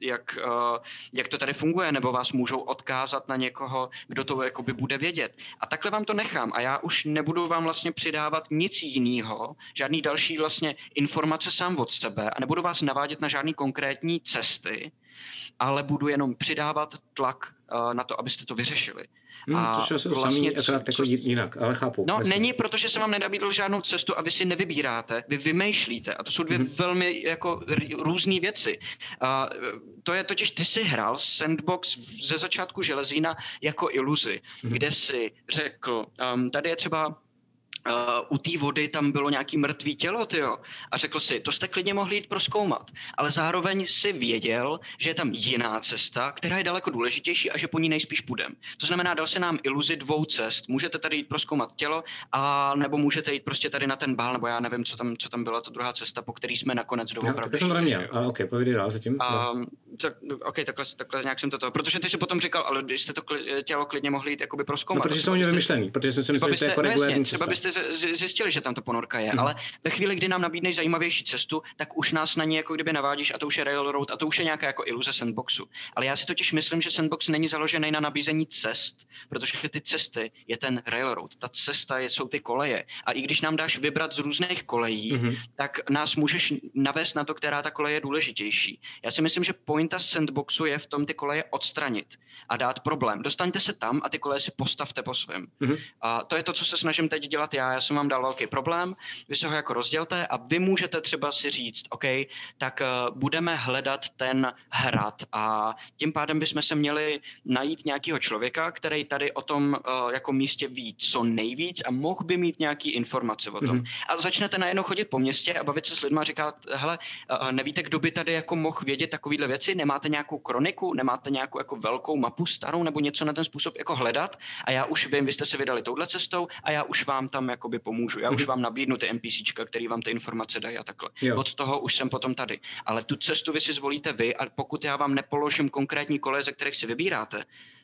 jak to tady funguje, nebo vás můžou odkázat na někoho, kdo to jakoby bude vědět. A takhle vám to nechám a já už nebudu vám vlastně přidávat nic jiného, žádný další vlastně informace sám od sebe a nebudu vás navádět na žádný konkrétní cesty, ale budu jenom přidávat tlak na to, abyste to vyřešili. To je to vlastně samý, jako jinak, ale chápu. No, není, protože jsem vám nenabídl žádnou cestu a vy si nevybíráte, vy vymýšlíte a to jsou dvě velmi jako různé věci. To je totiž, ty si hrál sandbox ze začátku Železína jako iluzi, kde si řekl, tady je třeba u té vody tam bylo nějaký mrtvý tělo, tyjo. A řekl si, to jste klidně mohli jít prozkoumat. Ale zároveň si věděl, že je tam jiná cesta, která je daleko důležitější a že po ní nejspíš půjdem. To znamená, dal se nám iluzi 2 cest. Můžete tady jít prozkoumat tělo, a nebo můžete jít prostě tady na ten bál, nebo já nevím, co tam byla ta druhá cesta, po který jsme nakonec doopravdy. Tak jsem to neměl, ale ok, povědej dál zatím. Takhle nějak jsem to. Protože ty si potom říkal, ale když jste to tělo klidně mohli jít jakoby prozkoumat. No, protože jsem měl vymyšlený, protože jsem si myslel, že to je jako regulární cesta. Třeba byste zjistili, že tam ta ponorka je, ale ve chvíli, kdy nám nabídneš zajímavější cestu, tak už nás na ní jako kdyby navádíš a to už je railroad a to už je nějaká jako iluze sandboxu. Ale já si totiž myslím, že sandbox není založený na nabízení cest, protože ty cesty je ten railroad. Ta cesta jsou ty koleje. A i když nám dáš vybrat z různých kolejí, tak nás můžeš navést na to, která ta koleje je důležitější. Já si myslím, že pointa sandboxu je v tom ty koleje odstranit a dát problém. Dostaňte se tam a ty koleje si postavte po svém. A to je to, co se snažím teď dělat já. Já jsem vám dal velký problém, vy se ho jako rozdělte a vy můžete třeba si říct, OK, tak budeme hledat ten hrad a tím pádem bychom se měli najít nějakého člověka, který tady o tom jako místě ví co nejvíc a mohl by mít nějaký informace o tom. A začnete najednou chodit po městě a bavit se s lidma a říkat, hele, nevíte, kdo by tady jako mohl vědět takovýhle věci, nemáte nějakou kroniku, nemáte nějakou jako velkou mapu starou nebo něco na ten způsob jako hledat a já už vím, vy jste se vydali touhle cestou a já už vám tam jakoby pomůžu. Já už vám nabídnu ty NPCčka, který vám ty informace dají a takhle. Jo. Od toho už jsem potom tady. Ale tu cestu vy si zvolíte vy a pokud já vám nepoložím konkrétní koleje, ze kterých si vybíráte,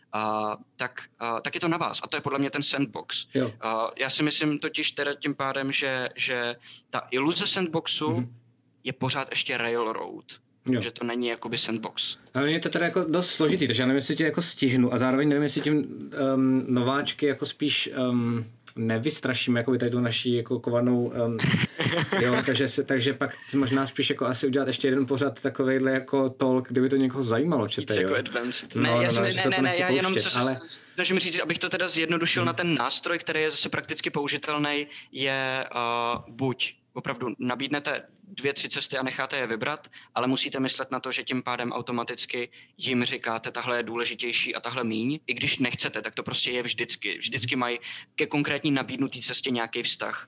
tak je to na vás. A to je podle mě ten sandbox. Já si myslím totiž teda tím pádem, že ta iluze sandboxu je pořád ještě railroad. Že to není jakoby sandbox. Ale je to teda jako dost složitý, takže já nevím, jestli tě jako stihnu a zároveň nevím, jestli tím nováčky jako spíš nevystrašíme jako tady tu naší jako kovanou, jo, takže pak si možná spíš jako asi udělat ještě jeden pořad takovejhle jako talk, kdyby to někoho zajímalo, čete, jako advanced. Ne, já jenom co ale... snažím říct, abych to teda zjednodušil na ten nástroj, který je zase prakticky použitelný, je buď opravdu nabídnete 2-3 cesty a necháte je vybrat, ale musíte myslet na to, že tím pádem automaticky jim říkáte, tahle je důležitější a tahle míň. I když nechcete, tak to prostě je vždycky. Vždycky mají ke konkrétní nabídnutý cestě nějaký vztah.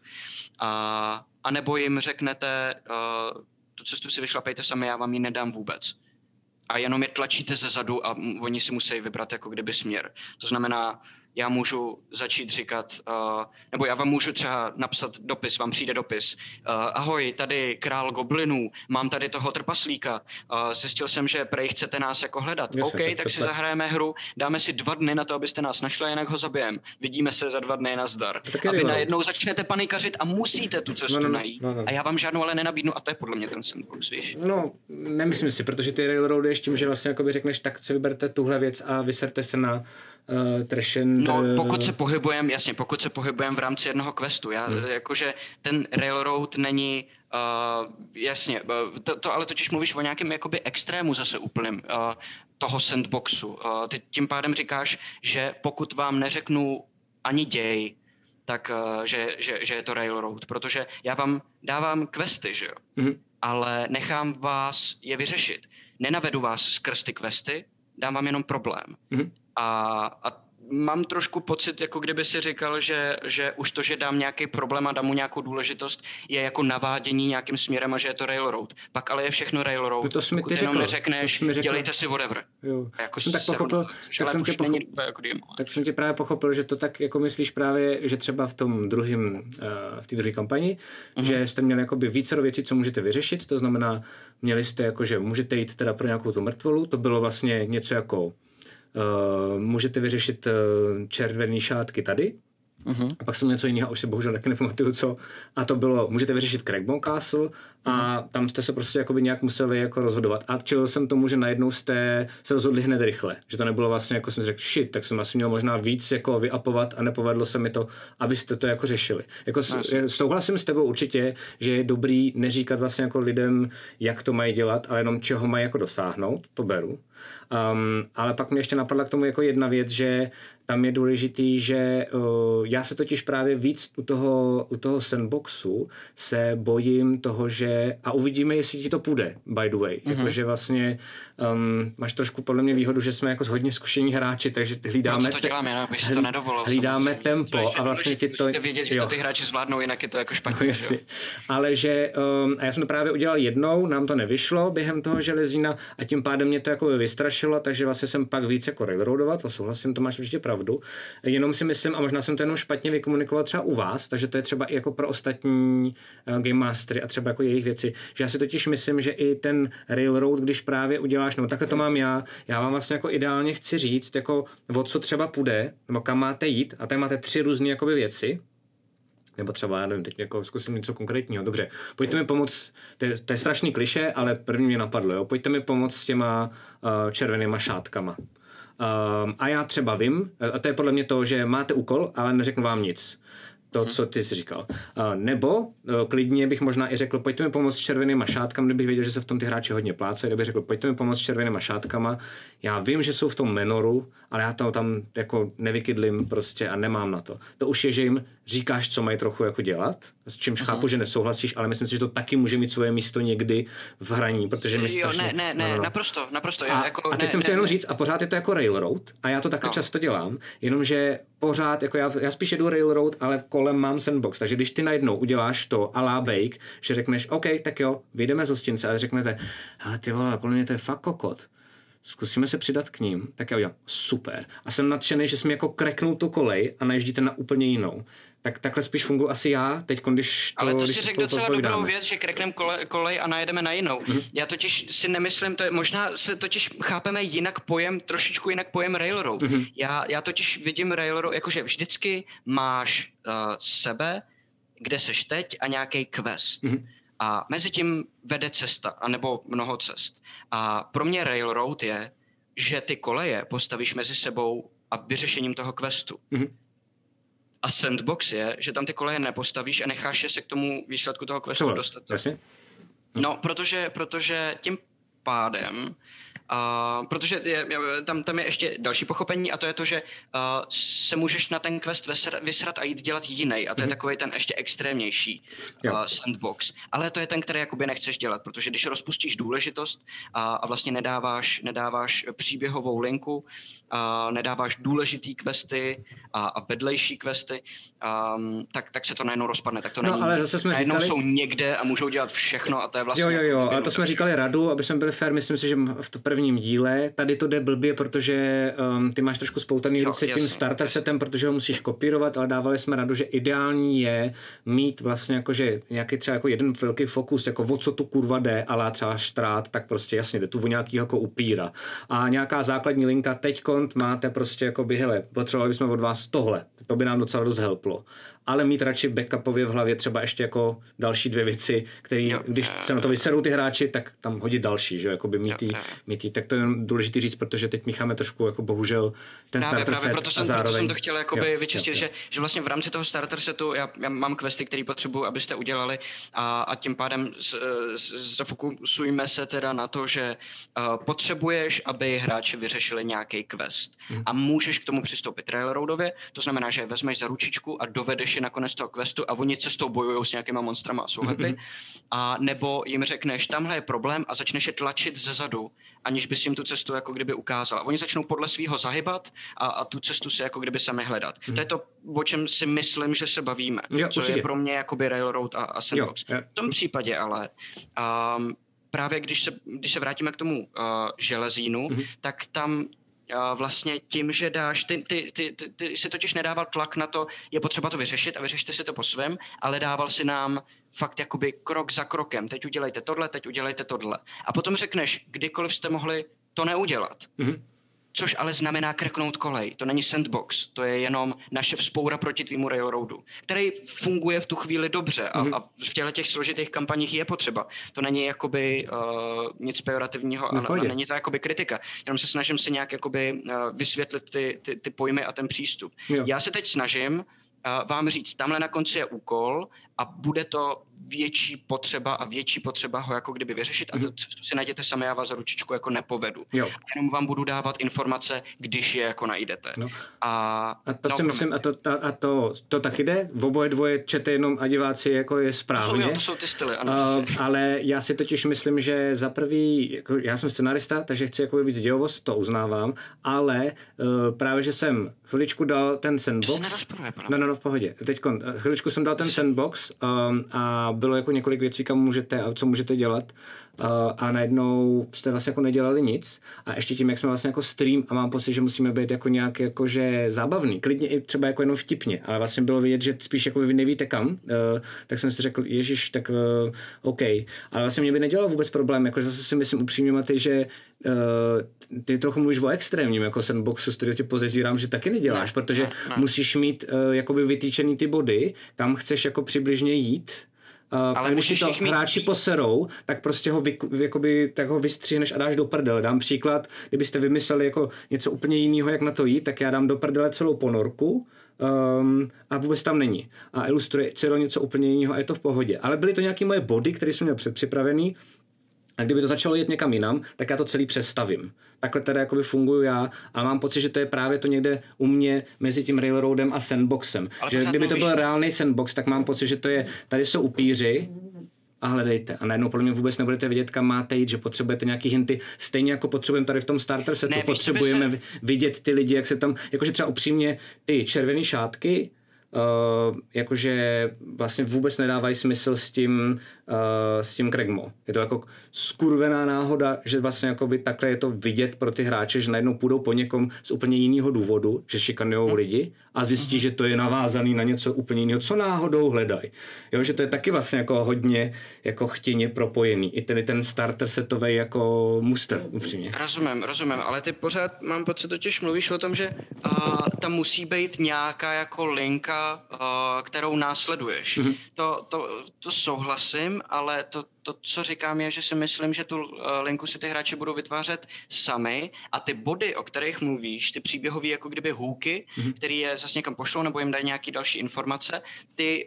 A nebo jim řeknete, tu cestu si vyšlapejte sami, já vám ji nedám vůbec. A jenom je tlačíte ze zadu a oni si musí vybrat jako kdyby směr. To znamená, já můžu začít říkat, nebo já vám můžu třeba napsat dopis, vám přijde dopis. Ahoj, tady král goblinů, mám tady toho trpaslíka, zjistil jsem, že prej chcete nás jako hledat. Jasně, OK, tak si zahrajeme hru, dáme si 2 dny na to, abyste nás našli, jinak ho zabijem. Vidíme se za 2 dny, nazdar. A vy najednou začnete panikařit a musíte tu cestu najít. A já vám žádnou ale nenabídnu a to je podle mě ten sandbox, víš? No, nemyslím si, protože ty railroady ještě tím, že vlastně jakoby řekneš, tak si vyberte tuhle věc a vyserte se na trashen. No, pokud se pohybujeme v rámci jednoho questu, jakože ten railroad není, jasně, to ale totiž mluvíš o nějakém jakoby extrému zase úplným toho sandboxu. Ty tím pádem říkáš, že pokud vám neřeknu ani děj, tak že je to railroad, protože já vám dávám questy, že jo, ale nechám vás je vyřešit. Nenavedu vás skrz ty questy, dám vám jenom problém. A mám trošku pocit, jako kdyby si říkal, že už to, že dám nějaký problém a dám mu nějakou důležitost, je jako navádění nějakým směrem a že je to railroad. Pak ale je všechno railroad. To jsi mi ty řekl. Neřekneš, dělejte si whatever. Jo. Jako jsem tak pochopil, tak jsem tě právě pochopil, že to tak jako myslíš právě, že třeba v tom v té druhé kampani, že jste měli jakoby více věcí, co můžete vyřešit, to znamená, měli jste jako, že můžete jít teda pro nějakou tu mrtvolu, to bylo vlastně něco jako můžete vyřešit červený šátky tady. A pak jsem něco jiného, už si bohužel taky nepamatuju co. A to bylo, můžete vyřešit Cragbone Castle a tam jste se prostě jakoby nějak museli jako rozhodovat. A čil jsem tomu, že najednou jste se rozhodli hned rychle. Že to nebylo vlastně, jako jsem si řekl, shit, tak jsem asi měl možná víc jako vyapovat a nepovedlo se mi to, abyste to jako řešili. Jako souhlasím s tebou určitě, že je dobrý neříkat vlastně jako lidem, jak to mají dělat, ale jenom čeho mají jako dosáhnout, to beru. Ale pak mě ještě napadla k tomu jako jedna věc, že tam je důležitý, že já se totiž právě víc u toho sandboxu se bojím toho, že a uvidíme, jestli ti to půjde, by the way. Jakože vlastně máš trošku podle mě výhodu, že jsme jako hodně zkušení hráči, takže hlídáme hlídáme tempo a vlastně ti to vědět, že to ty hráči zvládnou, jinak je to jako špatně. Ale že a já jsem to právě udělal jednou, nám to nevyšlo během toho železína a tím pádem mě to jako vystrašilo, takže vlastně jsem pak víc jako railroadovat, to souhlasím, to máš určitě pravdu. Jenom si myslím, a možná jsem to jenom špatně vykomunikoval třeba u vás, takže to je třeba i jako pro ostatní game mastery a třeba jako jejich věci, že já si totiž myslím, že i ten railroad, když právě uděláš, nebo takhle to mám já vám vlastně jako ideálně chci říct, jako o co třeba půjde, nebo kam máte jít a tady máte 3 různé jakoby věci, nebo třeba, já nevím, teď jako zkusím něco konkrétního. Dobře, pojďte mi pomoct, to je strašný klišé, ale první mě napadlo, jo. Pojďte mi pomoct s těma červenýma šátkama. A já třeba vím, a to je podle mě to, že máte úkol, ale neřeknu vám nic. To, co ty jsi říkal. Nebo klidně bych možná i řekl, pojďte mi pomoct s červenýma šátkama, kdybych věděl, že se v tom ty hráči hodně plácají, kdybych řekl, pojďte mi pomoct s červenýma šátkama. Já vím, že jsou v tom menoru, ale já to tam jako nevykydlím prostě a nemám na to. To už je, že jim říkáš, co mají trochu jako dělat, s čímž chápu, že nesouhlasíš, ale myslím si, že to taky může mít svoje místo někdy v hraní, protože mi strašně... naprosto. A teď jsem chtěl jenom říct, a pořád je to jako railroad, a já to taky často dělám, jenomže pořád, jako já spíš jedu railroad, ale kolem mám sandbox, takže když ty najednou uděláš to a la bake, že řekneš, OK, tak jo, vyjdeme z hostince a řeknete, ale ty vole, podle mě to je fakt kokot. Zkusíme se přidat k ním, tak já udělám, super. A jsem nadšený, že jsi mi jako kreknul tu kolej a naježdíte na úplně jinou. Tak takhle spíš funguji asi já, teď když to... Ale to si řekl docela dobrou věc, že krekneme kolej a najedeme na jinou. Já totiž si nemyslím, možná se totiž chápeme trošičku jinak pojem railroad. Já totiž vidím railroad, jakože vždycky máš sebe, kde seš teď a nějaký quest. A mezi tím vede cesta, anebo mnoho cest. A pro mě railroad je, že ty koleje postavíš mezi sebou a vyřešením toho questu. A sandbox je, že tam ty koleje nepostavíš a necháš je se k tomu výsledku toho questu dostat. Jasně? No, protože tím pádem, protože tam je ještě další pochopení a to je to, že se můžeš na ten quest vysrat a jít dělat jiný a to je takový ten ještě extrémnější sandbox. Ale to je ten, který jakoby nechceš dělat, protože když rozpustíš důležitost a vlastně nedáváš příběhovou linku, nedáváš důležitý questy a vedlejší questy, tak se to najednou rozpadne. Tak to není. Ale zase jsme najednou říkali... jsou někde a můžou dělat všechno a to je vlastně... Jo, ale to jsme říkali radu, aby jsme byli fair, myslím si, že v to prvním díle, tady to jde blbě, protože ty máš trošku spoutaný ruce tím starter setem, protože ho musíš kopírovat, ale dávali jsme radu, že ideální je mít vlastně jakože nějaký třeba jako jeden velký fokus, jako o co tu kurva jde, ale třeba štrát, tak prostě jasně jde tu o nějaký jako upíra. A nějaká základní linka teďkont máte prostě jako by, hele, potřebovali bychom od vás tohle, to by nám docela dost helplo. Ale mít radši backupově v hlavě třeba ještě jako další 2 věci, které, když se na to vyserou ty hráči, tak tam hodit další, že jako by mít tak to je důležitý říct, protože teď mícháme trošku jako bohužel ten starter set proto jsem to chtěl jakoby vyčistit, že vlastně v rámci toho starter setu já mám questy, které potřebuji, abyste udělali a tím pádem zafokusujme se teda na to, že potřebuješ, aby hráči vyřešili nějaký quest a můžeš k tomu přistoupit railroadově, to znamená, že vezmeš za ručičku a dovedeš je nakonec toho questu a oni cestou bojujou s nějakýma monstrama a jsou happy, a nebo jim řekneš, tamhle je problém a začneš je tlačit zezadu, aniž bys jim tu cestu jako kdyby ukázal. A oni začnou podle svýho zahybat a tu cestu si jako kdyby sami hledat. To je to, o čem si myslím, že se bavíme. Co je pro mě jakoby railroad a sandbox. V tom případě ale právě když se vrátíme k tomu železínu, tak tam vlastně tím, že dáš, ty si totiž nedával tlak na to, je potřeba to vyřešit a vyřešte si to po svém, ale dával si nám fakt jakoby krok za krokem. Teď udělejte tohle. A potom řekneš, kdykoliv jste mohli to neudělat. Což ale znamená krknout kolej. To není sandbox, to je jenom naše vzpoura proti tvýmu railroadu, který funguje v tu chvíli dobře a v těch složitých kampaních je potřeba. To není jakoby nic pejorativního a není to jakoby kritika. Jenom se snažím si nějak jakoby vysvětlit ty pojmy a ten přístup. Já se teď snažím vám říct, tamhle na konci je úkol a bude to větší potřeba ho jako kdyby vyřešit a tu cestu si najděte sami, já vás za ručičku jako nepovedu. Jenom vám budu dávat informace, když je jako najdete. A to si myslím, a to taky jde, v oboje dvoje čete jenom a diváci jako je správně. To jsou ty styly, ano. Ale já si totiž myslím, že za prvý, jako já jsem scenarista, takže chci jako víc dějovost, to uznávám, ale právě, že jsem chviličku dal ten sandbox. No, v pohodě. Teďkon, chviličku jsem dal ten sandbox a bylo jako několik věcí, kam můžete a co můžete dělat a najednou jste vlastně jako nedělali nic a ještě tím, jak jsme vlastně jako stream a mám pocit, že musíme být jako nějak jakože zábavný, klidně i třeba jako jenom vtipně, ale vlastně bylo vidět, že spíš jako vy nevíte kam, tak jsem si řekl, ježiš, tak OK, ale vlastně mě by nedělalo vůbec problém, jako zase si myslím upřímně, Matej, že ty trochu mluvíš o extrémním jako sandboxu, z kterého tě podezírám, že taky neděláš, protože musíš mít jakoby vytýčený ty body, kam chceš jako přibližně jít. Ale když ti to hráči poserou, tak prostě ho vystřihneš a dáš do prdele. Dám příklad, kdybyste vymysleli jako něco úplně jiného, jak na to jít, tak já dám do prdele celou ponorku a vůbec tam není. A ilustruje celé něco úplně jiného a je to v pohodě. Ale byly to nějaké moje body, které jsem měl předpřipravený. A kdyby to začalo jít někam jinam, tak já to celý přestavím. Takhle teda jakoby funguju já a mám pocit, že to je právě to někde u mě mezi tím railroadem a sandboxem. Ale že kdyby to byl reálný sandbox, tak mám pocit, že to je, tady jsou upíři a hledejte. A najednou podle mě vůbec nebudete vědět, kam máte jít, že potřebujete nějaký hinty. Stejně jako potřebujeme tady v tom starter setu, potřebujeme vidět ty lidi, jak se tam, jakože třeba upřímně ty červené šátky, jakože vlastně vůbec nedávají smysl s tím Kregmo. Je to jako skurvená náhoda, že vlastně jakoby takhle je to vidět pro ty hráče, že najednou půjdou po někom z úplně jiného důvodu, že šikanujou lidi a zjistí, že to je navázaný na něco úplně jiného, co náhodou hledají. Jo, že to je taky vlastně jako hodně jako chtěně propojený. I ten starter setovej jako muster, upřímně. Rozumím, ale ty pořád mám pocit, totiž mluvíš o tom, že tam musí být nějaká jako linka kterou následuješ. To souhlasím, ale to, co říkám, je, že si myslím, že tu linku si ty hráči budou vytvářet sami a ty body, o kterých mluvíš, ty příběhové jako kdyby hůky, který je zase někam pošlou nebo jim dají nějaké další informace, ty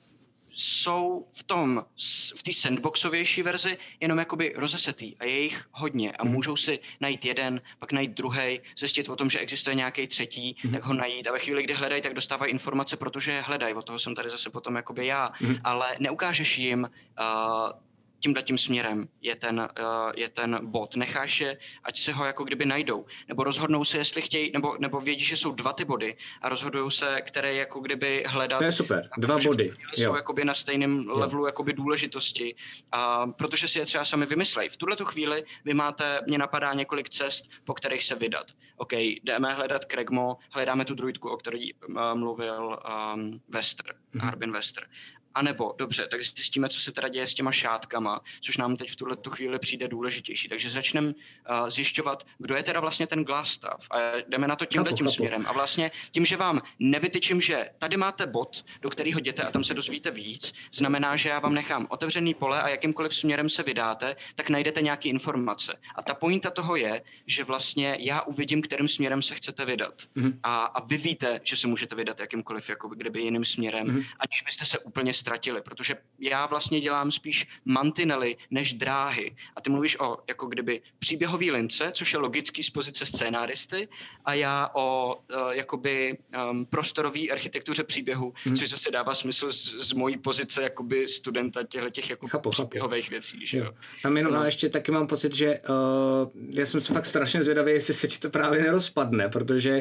jsou v té sandboxovější verzi jenom jakoby rozesetý a je jich hodně a můžou si najít jeden, pak najít druhej, zjistit o tom, že existuje nějaký třetí, tak ho najít a ve chvíli, kdy hledají, tak dostávají informace, protože je hledají, od toho jsem tady zase potom jakoby já, ale neukážeš jim tímhletím směrem je ten bod. Necháš je, ať se ho jako kdyby najdou. Nebo rozhodnou se, jestli chtějí, nebo vědí, že jsou 2 ty body a rozhodují se, které jako kdyby hledat. To je super. 2 body. Jsou jakoby na stejném levelu jakoby důležitosti. Protože si je třeba sami vymyslejí. V tuhletu chvíli mě napadá několik cest, po kterých se vydat. OK, jdeme hledat Kregmo, hledáme tu druidku, o které mluvil Harbin Wester. A nebo, dobře, tak zjistíme, co se teda děje s těma šátkama, což nám teď v tu chvíli přijde důležitější. Takže začneme zjišťovat, kdo je teda vlastně ten Glastav. A jdeme na to tímhletím směrem. A vlastně tím, že vám nevytyčím, že tady máte bod, do kterého jděte a tam se dozvíte víc, znamená, že já vám nechám otevřený pole a jakýmkoliv směrem se vydáte, tak najdete nějaké informace. A ta pointa toho je, že vlastně já uvidím, kterým směrem se chcete vydat. A vy víte, že se můžete vydat jakýmkoliv jako kdyby jiným směrem, aniž byste se úplně ztratili, protože já vlastně dělám spíš mantinely než dráhy. A ty mluvíš o jako kdyby příběhový lince, což je logický z pozice scénáristy, a já o jakoby prostorový architektuře příběhu, což zase dává smysl z mojí pozice jakoby studenta těch jako příběhových věcí. Že jo? Tam jenom ještě taky mám pocit, že já jsem fakt strašně zvědavý, jestli se ti to právě nerozpadne, protože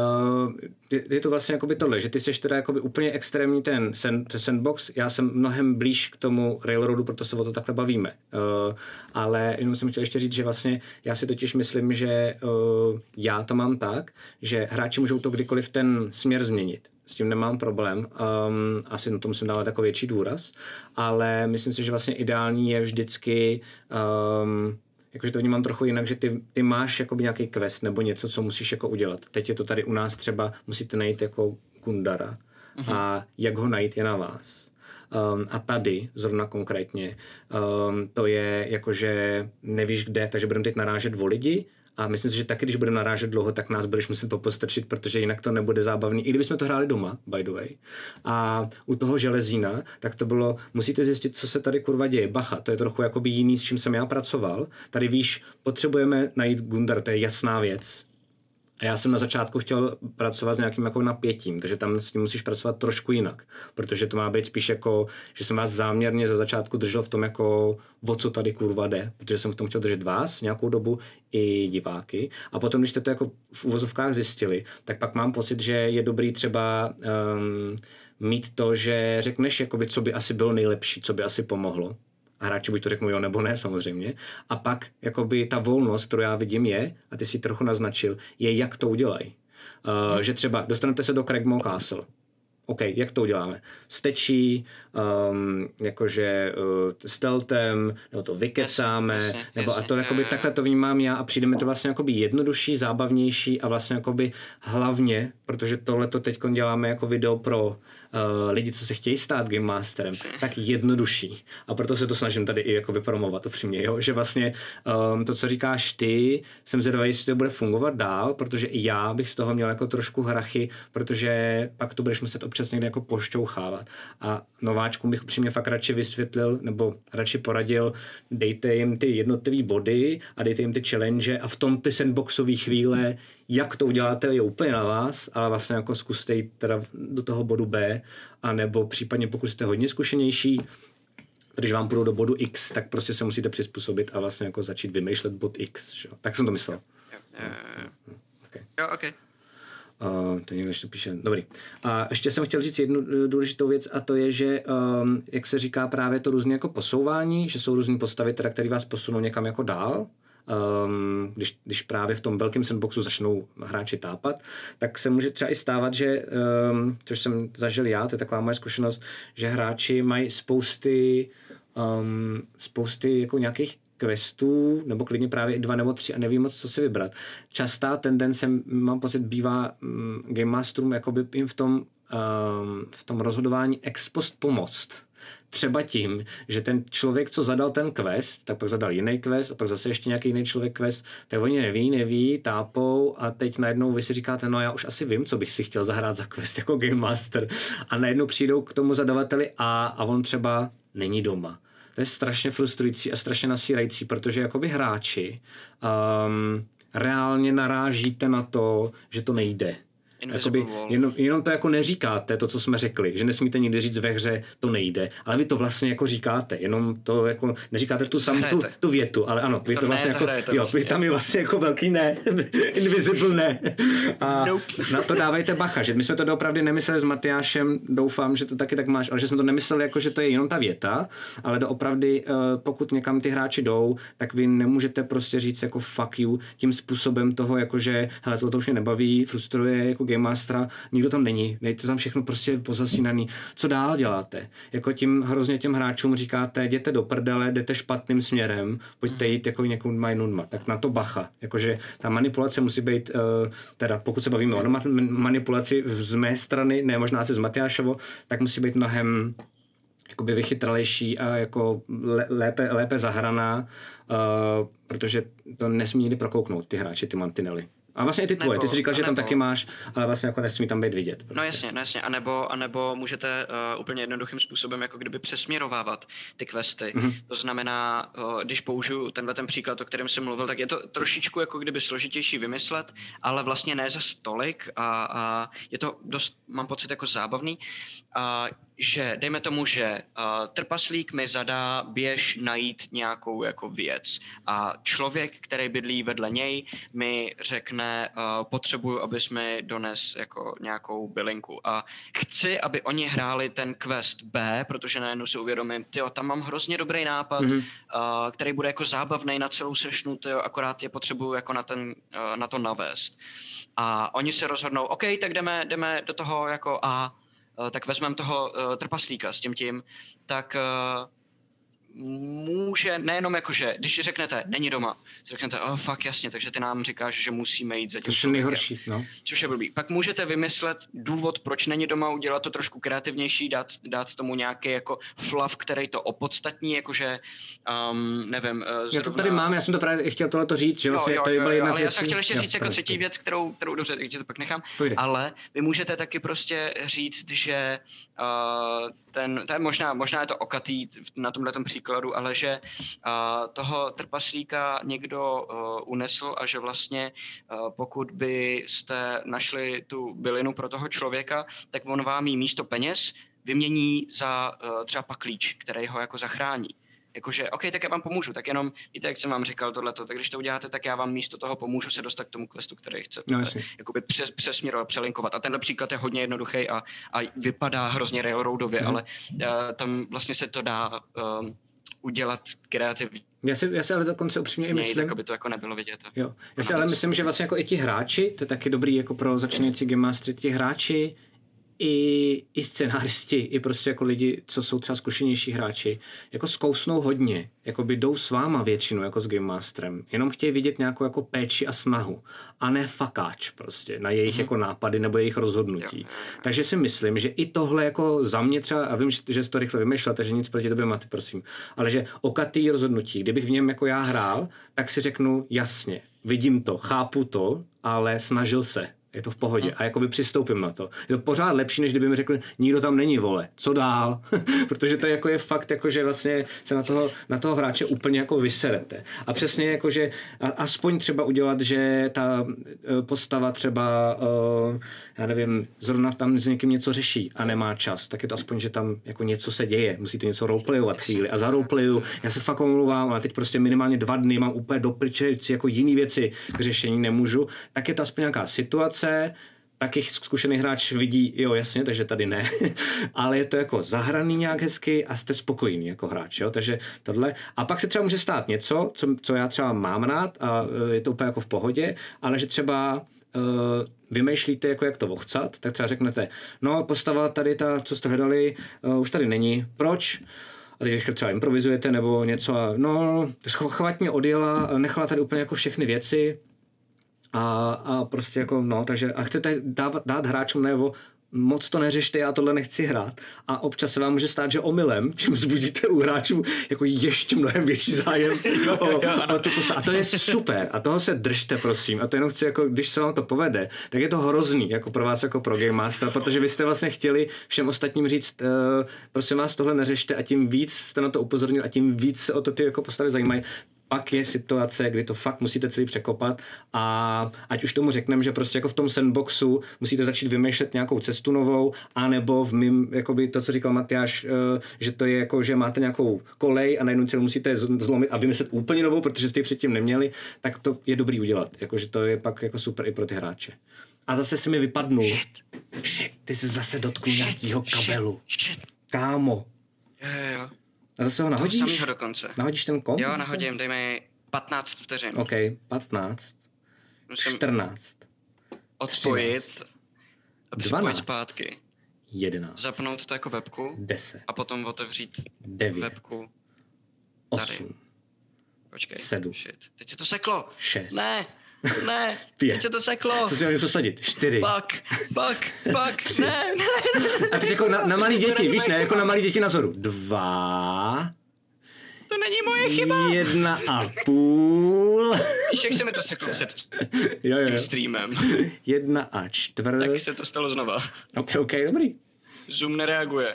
je to vlastně jakoby tohle, že ty seš teda jakoby úplně extrémní ten sandbox, já jsem mnohem blíž k tomu Railroadu, proto se o to takhle bavíme. Ale jenom jsem chtěl ještě říct, že vlastně já si totiž myslím, že já to mám tak, že hráči můžou to kdykoliv ten směr změnit. S tím nemám problém, asi na tom musím dávat takový větší důraz, ale myslím si, že vlastně ideální je vždycky jakože to vnímám trochu jinak, že ty máš jakoby nějaký quest nebo něco, co musíš jako udělat. Teď je to tady u nás třeba, musíte najít jako Gundara a jak ho najít je na vás. A tady, zrovna konkrétně, to je jakože nevíš kde, takže budeme teď narážet o lidi a myslím si, že taky, když budeme narážet dlouho, tak nás budeš muset popostrčit, protože jinak to nebude zábavný. I kdybychom to hráli doma, by the way. A u toho železína, tak to bylo, musíte zjistit, co se tady kurva děje. Bacha, to je trochu jakoby jiný, s čím jsem já pracoval. Tady víš, potřebujeme najít Gundar, to je jasná věc. A já jsem na začátku chtěl pracovat s nějakým jako napětím, takže tam s tím musíš pracovat trošku jinak, protože to má být spíš jako, že jsem vás záměrně za začátku držel v tom jako, o co tady kurva jde, protože jsem v tom chtěl držet vás nějakou dobu i diváky. A potom, když jste to jako v uvozovkách zjistili, tak pak mám pocit, že je dobrý třeba mít to, že řekneš, jakoby, co by asi bylo nejlepší, co by asi pomohlo. A hráči buď to řeknou jo nebo ne, samozřejmě. A pak jakoby ta volnost, kterou já vidím je, a ty si trochu naznačil, je jak to udělají. Že třeba dostanete se do Kregmo Castle. OK, jak to uděláme? Stečí, jakože stealthem, nebo to vykecáme, nebo a to jakoby takhle to vnímám já a přijde mi to vlastně jakoby jednodušší, zábavnější a vlastně jakoby hlavně, protože tohleto teďkon děláme jako video pro lidi, co se chtějí stát Game Masterem, tak jednodušší. A proto se to snažím tady i jakoby promovat upřímně, jo? Že vlastně to, co říkáš ty, jsem zvědavý, jestli to bude fungovat dál, protože i já bych z toho měl jako trošku hrachy, protože pak to budeš muset občas někde jako pošťouchávat. A nováčkům bych upřímně fakt radši vysvětlil, nebo radši poradil, dejte jim ty jednotlivé body a dejte jim ty challenge a v tom ty sandboxové chvíle, jak to uděláte, je úplně na vás, ale vlastně jako zkuste jít teda do toho bodu B, anebo případně pokud jste hodně zkušenější, když vám půjdou do bodu X, tak prostě se musíte přizpůsobit a vlastně jako začít vymýšlet bod X. Že? Tak jsem to myslel. Okay. To někdo ještě píše. Dobrý. A ještě jsem chtěl říct jednu důležitou věc a to je, že jak se říká právě to různě jako posouvání, že jsou různý postavy, teda, které vás posunou někam jako dál. Když právě v tom velkém sandboxu začnou hráči tápat, tak se může třeba i stávat, že, což jsem zažil já, to je taková moje zkušenost, že hráči mají spousty jako nějakých questů, nebo klidně právě 2 nebo 3 a nevím moc, co si vybrat. Častá tendence, mám pocit, bývá Game Masterům jakoby jim v tom v tom rozhodování ex post pomoct. Třeba tím, že ten člověk, co zadal ten quest, tak pak zadal jiný quest a pak zase ještě nějaký jiný člověk quest, tak oni neví, tápou a teď najednou vy si říkáte, no já už asi vím, co bych si chtěl zahrát za quest jako Game Master a najednou přijdou k tomu zadavateli a on třeba není doma. To je strašně frustrující a strašně nasírající, protože jakoby hráči reálně narážíte na to, že to nejde. Jakoby, jenom to jako neříkáte, to, co jsme řekli, že nesmíte nikdy říct ve hře, to nejde, ale vy to vlastně jako říkáte, jenom to jako neříkáte tu větu, ale ano, vy to vlastně jako, vy tam je vlastně jako velký ne, invisible ne. A na to dávejte bacha, že my jsme to doopravdy nemysleli s Matyášem, doufám, že to taky tak máš, ale že jsme to nemysleli jako, že to je jenom ta věta, ale doopravdy, pokud někam ty hráči jdou, tak vy nemůžete prostě říct jako fuck you, tím způsobem toho, jako že hele, to už mě nebaví, frustruje, jako Game Mastera, nikdo tam není, nejde tam všechno prostě pozasínaný. Co dál děláte? Jako tím hrozně těm hráčům říkáte, jděte do prdele, jdete špatným směrem, pojďte jít jako někomu nudma. Tak na to bacha. Jakože ta manipulace musí být, teda pokud se bavíme o manipulaci z mé strany, ne možná asi z Matyášovo, tak musí být mnohem jakoby vychytralejší a jako lépe zahraná, protože to nesmí nikdy prokouknout ty hráči, ty mantinely. A vlastně i ty tvoje, ty jsi říkal, že tam taky máš, ale vlastně jako nesmí tam být vidět. Prostě. No jasně, a nebo můžete úplně jednoduchým způsobem jako kdyby přesměrovávat ty questy. To znamená, když použiju ten příklad, o kterém jsem mluvil, tak je to trošičku jako kdyby složitější vymyslet, ale vlastně ne za stolik a je to dost, mám pocit, jako zábavný, že dejme tomu, že trpaslík mi zadá běž najít nějakou jako věc a člověk, který bydlí vedle něj, mi řekne, potřebuju, abys mi dones jako nějakou bylinku a chci, aby oni hráli ten quest B, protože najednou si uvědomím, tyjo, tam mám hrozně dobrý nápad, který bude jako zábavný na celou sešnu, tyjo, akorát je potřebuju jako na to navést. A oni se rozhodnou, OK, tak jdeme do toho jako A, tak vezmeme toho trpaslíka s tím, tak může nejenom jako, že když řeknete, není doma, řeknete, fakt jasně, takže ty nám říkáš, že musíme jít za tím. To je nejhorší, no. Což je blbý. Pak můžete vymyslet důvod, proč není doma, udělat to trošku kreativnější, dát tomu nějaký jako flav, který to opodstatní, jakože, nevím. Zrovna... Já to tady mám, já jsem to právě chtěl tohleto říct, že vlastně to byla jedna z věcí. Já jsem chtěl ještě říct jako třetí věc, kterou dobře, takže to pak nechám, ale vy můžete taky prostě říct, že to je možná je to okatý na tomhletom příkladu, ale že toho trpaslíka někdo unesl a že vlastně pokud byste našli tu bylinu pro toho člověka, tak on vám jí místo peněz vymění za třeba paklíč, který ho jako zachrání. Jakože, OK, tak já vám pomůžu, tak jenom, víte, jak jsem vám říkal tohleto, tak když to uděláte, tak já vám místo toho pomůžu se dostat k tomu questu, který chcete. No, jakoby přesměrovat, přelinkovat. A tenhle příklad je hodně jednoduchý a vypadá hrozně railroadově, ale tam vlastně se to dá udělat kreativně. Já si ale dokonce upřímně i myslím... Tak, aby to jako nebylo vidět. Jo. Já si ale myslím, že vlastně jako i ti hráči, to je taky dobrý jako pro začínající Game Mastery, ti hráči i scenáristi, i prostě jako lidi, co jsou třeba zkušenější hráči, jako zkousnou hodně, jako by jdou s váma většinou jako s Game Masterem, jenom chtějí vidět nějakou jako péči a snahu a ne fakáč prostě na jejich jako nápady nebo jejich rozhodnutí. Takže si myslím, že i tohle jako za mě třeba, a vím, že jsi to rychle vymýšlel, takže nic proti tobě, Maty, prosím, ale že okatý rozhodnutí, kdybych v něm jako já hrál, tak si řeknu jasně, vidím to, chápu to, ale snažil se. Je to v pohodě a jakoby přistoupím na to. Je to pořád lepší, než kdyby mi řekli, nikdo tam není, vole, co dál? Protože to jako je fakt, jako že vlastně se na toho hráče úplně jako vyserete. A přesně jako, že aspoň třeba udělat, že ta postava třeba, já nevím, zrovna tam s někým něco řeší a nemá čas, tak je to aspoň, že tam jako něco se děje, musíte něco roleplayovat chvíli a za roleplayu, já se fakt omluvám, ale teď prostě minimálně 2 dny mám úplně do pryče, jako jiný věci k řešení nemůžu, tak je to aspoň nějaká situace, taky zkušený hráč vidí, jo jasně, takže tady ne, ale je to jako zahraný nějak hezky a jste spokojený jako hráč, jo, takže tohle. A pak se třeba může stát něco, co já třeba mám rád a je to úplně jako v pohodě, ale že třeba vymýšlíte, jako jak to ochcat, tak třeba řeknete, no postava tady ta, co jste hledali, už tady není, proč? A teď třeba improvizujete nebo něco a no, chvatně odjela, nechala tady úplně jako všechny věci, a prostě jako, no, takže a chcete dát hráčům najevo, moc to neřešte, já tohle nechci hrát. A občas se vám může stát, že omylem, čím vzbudíte u hráčů jako ještě mnohem větší zájem o tu postavu. A to je super. A toho se držte, prosím. A to jenom chci, jako, když se vám to povede, tak je to hrozný, jako pro vás, jako pro Game Master, protože vy jste vlastně chtěli všem ostatním říct, prosím vás, tohle neřešte, a tím víc jste na to upozornil a tím víc se o to ty jako postavy zajímají. Pak je situace, kdy to fakt musíte celý překopat a ať už tomu řekneme, že prostě jako v tom sandboxu musíte začít vymýšlet nějakou cestu novou, anebo v mým, jakoby to, co říkal Matyáš, že to je jako, že máte nějakou kolej a najednou celou musíte zlomit a vymyslet úplně novou, protože jste ji předtím neměli, tak to je dobrý udělat. Jakože to je pak jako super i pro ty hráče. A zase si mi vypadnul. Shit, ty jsi zase dotknul nějakýho kabelu. Kámo. Jo. A zase ho nahodíš? Toho samýho dokonce. Nahodíš ten komp? Jo, nahodím, dej mi 15 vteřin. OK, 15. Musím 14. odpojit a připojit zpátky. 11. Zapnout to jako webku 10. a potom otevřít 9. webku 8. tady. Počkej. 7. Shit. Teď se to seklo. 6. Ne. 5. Teď se to seklo. Co si mám něco sadit? 4. Fuck. Ne. A teď jako na malý děti, víš ne? Jako na malý děti nazoru. 2. To není moje chyba. 1,5. Víš, jak se mi to seklo před Jo. tím streamem. 1,25. Tak se to stalo znova. OK, dobrý. Zoom nereaguje.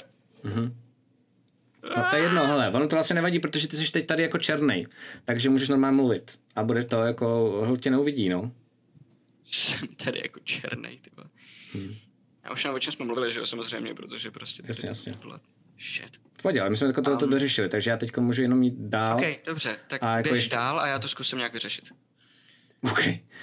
No to je jedno, hele, ono to vlastně nevadí, protože ty jsi teď tady jako černej, takže můžeš normálně mluvit. A bude to jako, hol tě neuvidí, no. Jsem tady jako černej, ty vole. Já už o čem jsme mluvili, že jo, samozřejmě, protože prostě... Jasně. Shit. Pojď, ale my jsme to dořešili, takže já teď můžu jenom jít dál. OK, dobře, tak jako běž dál a já to zkusím nějak vyřešit. OK.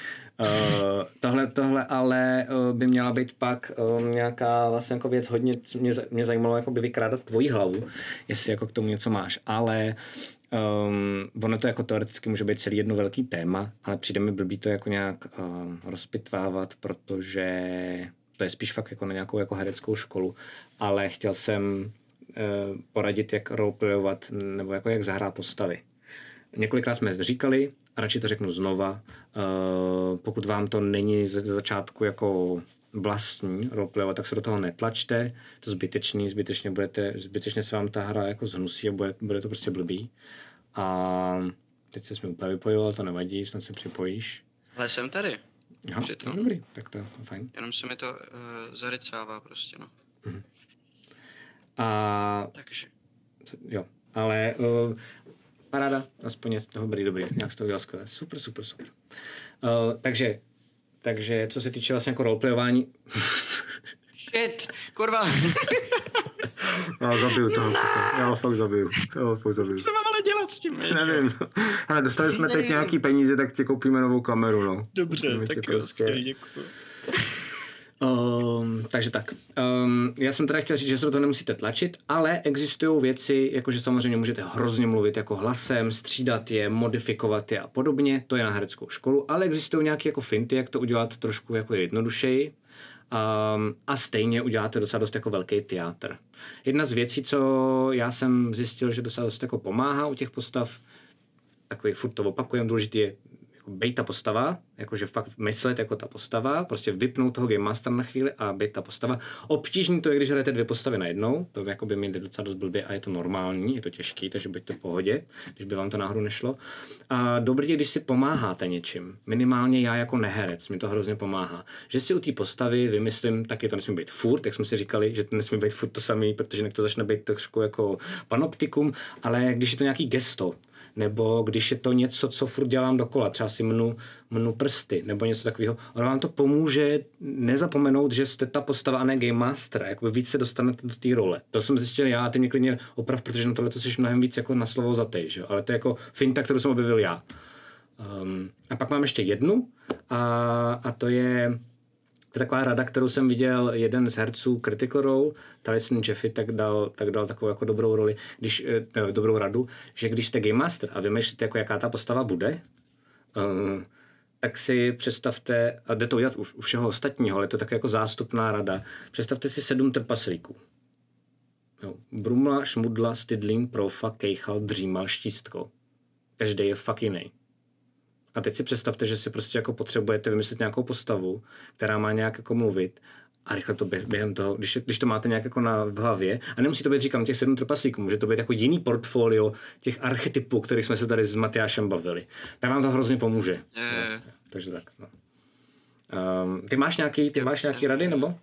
Tohle ale by měla být pak nějaká vlastně jako věc hodně, mě zajímalo jako by vykrádat tvoji hlavu, jestli jako k tomu něco máš, ale ono to jako teoreticky může být celý jedno velký téma, ale přijde mi blbý to jako nějak rozpitvávat, protože to je spíš fakt jako na nějakou jako hereckou školu, ale chtěl jsem poradit, jak roleplayovat nebo jako jak zahrát postavy. Několikrát jsme říkali, a radši to řeknu znova, pokud vám to není ze začátku jako vlastní roleplayovat, tak se do toho netlačte, to zbytečně se vám ta hra jako zhnusí a bude to prostě blbý. A teď se mi úplně vypojil, ale to nevadí, snad se připojíš. Ale jsem tady. Aha, no, dobrý, tak to je fajn. Jenom se mi to zarycává prostě, no. A... Takže. Jo, ale... paráda, aspoň je to dobrý, nějak jsi to udělal skvěle. Super. Takže, co se týče vlastně jako roleplayování... Shit, kurva. Já zabiju toho. Já fakt zabiju. Co mám ale dělat s tím? Nevím. Ale dostali jsme teď nějaký peníze, tak ti koupíme novou kameru, no. Dobře, tak prostě... děkuji. Takže tak. Já jsem teda chtěl říct, že se do toho nemusíte tlačit, ale existují věci, jakože samozřejmě můžete hrozně mluvit jako hlasem, střídat je, modifikovat je a podobně, to je na hereckou školu, ale existují nějaké jako finty, jak to udělat trošku jako jednodušeji a stejně uděláte docela dost jako velký teátr. Jedna z věcí, co já jsem zjistil, že docela dost jako pomáhá u těch postav, takový furt to opakujem, důležitý je bejt ta postava, jakože fakt myslet jako ta postava, prostě vypnout toho Game Mastera na chvíli a bejt ta postava. Obtížný to je, když hrajete 2 postavy najednou, to jakoby mi jde docela dost blbě a je to normální, je to těžký, takže buďte v pohodě, když by vám to náhodou nešlo. A dobrý je, když si pomáháte něčím. Minimálně já jako neherec, mi to hrozně pomáhá. Že si u té postavy vymyslím, taky to nesmí být furt, jak jsme si říkali, že to nesmí být furt to samý, protože jinak to začne být trošku jako panoptikum, ale když je to nějaký gesto, nebo když je to něco, co furt dělám dokola, třeba si mnu prsty, nebo něco takového. Ono vám to pomůže nezapomenout, že jste ta postava a ne Game Master, jakoby víc se dostanete do té role. To jsem zjistil já, ty mě klidně oprav, protože na tohle to jsi mnohem víc jako na slovo zatej, že? Ale to je jako finta, kterou jsem objevil já. A pak mám ještě jednu a to je taková rada, kterou jsem viděl jeden z herců Critical Role, Tyson Jeffy, tak dal takovou jako dobrou roli, dobrou radu, že když jste Game Master a vymýšlíte, jako jaká ta postava bude, tak si představte, a jde to udělat u všeho ostatního, ale je to tak jako zástupná rada, představte si 7 trpaslíků. Brumla, Šmudla, Stydlín, Profa, Kejchal, Dřímal, Štístko. Každý je fakt jiný. A teď si představte, že si prostě jako potřebujete vymyslet nějakou postavu, která má nějak jako mluvit a rychle to během toho, když to máte nějak jako v hlavě, a nemusí to být, říkám, těch 7 trpaslíků, může to být jako jiný portfolio těch archetypů, kterých jsme se tady s Matyášem bavili. Tak vám to hrozně pomůže. No, takže tak. No. Ty máš nějaký rady, nebo?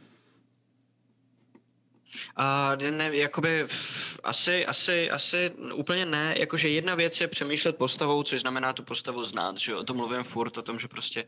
Ne, jakoby asi úplně ne, jakože jedna věc je přemýšlet postavou, což znamená tu postavu znát, že o tom mluvím furt, o tom, že prostě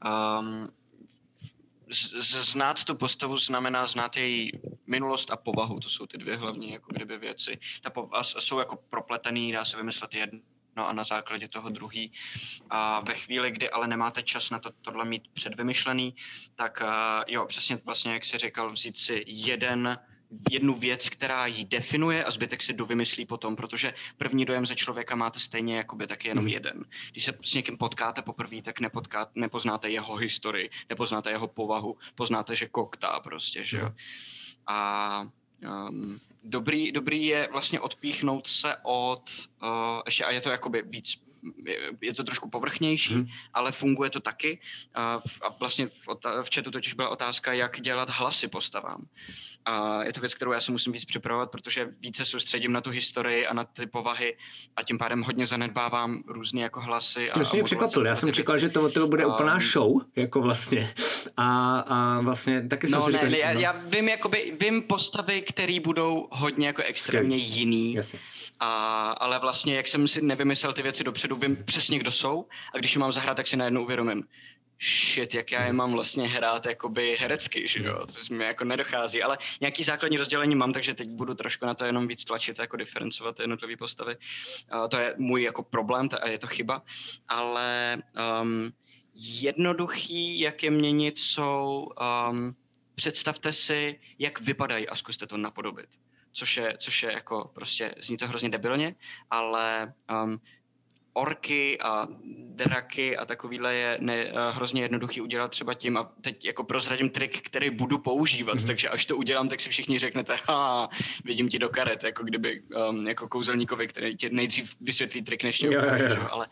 znát tu postavu znamená znát její minulost a povahu, to jsou ty 2 hlavní jako kdyby věci. Jsou jako propletený, dá se vymyslet jedno a na základě toho druhý. A ve chvíli, kdy ale nemáte čas na tohle mít předvymyšlený, tak jo, přesně vlastně, jak jsi říkal, vzít si jednu věc, která ji definuje a zbytek si dovymyslí potom, protože první dojem ze člověka máte stejně jakoby taky jenom jeden. Když se s někým potkáte poprvé, tak nepoznáte jeho historii, nepoznáte jeho povahu, poznáte, že koktá prostě, že jo. A dobrý je vlastně odpíchnout se od, ještě a je to jakoby víc, je to trošku povrchnější, ale funguje to taky. A vlastně v chatu totiž byla otázka, jak dělat hlasy postavám. A je to věc, kterou já se musím víc připravovat, protože více soustředím na tu historii a na ty povahy a tím pádem hodně zanedbávám různé jako hlasy. To mě překvapil, já jsem čekal, že to bude úplná show, jako vlastně. A vlastně taky jsem si říkal, že já vím, vím postavy, které budou hodně jako extrémně jiný. Jasně. Ale vlastně, jak jsem si nevymyslel ty věci dopředu, vím přesně, kdo jsou a když je mám zahrát, tak si najednou uvědomím, shit, jak já je mám vlastně hrát jakoby herecky, že jo, což mi jako nedochází, ale nějaký základní rozdělení mám, takže teď budu trošku na to jenom víc tlačit, jako diferencovat jednotlivé postavy. To je můj jako problém a je to chyba, ale jednoduchý, jak je měnit, jsou představte si, jak vypadají a zkuste to napodobit. Což je jako prostě, zní to hrozně debilně, ale orky a draky a takovýhle je hrozně jednoduchý udělat třeba tím a teď jako prozradím trik, který budu používat, takže až to udělám, tak si všichni řeknete, vidím ti do karet, jako kdyby jako kouzelníkovi, který ti nejdřív vysvětlí trik, než tě ukáže, ale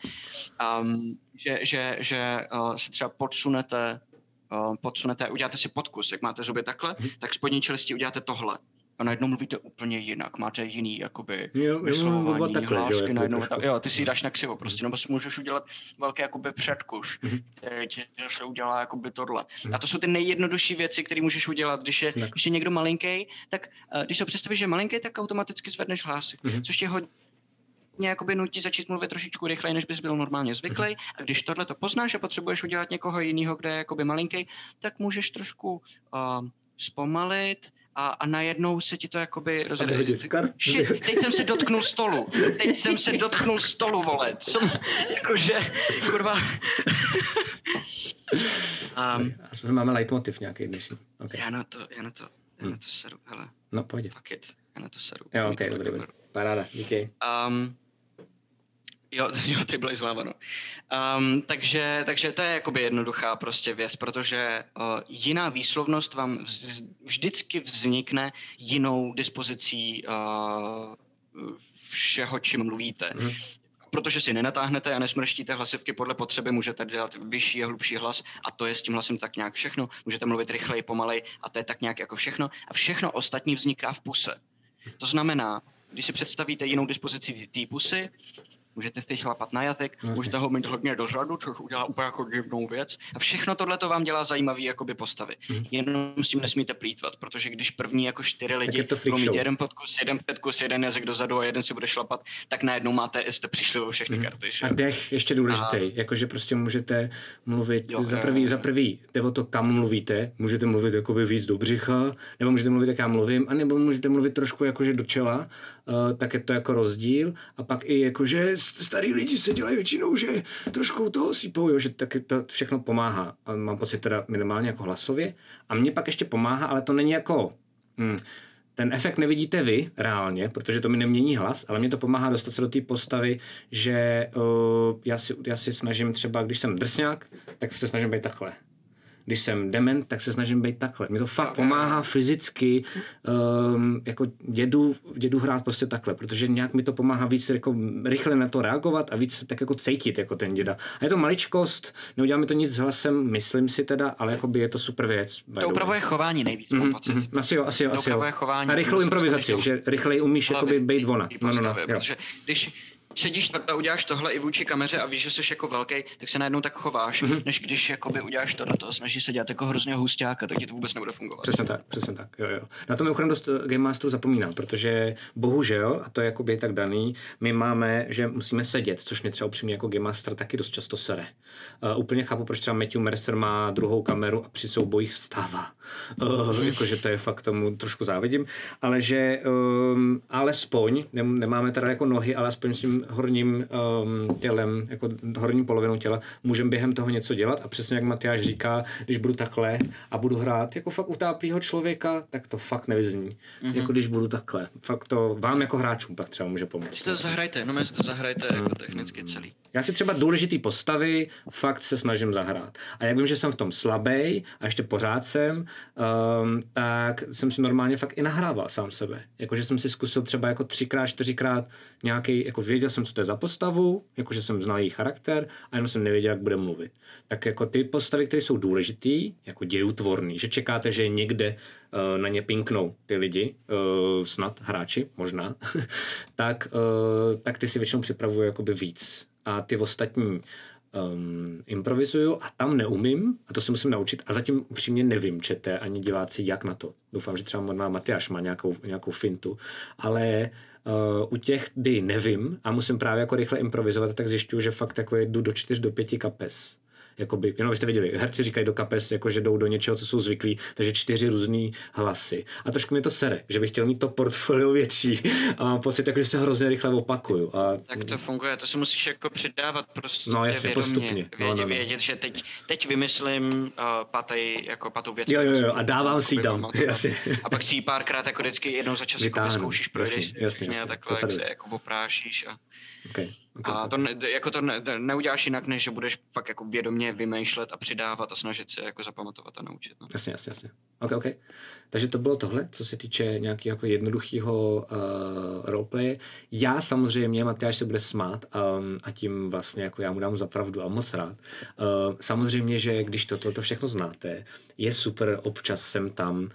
že se třeba podsunete, uděláte si podkus, jak máte zuby takhle, tak spodní čelistí uděláte tohle. A najednou mluvíte úplně jinak, máte jiný jakoby vyslovování, hlásky najednou. Jo, ty si ji dáš na křivo prostě, nebo si můžeš udělat velký jakoby předkus, který se udělá jakoby tohle. A to jsou ty nejjednodušší věci, které můžeš udělat, když je někdo malinký, tak když se představíš, že je malinký, tak automaticky zvedneš hlásy, což tě hodně jakoby nutí začít mluvit trošičku rychleji, než bys byl normálně zvyklý. A když tohle to poznáš a potřebuješ udělat někoho jiného, kde je jakoby malinký, tak můžeš trošku zpomalit a najednou se ti to jakoby rozjede. Teď jsem se dotknul stolu, vole. Jakože, kurva. Aspoň máme leitmotiv nějaký dnešní. Okay. Já na to seru, hele. No, pojď. Fuck it, já na to seru. Jo, okej, dobrý. Paráda, díky. Jo, ty byly zláva, no. Takže to je jakoby jednoduchá prostě věc, protože jiná výslovnost vám vždycky vznikne jinou dispozicí všeho, čím mluvíte. Protože si nenatáhnete a nesmrštíte hlasivky podle potřeby, můžete dělat vyšší a hlubší hlas a to je s tím hlasem tak nějak všechno. Můžete mluvit rychleji, pomalej a to je tak nějak jako všechno. A všechno ostatní vzniká v puse. To znamená, když si představíte jinou dispozici té pusy, můžete si šlapat na jazyk, můžete ho mít hodně dozadu, což udělá úplně jako divnou věc. A všechno tohle to vám dělá zajímavý jakoby postavy. Jenom s tím nesmíte plýtvat, protože když první jako 4 lidi budou mít jeden podkus, jeden předkus, jeden jazyk dozadu a jeden si bude šlapat, tak najednou jste přišli o všechny karty. Že? A dech ještě důležitý, jakože prostě můžete mluvit za prvý, jde o to, kam mluvíte, můžete mluvit jakoby víc do břicha, nebo můžete mluvit, jak já mluvím, anebo můžete mluvit trošku jakože do čela, tak je to jako rozdíl. A pak i jakože starý lidi se dělají většinou, že trošku toho sípou, jo, že taky to všechno pomáhá. A mám pocit teda minimálně jako hlasově. A mě pak ještě pomáhá, ale to není jako... ten efekt nevidíte vy reálně, protože to mi nemění hlas, ale mě to pomáhá dostat se do té postavy, že já si snažím třeba, když jsem drsňák, tak se snažím být takhle. Když jsem dement, tak se snažím být takhle. Mě to fakt pomáhá fyzicky jako dědu hrát prostě takhle, protože nějak mi to pomáhá víc jako rychle na to reagovat a víc tak jako cítit jako ten děda. A je to maličkost, neudělá mi to nic s hlasem, myslím si teda, ale jakoby je to super věc. To upravuje chování nejvíc, mám pocit. Asi jo. Chování, a rychlou improvizaci, že rychleji umíš jakoby být ona. Protože když sedíš a uděláš tohle i vůči kameře a víš, že jsi jako velký, tak se najednou tak chováš, než když jakoby uděláš to, snažíš se dělat jako hrozně husťáka, tak ti to vůbec nebude fungovat. Přesně tak, jo. Na to mimochodem dost Game Masterů zapomínám, protože bohužel, a to je jakoby tak daný, my máme, že musíme sedět, což mě třeba upřímně jako Game Master taky dost často sere. Úplně chápu, proč třeba Matthew Mercer má druhou kameru a při soubojích vstává. Jakože to je fakt, tomu trošku závidím, ale že alespoň, nemáme teda jako nohy, ale aspoň s tím horním tělem, jako horní polovinou těla, můžeme během toho něco dělat a přesně jak Matyáš říká, když budu takhle a budu hrát jako fakt utáplýho člověka, tak to fakt nevyzní. Jako když budu takhle. Fakt to vám jako hráčům pak třeba může pomoct. Si to zahrajte, jako technicky celý. Já si třeba důležitý postavy fakt se snažím zahrát. A jak vím, že jsem v tom slabej a ještě pořád jsem, tak jsem si normálně fakt i nahrával sám sebe. Jakože jsem si zkusil třeba jako 3x, 4x nějaký, jako věděl jsem, co to je za postavu, jakože jsem znal její charakter a jenom jsem nevěděl, jak bude mluvit. Tak jako ty postavy, které jsou důležitý, jako dějutvorný, že čekáte, že někde na ně pinknou ty lidi, snad hráči, možná, tak ty si většinou připravuju jakoby víc. A ty ostatní improvizuju a tam neumím a to se musím naučit a zatím upřímně nevím, čete ani diváci, jak na to. Doufám, že třeba možná Matyáš má nějakou fintu, ale u těch, kdy nevím a musím právě jako rychle improvizovat, tak zjišťuju, že fakt jako jdu do 4 do 5 kapes. Jakoby, jenom byste viděli, herci říkají do kapes, jako že jdou do něčeho, co jsou zvyklí, takže 4 různý hlasy. A trošku mě to sere, že bych chtěl mít to portfolio větší a mám pocit, jako, že se hrozně rychle opakuju. Tak to funguje, to si musíš jako přidávat prostě jasně, postupně. Vědět, že teď vymyslím patou věc. Jo, a dávám si tam. A pak si ji párkrát jako vždycky jednou za čas jako vyzkoušíš, projdeš a takhle jak se jako oprášíš a... Okay. A to neuděláš jinak, než že budeš fakt jako vědomě vymýšlet a přidávat a snažit se jako zapamatovat a naučit. No. Jasně. OK. Takže to bylo tohle, co se týče nějakého jako jednoduchého roleplay. Já samozřejmě, Matyáš se bude smát a tím vlastně jako já mu dám za pravdu a moc rád. Samozřejmě, že když toto všechno znáte, je super občas sem tam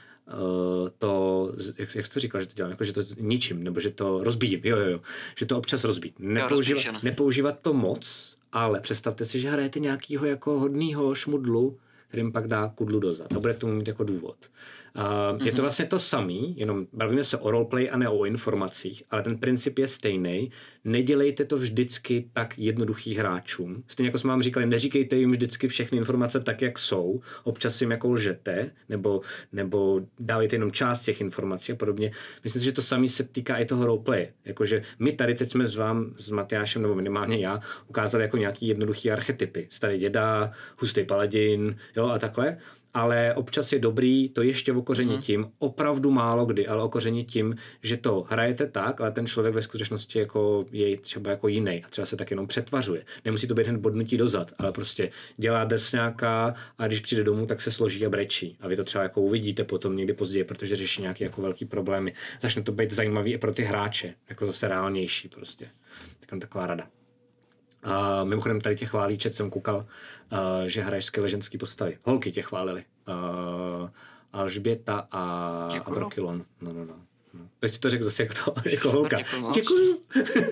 to, jak jsi to říkal, že to dělám, jako že to ničím, nebo že to rozbíjím, jo, že to občas rozbít. Nepoužívat to moc, ale představte si, že hrajete nějakýho jako hodnýho šmudlu, kterým pak dá kudlu dozad a bude k tomu mít jako důvod. Je to vlastně to samý, jenom bavíme se o roleplay a ne o informacích, ale ten princip je stejný. Nedělejte to vždycky tak jednoduchých hráčům. Stejně jako jsme vám říkali, neříkejte jim vždycky všechny informace tak, jak jsou. Občas jim jako lžete, nebo dávejte jenom část těch informací a podobně. Myslím si, že to samý se týká i toho roleplaye. Jakože my tady teď jsme s Matyášem, nebo minimálně já, ukázali jako nějaký jednoduchý archetypy. Starý děda, hustý paladin, jo, a takhle. Ale občas je dobrý to ještě okořenit tím, opravdu málo kdy, ale okořenit tím, že to hrajete tak, ale ten člověk ve skutečnosti jako je třeba jako jiný a třeba se tak jenom přetvařuje. Nemusí to být hned bodnutí dozad, ale prostě dělá drsňáka a když přijde domů, tak se složí a brečí. A vy to třeba jako uvidíte potom někdy později, protože řeší nějaké jako velký problémy. Začne to být zajímavý i pro ty hráče, jako zase reálnější prostě. Taková rada. Mimochodem tady tě chválí, jsem koukal, že hraješ skvěle ženský postavy. Holky tě chválili. Alžběta a Brokilon. No. Teď si to řekl zase jako holka. Děkuju.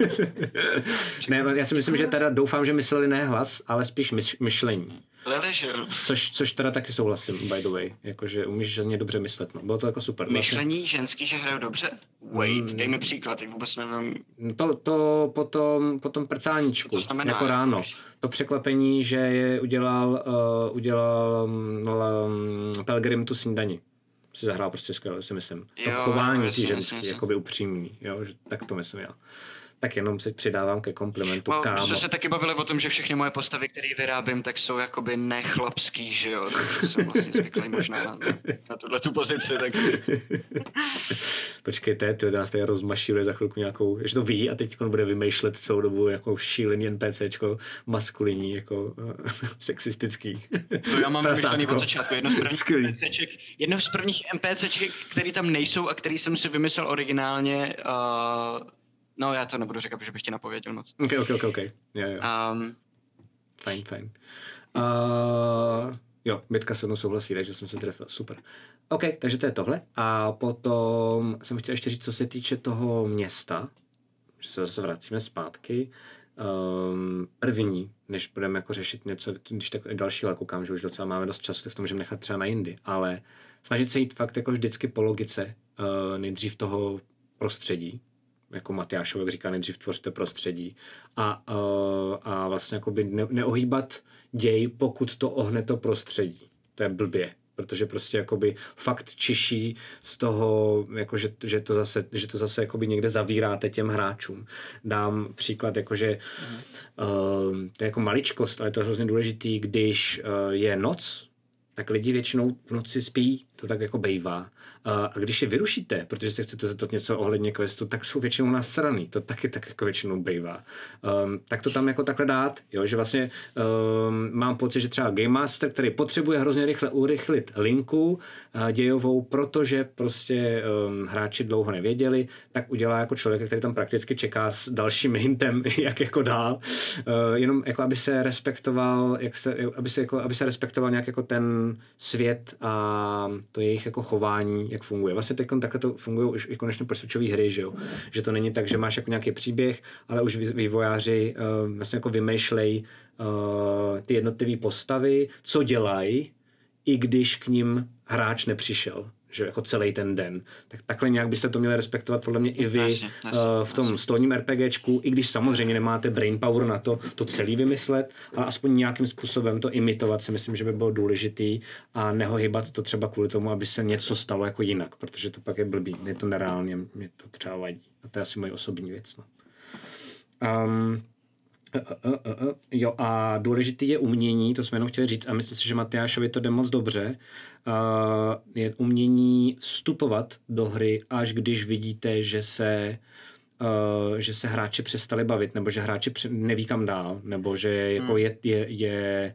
Ne, já si myslím, že teda doufám, že mysleli ne hlas, ale spíš myšlení. Což teda taky souhlasím, by the way. Jakože umíš ženě dobře myslet. No. Bylo to jako super. Myšlení ženský, že hrajou dobře? Dej mi příklad, teď vůbec nevím. To potom prcáníčku, to jako ráno. To překvapení, že je udělal Pelgrim tu snídani. Si zahrál prostě skvěle, si myslím. To chování ty ženský, jakoby upřímný, jo, že tak to myslím já. Tak jenom se přidávám ke komplimentu, kámo. Jsme se taky bavili o tom, že všechny moje postavy, které vyrábím, tak jsou jakoby nechlapský, že jo? Takže jsem vlastně zvyklý možná na tuhle tu pozici. Tak... Počkejte, ty nás tady rozmašíruje za chvilku nějakou, že to ví a teď bude vymýšlet celou dobu nějakou šílený NPCčko, maskulinní, jako sexistický. To já mám vymyšlený od začátku. Jedno z prvních NPCček, který tam nejsou a který jsem si vymyslel originálně, no já to nebudu říkat, protože bych ti napověděl moc. Ok. Jo. Fajn. Jo, Bětka se mnou souhlasí, takže jsem se trefil, super. Ok, takže to je tohle. A potom jsem chtěl ještě říct, co se týče toho města, že se zase vracíme zpátky. První, než budeme jako řešit něco, když tak další koukám, že už docela máme dost času, tak to můžeme nechat třeba na jindy, ale snažit se jít fakt jako vždycky po logice, nejdřív toho prostředí, jako Matyášovi říká, nejdřív tvořte prostředí a vlastně jakoby neohýbat děj, pokud to ohne to prostředí. To je blbě, protože prostě jakoby fakt čiší z toho, jako že to zase jakoby někde zavíráte těm hráčům. Dám příklad, jakože to je jako maličkost, ale to je hrozně důležitý, když je noc, tak lidi většinou v noci spí, to tak jako bejvá. A když je vyrušíte, protože se chcete zeptat něco ohledně questu, tak jsou většinou nasraný. To taky tak jako většinou bejvá. Tak to tam jako takhle dát, jo? Že vlastně mám pocit, že třeba Game Master, který potřebuje hrozně rychle urychlit linku dějovou, protože prostě hráči dlouho nevěděli, tak udělá jako člověk, který tam prakticky čeká s dalším hintem, jak jako dál. Jenom jako aby se respektoval, aby se respektoval nějak jako ten svět a to jejich jako chování, jak funguje. Vlastně takhle to fungují už i konečně počítačové hry, že jo? Že to není tak, že máš jako nějaký příběh, ale už vývojáři vlastně jako vymýšlejí ty jednotlivé postavy, co dělají, i když k ním hráč nepřišel, že jako celý ten den. Tak takhle nějak byste to měli respektovat podle mě i vy v tom stolním RPGčku, i když samozřejmě nemáte brain power na to celý vymyslet, ale aspoň nějakým způsobem to imitovat si myslím, že by bylo důležitý a nehohybat to třeba kvůli tomu, aby se něco stalo jako jinak, protože to pak je blbý, je to nereálně, mě to třeba vadí. A to je asi moje osobní věc. No. Jo, a důležitý je umění, to jsme jenom chtěli říct a myslím si, že Matyášovi to jde moc dobře, je umění vstupovat do hry, až když vidíte, že se hráči přestali bavit, nebo že hráči neví kam dál, nebo že jako je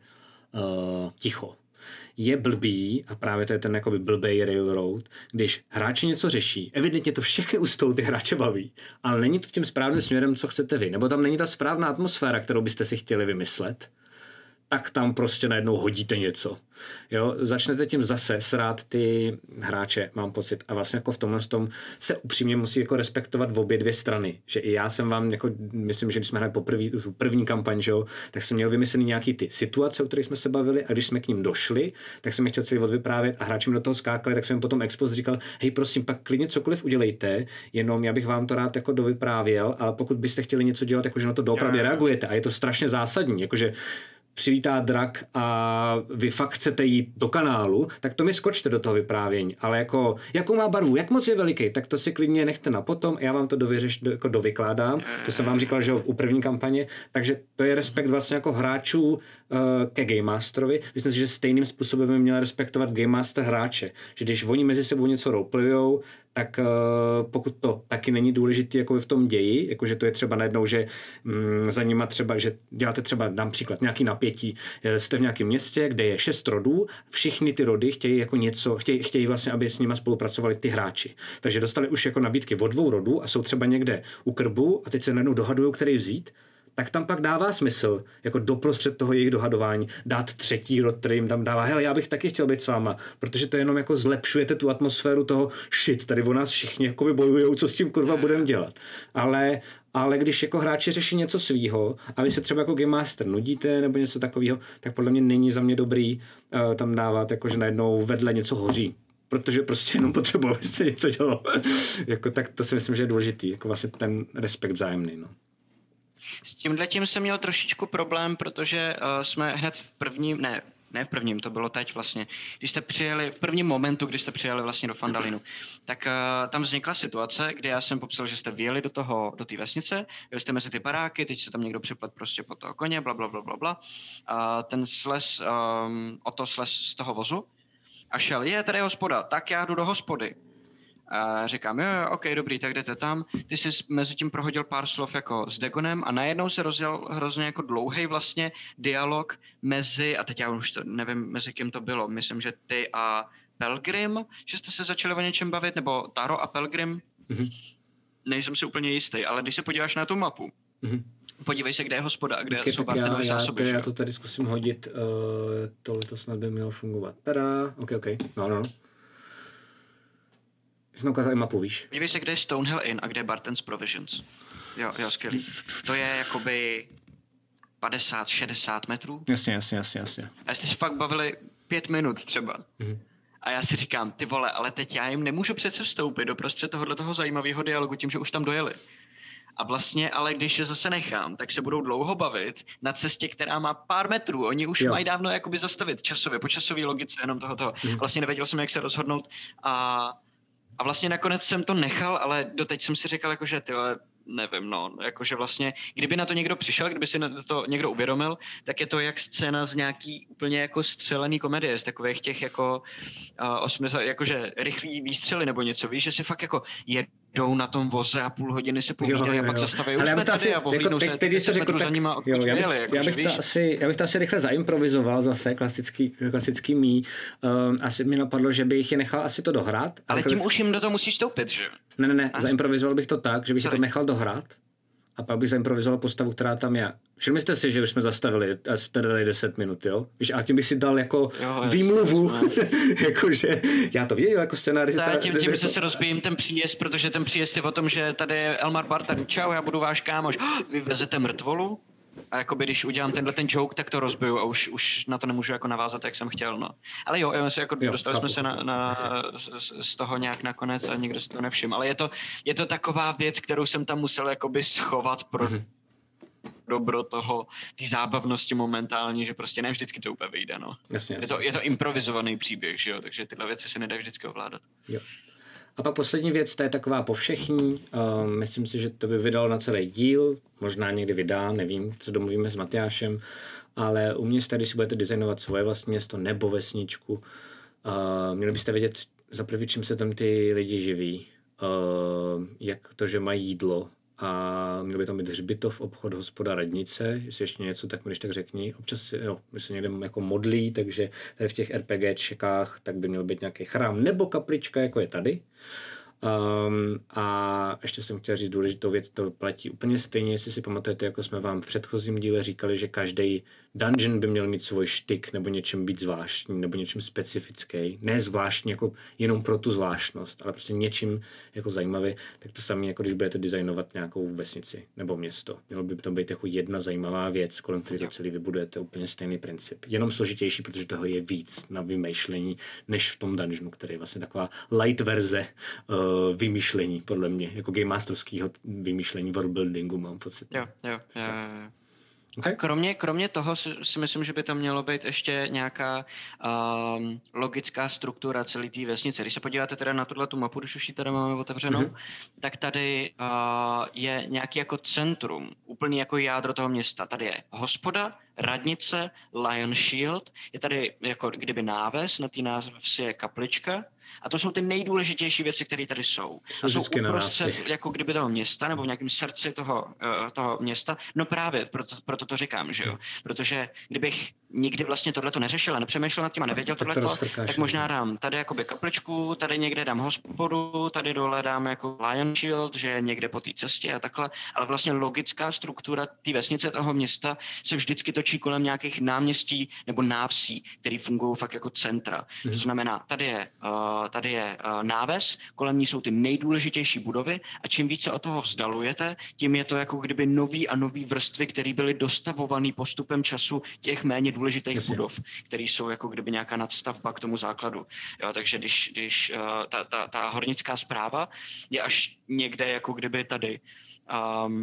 ticho. Je blbý, a právě to je ten jakoby blbej railroad, když hráči něco řeší, evidentně to všechny u stolu ty hráče baví, ale není to tím správným směrem, co chcete vy, nebo tam není ta správná atmosféra, kterou byste si chtěli vymyslet, tak tam prostě najednou hodíte něco. Jo, začnete tím zase srát ty hráče, mám pocit. A vlastně jako v tomhle tom se upřímně musí jako respektovat v obě dvě strany. Že i já jsem vám, jako, myslím, že když jsme hráli první kampaň, že jo, tak jsem měl vymyslený nějaký ty situace, o kterých jsme se bavili, a když jsme k ním došli, tak jsem je chtěl celý odvyprávět a hráči mi do toho skákali, tak jsem potom expost říkal, hej, prosím, pak klidně cokoliv udělejte, jenom já bych vám to rád jako dovyprávěl, ale pokud byste chtěli něco dělat, jakože na to doopravdy reagujete a je to strašně zásadní, jakože přilítá drak a vy fakt chcete jít do kanálu, tak to mi skočte do toho vyprávění. Ale jako, jakou má barvu, jak moc je veliký, tak to si klidně nechte na potom, já vám to jako dovykládám. To jsem vám říkal, že u první kampaně, takže to je respekt vlastně jako hráčů ke Game Masterovi. Myslím si, že stejným způsobem by měl respektovat Game Master hráče. Že když oni mezi sebou něco roleplayujou, tak pokud to taky není důležitý jako v tom ději, jakože to je třeba najednou, že za nima třeba, že děláte třeba, dám příklad, nějaký napětí, jste v nějakém městě, kde je 6 rodů, všichni ty rody chtějí jako něco, chtějí vlastně, aby s nima spolupracovali ty hráči. Takže dostali už jako nabídky od 2 rodů a jsou třeba někde u krbu a teď se najednou dohadují, který vzít, tak tam pak dává smysl, jako doprostřed toho jejich dohadování, dát 3. rod, který jim tam dává, hele, já bych taky chtěl být s váma, protože to jenom jako zlepšujete tu atmosféru toho shit, tady o nás všichni jako bojujou, co s tím kurva budeme dělat. Ale když jako hráči řeší něco svýho a vy se třeba jako Game Master nudíte nebo něco takového, tak podle mě není za mě dobrý tam dávat, jako že najednou vedle něco hoří. Protože prostě jenom potřebuji, aby se něco dělalo. Jako, tak to si myslím, že je důležitý, jako vlastně ten respekt vzájemný, no. S tímhletím jsem měl trošičku problém, protože jsme hned ne v prvním, to bylo teď vlastně, když jste přijeli, v prvním momentu, kdy jste přijeli vlastně do Fandalinu, tak tam vznikla situace, kdy já jsem popsal, že jste vyjeli do té vesnice, jeli jste mezi ty baráky, teď se tam někdo připlet prostě po toho koně, bla. A ten slez z toho vozu a šel, tady je hospoda, tak já jdu do hospody. A říkám, jo, OK, dobrý, tak jdete tam. Ty jsi mezi tím prohodil pár slov jako s Dagonem a najednou se rozjel hrozně jako dlouhý vlastně dialog mezi, a teď já už to nevím, mezi kým to bylo, myslím, že ty a Pelgrim, že jste se začali o něčem bavit, nebo Taro a Pelgrim. Nejsem si úplně jistý, ale když se podíváš na tu mapu, podívej se, kde je hospoda a kde jsou Bartenové zásoby. Já to tady zkusím hodit, tohle to snad by mělo fungovat. Tada, OK, no. Jsme ukázali mapu, víš? Podívej se, kde je Stonehill Inn a kde je Barton's Provisions. Jo, skvělý. To je jakoby 50-60 metrů. Jasně. A jste se fakt bavili 5 minut třeba. A já si říkám, ty vole, ale teď já jim nemůžu přece vstoupit do prostřed tohoto zajímavého dialogu tím, že už tam dojeli. A vlastně, ale když je zase nechám, tak se budou dlouho bavit na cestě, která má pár metrů. Oni už mají dávno jakoby zastavit časově, po časové logice jenom tohoto. Vlastně nevěděl jsem, jak se rozhodnout a vlastně nakonec jsem to nechal, ale doteď jsem si říkal, jako, že tyhle, nevím, no, jakože vlastně, kdyby na to někdo přišel, kdyby si na to někdo uvědomil, tak je to jak scéna z nějaký úplně jako střelený komedie, z takových těch jako jakože rychlý výstřely nebo něco, víš, že si fakt jako jedou na tom voze a půl hodiny se povídají a pak zastaví už jsme tady a ohlídnou se 10 metrů za nima, odkud jeli, já bych to asi rychle zaimprovizoval zase, klasický mý. Asi mi napadlo, že bych je nechal asi to dohrát. Ale tím už jim do toho musí vstoupit, že? Ne, zaimprovizoval bych to tak, že bych to nechal dohrát a pak bych zaimprovizoval postavu, která tam je. Všimli jste si, že už jsme zastavili a jste dali 10 minut, jo? Víš, a tím bych si dal jako výmluvu, jakože já to věděl jako scenárista. Tím se rozbijím ten příjezd, protože ten příjezd je o tom, že tady je Elmar Barton, čau, já budu váš kámoš, vy vezete mrtvolu? A jakoby, když udělám ten joke, tak to rozbiju a už na to nemůžu jako navázat, jak jsem chtěl, no. Ale dostali jsme se z toho nějak nakonec a nikdo si to nevšiml. Ale je to taková věc, kterou jsem tam musel jakoby schovat pro dobro toho, té zábavnosti momentální, že prostě ne vždycky to úplně vyjde, no. Jasně. Je to improvizovaný příběh, že jo, takže tyhle věci se nedají vždycky ovládat. Jo. A pak poslední věc, to je taková povšechní, myslím si, že to by vydalo na celý díl, možná někdy vydá, nevím, co domluvíme s Matyášem, ale u města, když si budete designovat svoje vlastní město nebo vesničku, měli byste vědět za první, čím se tam ty lidi živí, jak to, že mají jídlo, a měl by tam být hřbitov, obchod, hospoda, radnice, jestli ještě něco, tak mi když tak řekni. Občas, my se někde jako modlí, takže tady v těch RPGčkách tak by měl být nějaký chrám nebo kaplička, jako je tady. A ještě jsem chtěl říct důležitou věc, to platí úplně stejně, jestli si pamatujete, jako jsme vám v předchozím díle říkali, že každý dungeon by měl mít svůj štyk nebo něčem být zvláštní, nebo něčem specifický. Ne zvláštní jako jenom pro tu zvláštnost, ale prostě něčím jako zajímavý. Tak to samé, jako když budete designovat nějakou vesnici nebo město. Mělo by to být jako jedna zajímavá věc, kolem které celý vybudujete, úplně stejný princip. Jenom složitější, protože toho je víc na vymýšlení, než v tom dungeonu, který je vlastně taková light verze vymýšlení, podle mě, jako game masterského vymýšlení worldbuildingu, mám pocit. Jo. Okay. A kromě toho si myslím, že by to mělo být ještě nějaká logická struktura celé té vesnice. Když se podíváte teda na tuhle tu mapu, když už ji tady máme otevřenou, tak tady je nějaký jako centrum, úplně jako jádro toho města. Tady je hospoda, radnice, Lion Shield, je tady jako kdyby náves, na té návsi je kaplička a to jsou ty nejdůležitější věci, které tady jsou. A jsou uprostřed jako kdyby toho města nebo v nějakém srdci toho města. No právě, proto to říkám, že jo. Protože kdybych nikdy vlastně tohleto neřešil a nepřemýšlel nad tím a nevěděl tohleto, tak možná dám tady jakoby kapličku, tady někde dám hospodu, tady dole dám jako Lion Shield, že je někde po té cestě a takhle, ale vlastně logická struktura té vesnice, toho města se vždycky točí kolem nějakých náměstí nebo návsí, které fungují fakt jako centra. To znamená, tady je náves, kolem ní jsou ty nejdůležitější budovy a čím více od toho vzdalujete, tím je to jako kdyby nový a nový vrstvy, které byly dostavované postupem času těch méně důležitých budov, které jsou jako kdyby nějaká nadstavba k tomu základu. Jo, takže když ta hornická správa je až někde jako kdyby tady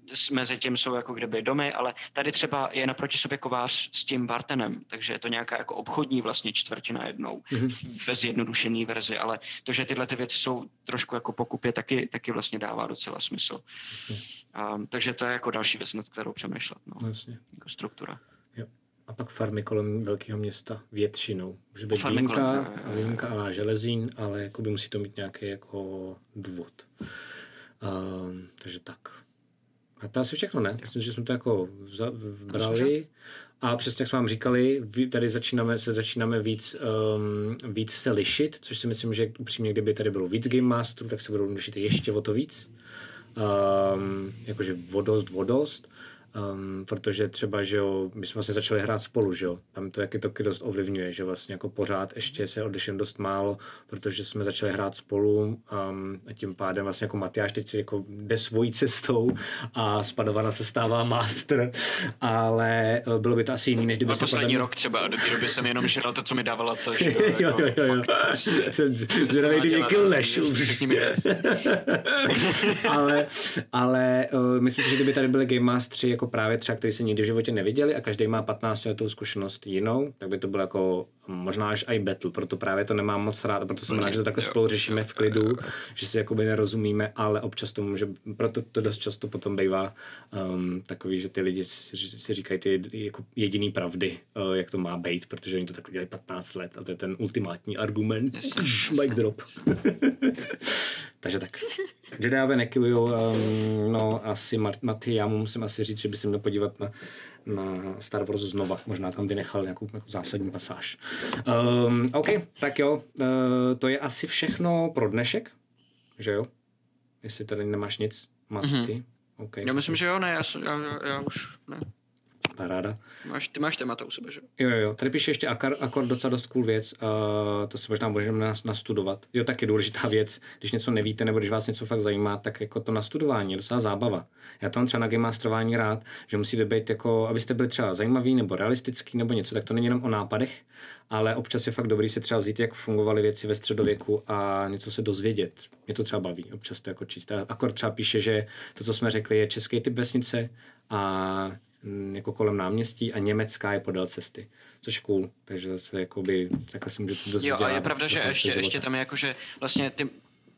mezi tím jsou jako kdyby domy, ale tady třeba je naproti sobě kovář s tím Bartenem, takže je to nějaká jako obchodní vlastně čtvrtina jednou ve zjednodušený verzi, ale to, že tyhle ty věci jsou trošku jako pokupě, taky vlastně dává docela smysl. Takže to je jako další věc, nad kterou přemýšlet. No. Vlastně. Jako struktura. Jo. A pak farmy kolem velkého města většinou. Může být výjimka a železín, ale jakoby musí to mít nějaký jako důvod. Takže tak. A to asi všechno, ne? Myslím, že jsme to jako brali. A přesně jak jsme vám říkali, tady začínáme víc se lišit, což si myslím, že upřímně, kdyby tady bylo víc Game Masterů, tak se budou lišit ještě o to víc. Jakože vodost. Protože třeba, že jo, my jsme vlastně začali hrát spolu, že jo, tam to jaký to dost ovlivňuje, že vlastně jako pořád ještě se odliším dost málo, protože jsme začali hrát spolu a tím pádem vlastně jako Matyáš teď si jako jde svojí cestou a Spadovana se stává master, ale bylo by to asi jiný, než kdyby se poslední rok třeba, do té doby jsem jenom žral to, co mi dávala, což jo. Zdravej, ty mě killneš. Ale myslím si, že kdyby tady byly Game Mastery jako právě třeba, který se nikdy v životě neviděli a každý má 15 letou zkušenost jinou, tak by to bylo jako možná až i battle, proto právě to nemám moc rád a proto jsem rád, že to takhle spolu řešíme v klidu, že si jakoby nerozumíme, ale občas to může, proto to dost často potom bývá takový, že ty lidi si říkají ty jako jediný pravdy, jak to má být, protože oni to takhle dělají 15 let a to je ten ultimátní argument. Mic drop. Takže tak. Jediové nekillujou, no asi Maty, já mu musím asi říct, že by se měl podívat na Star Wars znova. Možná tam vynechal nějakou jako zásadní pasáž. OK, tak jo, to je asi všechno pro dnešek, že jo? Jestli tady nemáš nic, Maty. Okay, já myslím, že jo, ne, já už ne. Paráda. Ty máš témata u sebe, že? Jo. Tady píše ještě akord docela dost cool věc. To se možná můžeme nastudovat. Jo, taky důležitá věc. Když něco nevíte, nebo když vás něco fakt zajímá, tak jako to nastudování je docela zábava. Já to mám třeba na game masterování rád, že musíte být jako, abyste byli třeba zajímaví nebo realistický nebo něco, tak to není jenom o nápadech, ale občas je fakt dobrý si třeba vzít, jak fungovaly věci ve středověku a něco se dozvědět. Mě to třeba baví, občas to jako číst. Akord třeba píše, že to, co jsme řekli, je český typ vesnice a jako kolem náměstí a německá je podél cesty, což je cool, takže zase jakoby takhle si můžete dost dělat. Jo, a je pravda, že ještě tam je jako, že vlastně ty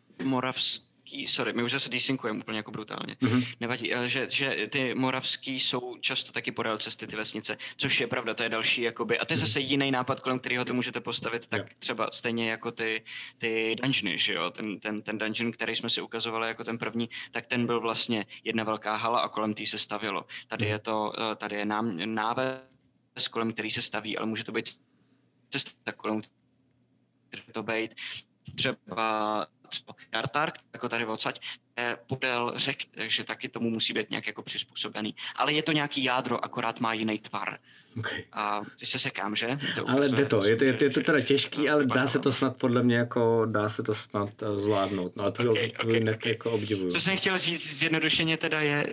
my už zase desynkujeme úplně jako brutálně. Nevadí, že ty moravský jsou často taky podél cesty, ty vesnice, což je pravda, to je další jakoby, a to je zase jiný nápad, kolem kterého to můžete postavit, tak třeba stejně jako ty dungeony, že jo, ten dungeon, který jsme si ukazovali jako ten první, tak ten byl vlastně jedna velká hala a kolem té se stavělo. Tady je náves, kolem který se staví, ale může to být cesta, kolem který to být třeba Jartark, jako tady odsaď, podél řek, že taky tomu musí být nějak jako přizpůsobený. Ale je to nějaký jádro, akorát má jiný tvar. Okay. A ty se sekám, že? Ale jde to, je to teda těžký, ale dá se to snad podle mě jako, zvládnout. No a to hned jako obdivuju. Co jsem chtěl říct zjednodušeně teda je,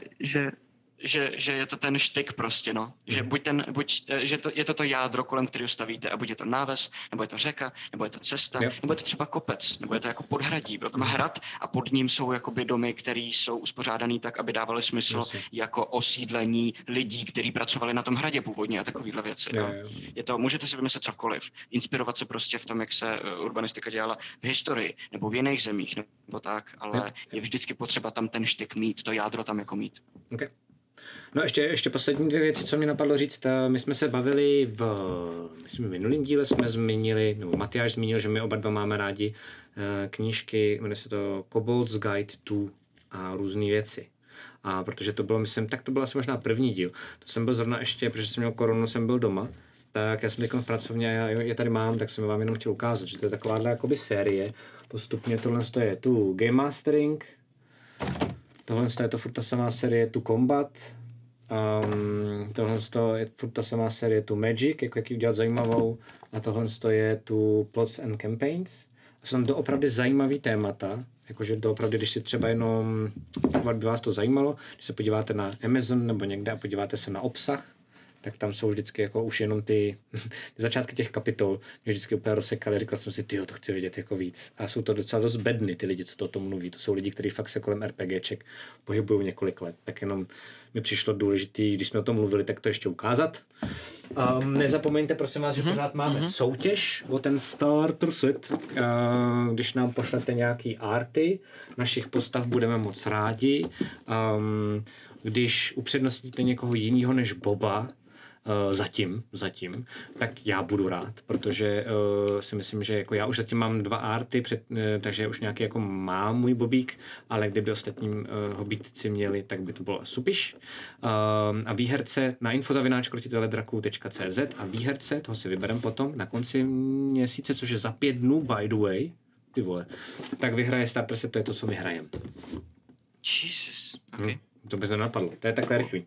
že je to ten štyk prostě, no. Že je to jádro, kolem kterého stavíte a buď je to náves, nebo je to řeka, nebo je to cesta, nebo je to třeba kopec, nebo je to jako podhradí, byl tam hrad a pod ním jsou jakoby domy, které jsou uspořádané tak, aby dávaly smysl jako osídlení lidí, kteří pracovali na tom hradě původně a takovýhle věci. Je to, můžete si vymyslet cokoliv, inspirovat se prostě v tom, jak se urbanistika dělala v historii, nebo v jiných zemích, nebo tak, ale je vždycky potřeba tam ten štyk mít, to jádro tam jako mít. Okay. No ještě poslední dvě věci, co mě napadlo říct. My jsme se bavili v minulém díle jsme zmínili, nebo Matyáš zmínil, že my oba dva máme rádi knížky, jmenuje se to Kobold's Guide to a různé věci. A protože to bylo, myslím, tak to byl asi možná první díl. To jsem byl zrovna ještě, protože jsem měl koronu, jsem byl doma, tak já jsem teď v pracovně, já je tady mám, tak jsem vám jenom chtěl ukázat, že to je takováhle jakoby série. Postupně tohle je tu Game Mastering, tohle je to furt ta samá série tu Combat, tohle je furt ta samá série tu Magic, jako jak ji udělat zajímavou, a tohle je tu Plots and Campaigns. A jsou tam doopravdy zajímavý témata, jakože doopravdy, když si třeba jenom, by vás to zajímalo, když se podíváte na Amazon nebo někde a podíváte se na obsah, tak tam jsou vždycky jako už jenom ty začátky těch kapitol, mě vždycky úplně rozsekali, říkal jsem si, tyjo, to chci vidět jako víc. A jsou to docela dost bedny, ty lidi, co to o tom mluví. To jsou lidi, kteří fakt se kolem RPGček pohybují několik let. Tak jenom mi přišlo důležitý, když jsme o tom mluvili, tak to ještě ukázat. Nezapomeňte, prosím vás, že pořád máme soutěž o ten starter set. Když nám pošlete nějaký arty našich postav, budeme moc rádi. Když upřednostníte někoho jiného než Boba, zatím, tak já budu rád, protože si myslím, že jako já už zatím mám 2 arty, takže už nějaký jako mám můj Bobík, ale kdyby ostatním hobíci měli, tak by to bylo supiš. A výherce na info@krotiteledraků.cz a výherce, toho si vybereme potom, na konci měsíce, což je za 5 dnů, by the way, ty vole, tak vyhraje starter set, to je to, co my hrajeme. Jesus, okay. To by to napadlo, to je takhle rychlý.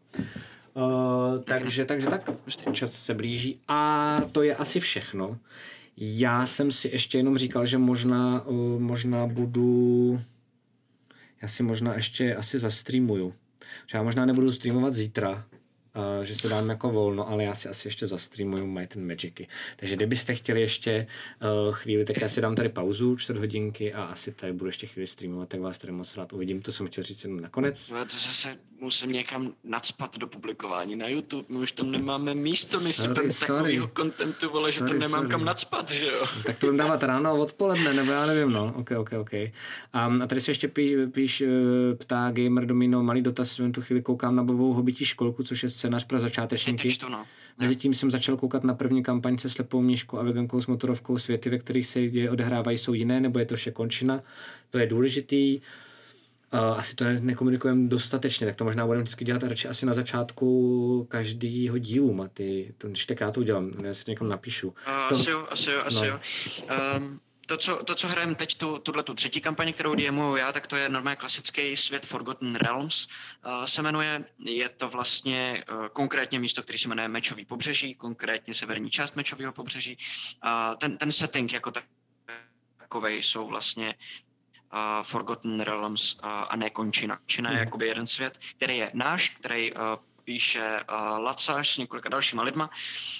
Takže tak, čas se blíží a to je asi všechno. Já jsem si ještě jenom říkal, že možná budu, já si možná ještě asi zastreamuju. Že já možná nebudu streamovat zítra, že se dám jako volno, ale já si asi ještě zastreamuju Might and Magicy. Takže kdybyste chtěli ještě chvíli, tak já si dám tady pauzu 4 hodinky a asi tady budu ještě chvíli streamovat, tak vás tady moc rád uvidím. To jsem chtěl říct jenom nakonec. To zase musím někam nacpat do publikování na YouTube, my už tam nemáme místo, nesypem takovýho kontentu, vole, že tam nemám kam nacpat, že jo? Tak to budeme dávat ráno a odpoledne, nebo já nevím, no. Ok. A tady se ještě ptá Gamer Domino, malý dotaz, jsem tu chvíli koukám na Bobovou hobití školku, což je scénář pro začátečníky. Mezitím jsem začal koukat na první kampaň se slepou mnížkou a vegankou s motorovkou. Světy, ve kterých se odehrávají, jsou jiné, nebo je to vše končina. To je důležitý. Asi to nekomunikujeme dostatečně, tak to možná budeme vždycky dělat radši asi na začátku každého dílu, Maty. Když tak já to udělám, já si to někam napíšu. Asi jo. To, co hrajeme teď, tu třetí kampaň, kterou DMuju já, tak to je normálně klasický svět Forgotten Realms. Se jmenuje, je to vlastně konkrétně místo, který se jmenuje Mečový pobřeží, konkrétně severní část Mečového pobřeží. Ten setting jako takovej jsou vlastně Forgotten Realms a ne končina. Končina je jakoby jeden svět, který je náš, který píše Lacáš s několika dalšíma lidma.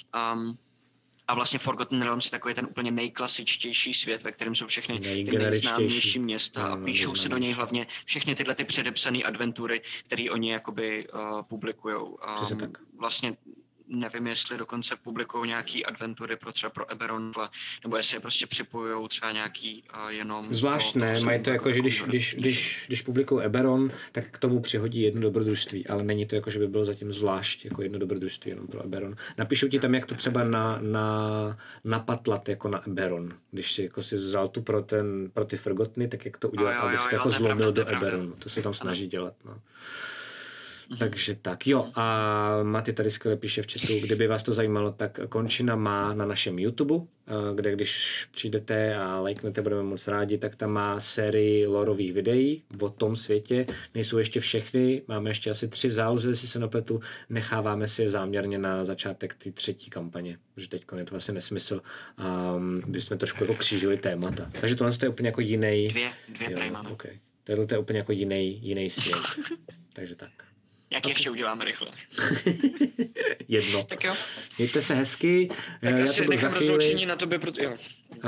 A vlastně Forgotten Realms je takový ten úplně nejklasičtější svět, ve kterém jsou všechny ty nejznámější města a píšou se do něj hlavně všechny tyhle ty předepsané adventury, které oni jakoby publikujou. Vlastně nevím, jestli dokonce publikují nějaký adventury třeba pro Eberron, nebo jestli je prostě připojujou třeba nějaký jenom... Zvlášť ne, mají to jako, že když publikují Eberron, tak k tomu přihodí jedno dobrodružství, ale není to jako, že by bylo zatím zvlášť jako jedno dobrodružství jenom pro Eberron. Napíšu ti tam, jak to třeba napatlat jako na Eberron. Když si jako si vzal tu pro ty Forgotteny, tak jak to udělat, aby si to jako zlomil do Eberronu. To se tam snaží dělat, no. Takže tak, jo. A Maty tady skvěle píše v chatu, kdyby vás to zajímalo, tak končina má na našem YouTube, kde když přijdete a lajknete, budeme moc rádi, tak tam má sérii lorových videí o tom světě. Nejsou ještě všechny, máme ještě asi 3 v záloze, jestli se nepletu, necháváme si je záměrně na začátek ty 3. kampaně, protože teď je to vlastně nesmysl, když jsme trošku jako křížili témata. Takže tohle je úplně jako jiný. Dvě máme. Okay. Tohle je úplně jako jiný svět. Takže tak. Jak ještě uděláme rychle? Jedno. Tak jo. Mějte se hezky. Tak já asi nechám rozloučení na tobě, jo.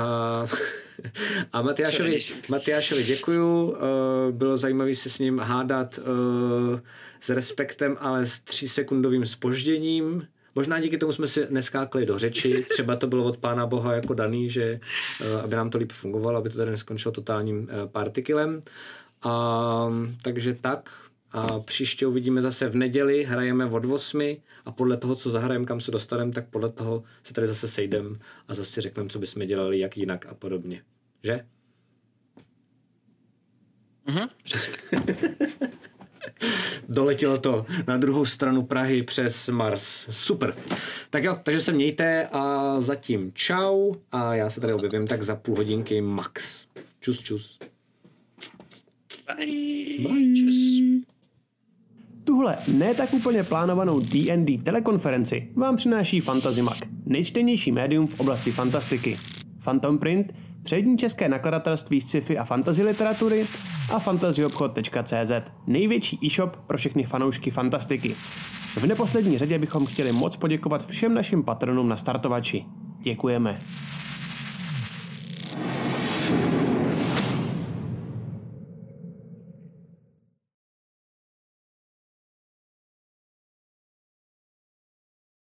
A Matyášovi děkuju. Bylo zajímavé se s ním hádat s respektem, ale s 3sekundovým zpožděním. Možná díky tomu jsme si neskákli do řeči. Třeba to bylo od Pána Boha jako daný, že aby nám to líp fungovalo, aby to tady neskončilo totálním partykilem. Takže tak. A příště uvidíme zase v neděli, hrajeme od 8 a podle toho, co zahrajeme, kam se dostaneme, tak podle toho se tady zase sejdeme a zase řekneme, co bychom dělali, jak jinak a podobně. Že? Přesně. Doletělo to na druhou stranu Prahy přes Mars. Super. Tak jo, takže se mějte a zatím čau a já se tady objevím tak za půl hodinky max. Čus. Bye. Čus. Tuhle ne tak úplně plánovanou D&D telekonferenci vám přináší Fantasy Mag, nejčtenější médium v oblasti fantastiky. Phantom Print přední české nakladatelství sci-fi a fantasy literatury a fantasyobchod.cz, největší e-shop pro všechny fanoušky fantastiky. V neposlední řadě bychom chtěli moc poděkovat všem našim patronům na startovači. Děkujeme.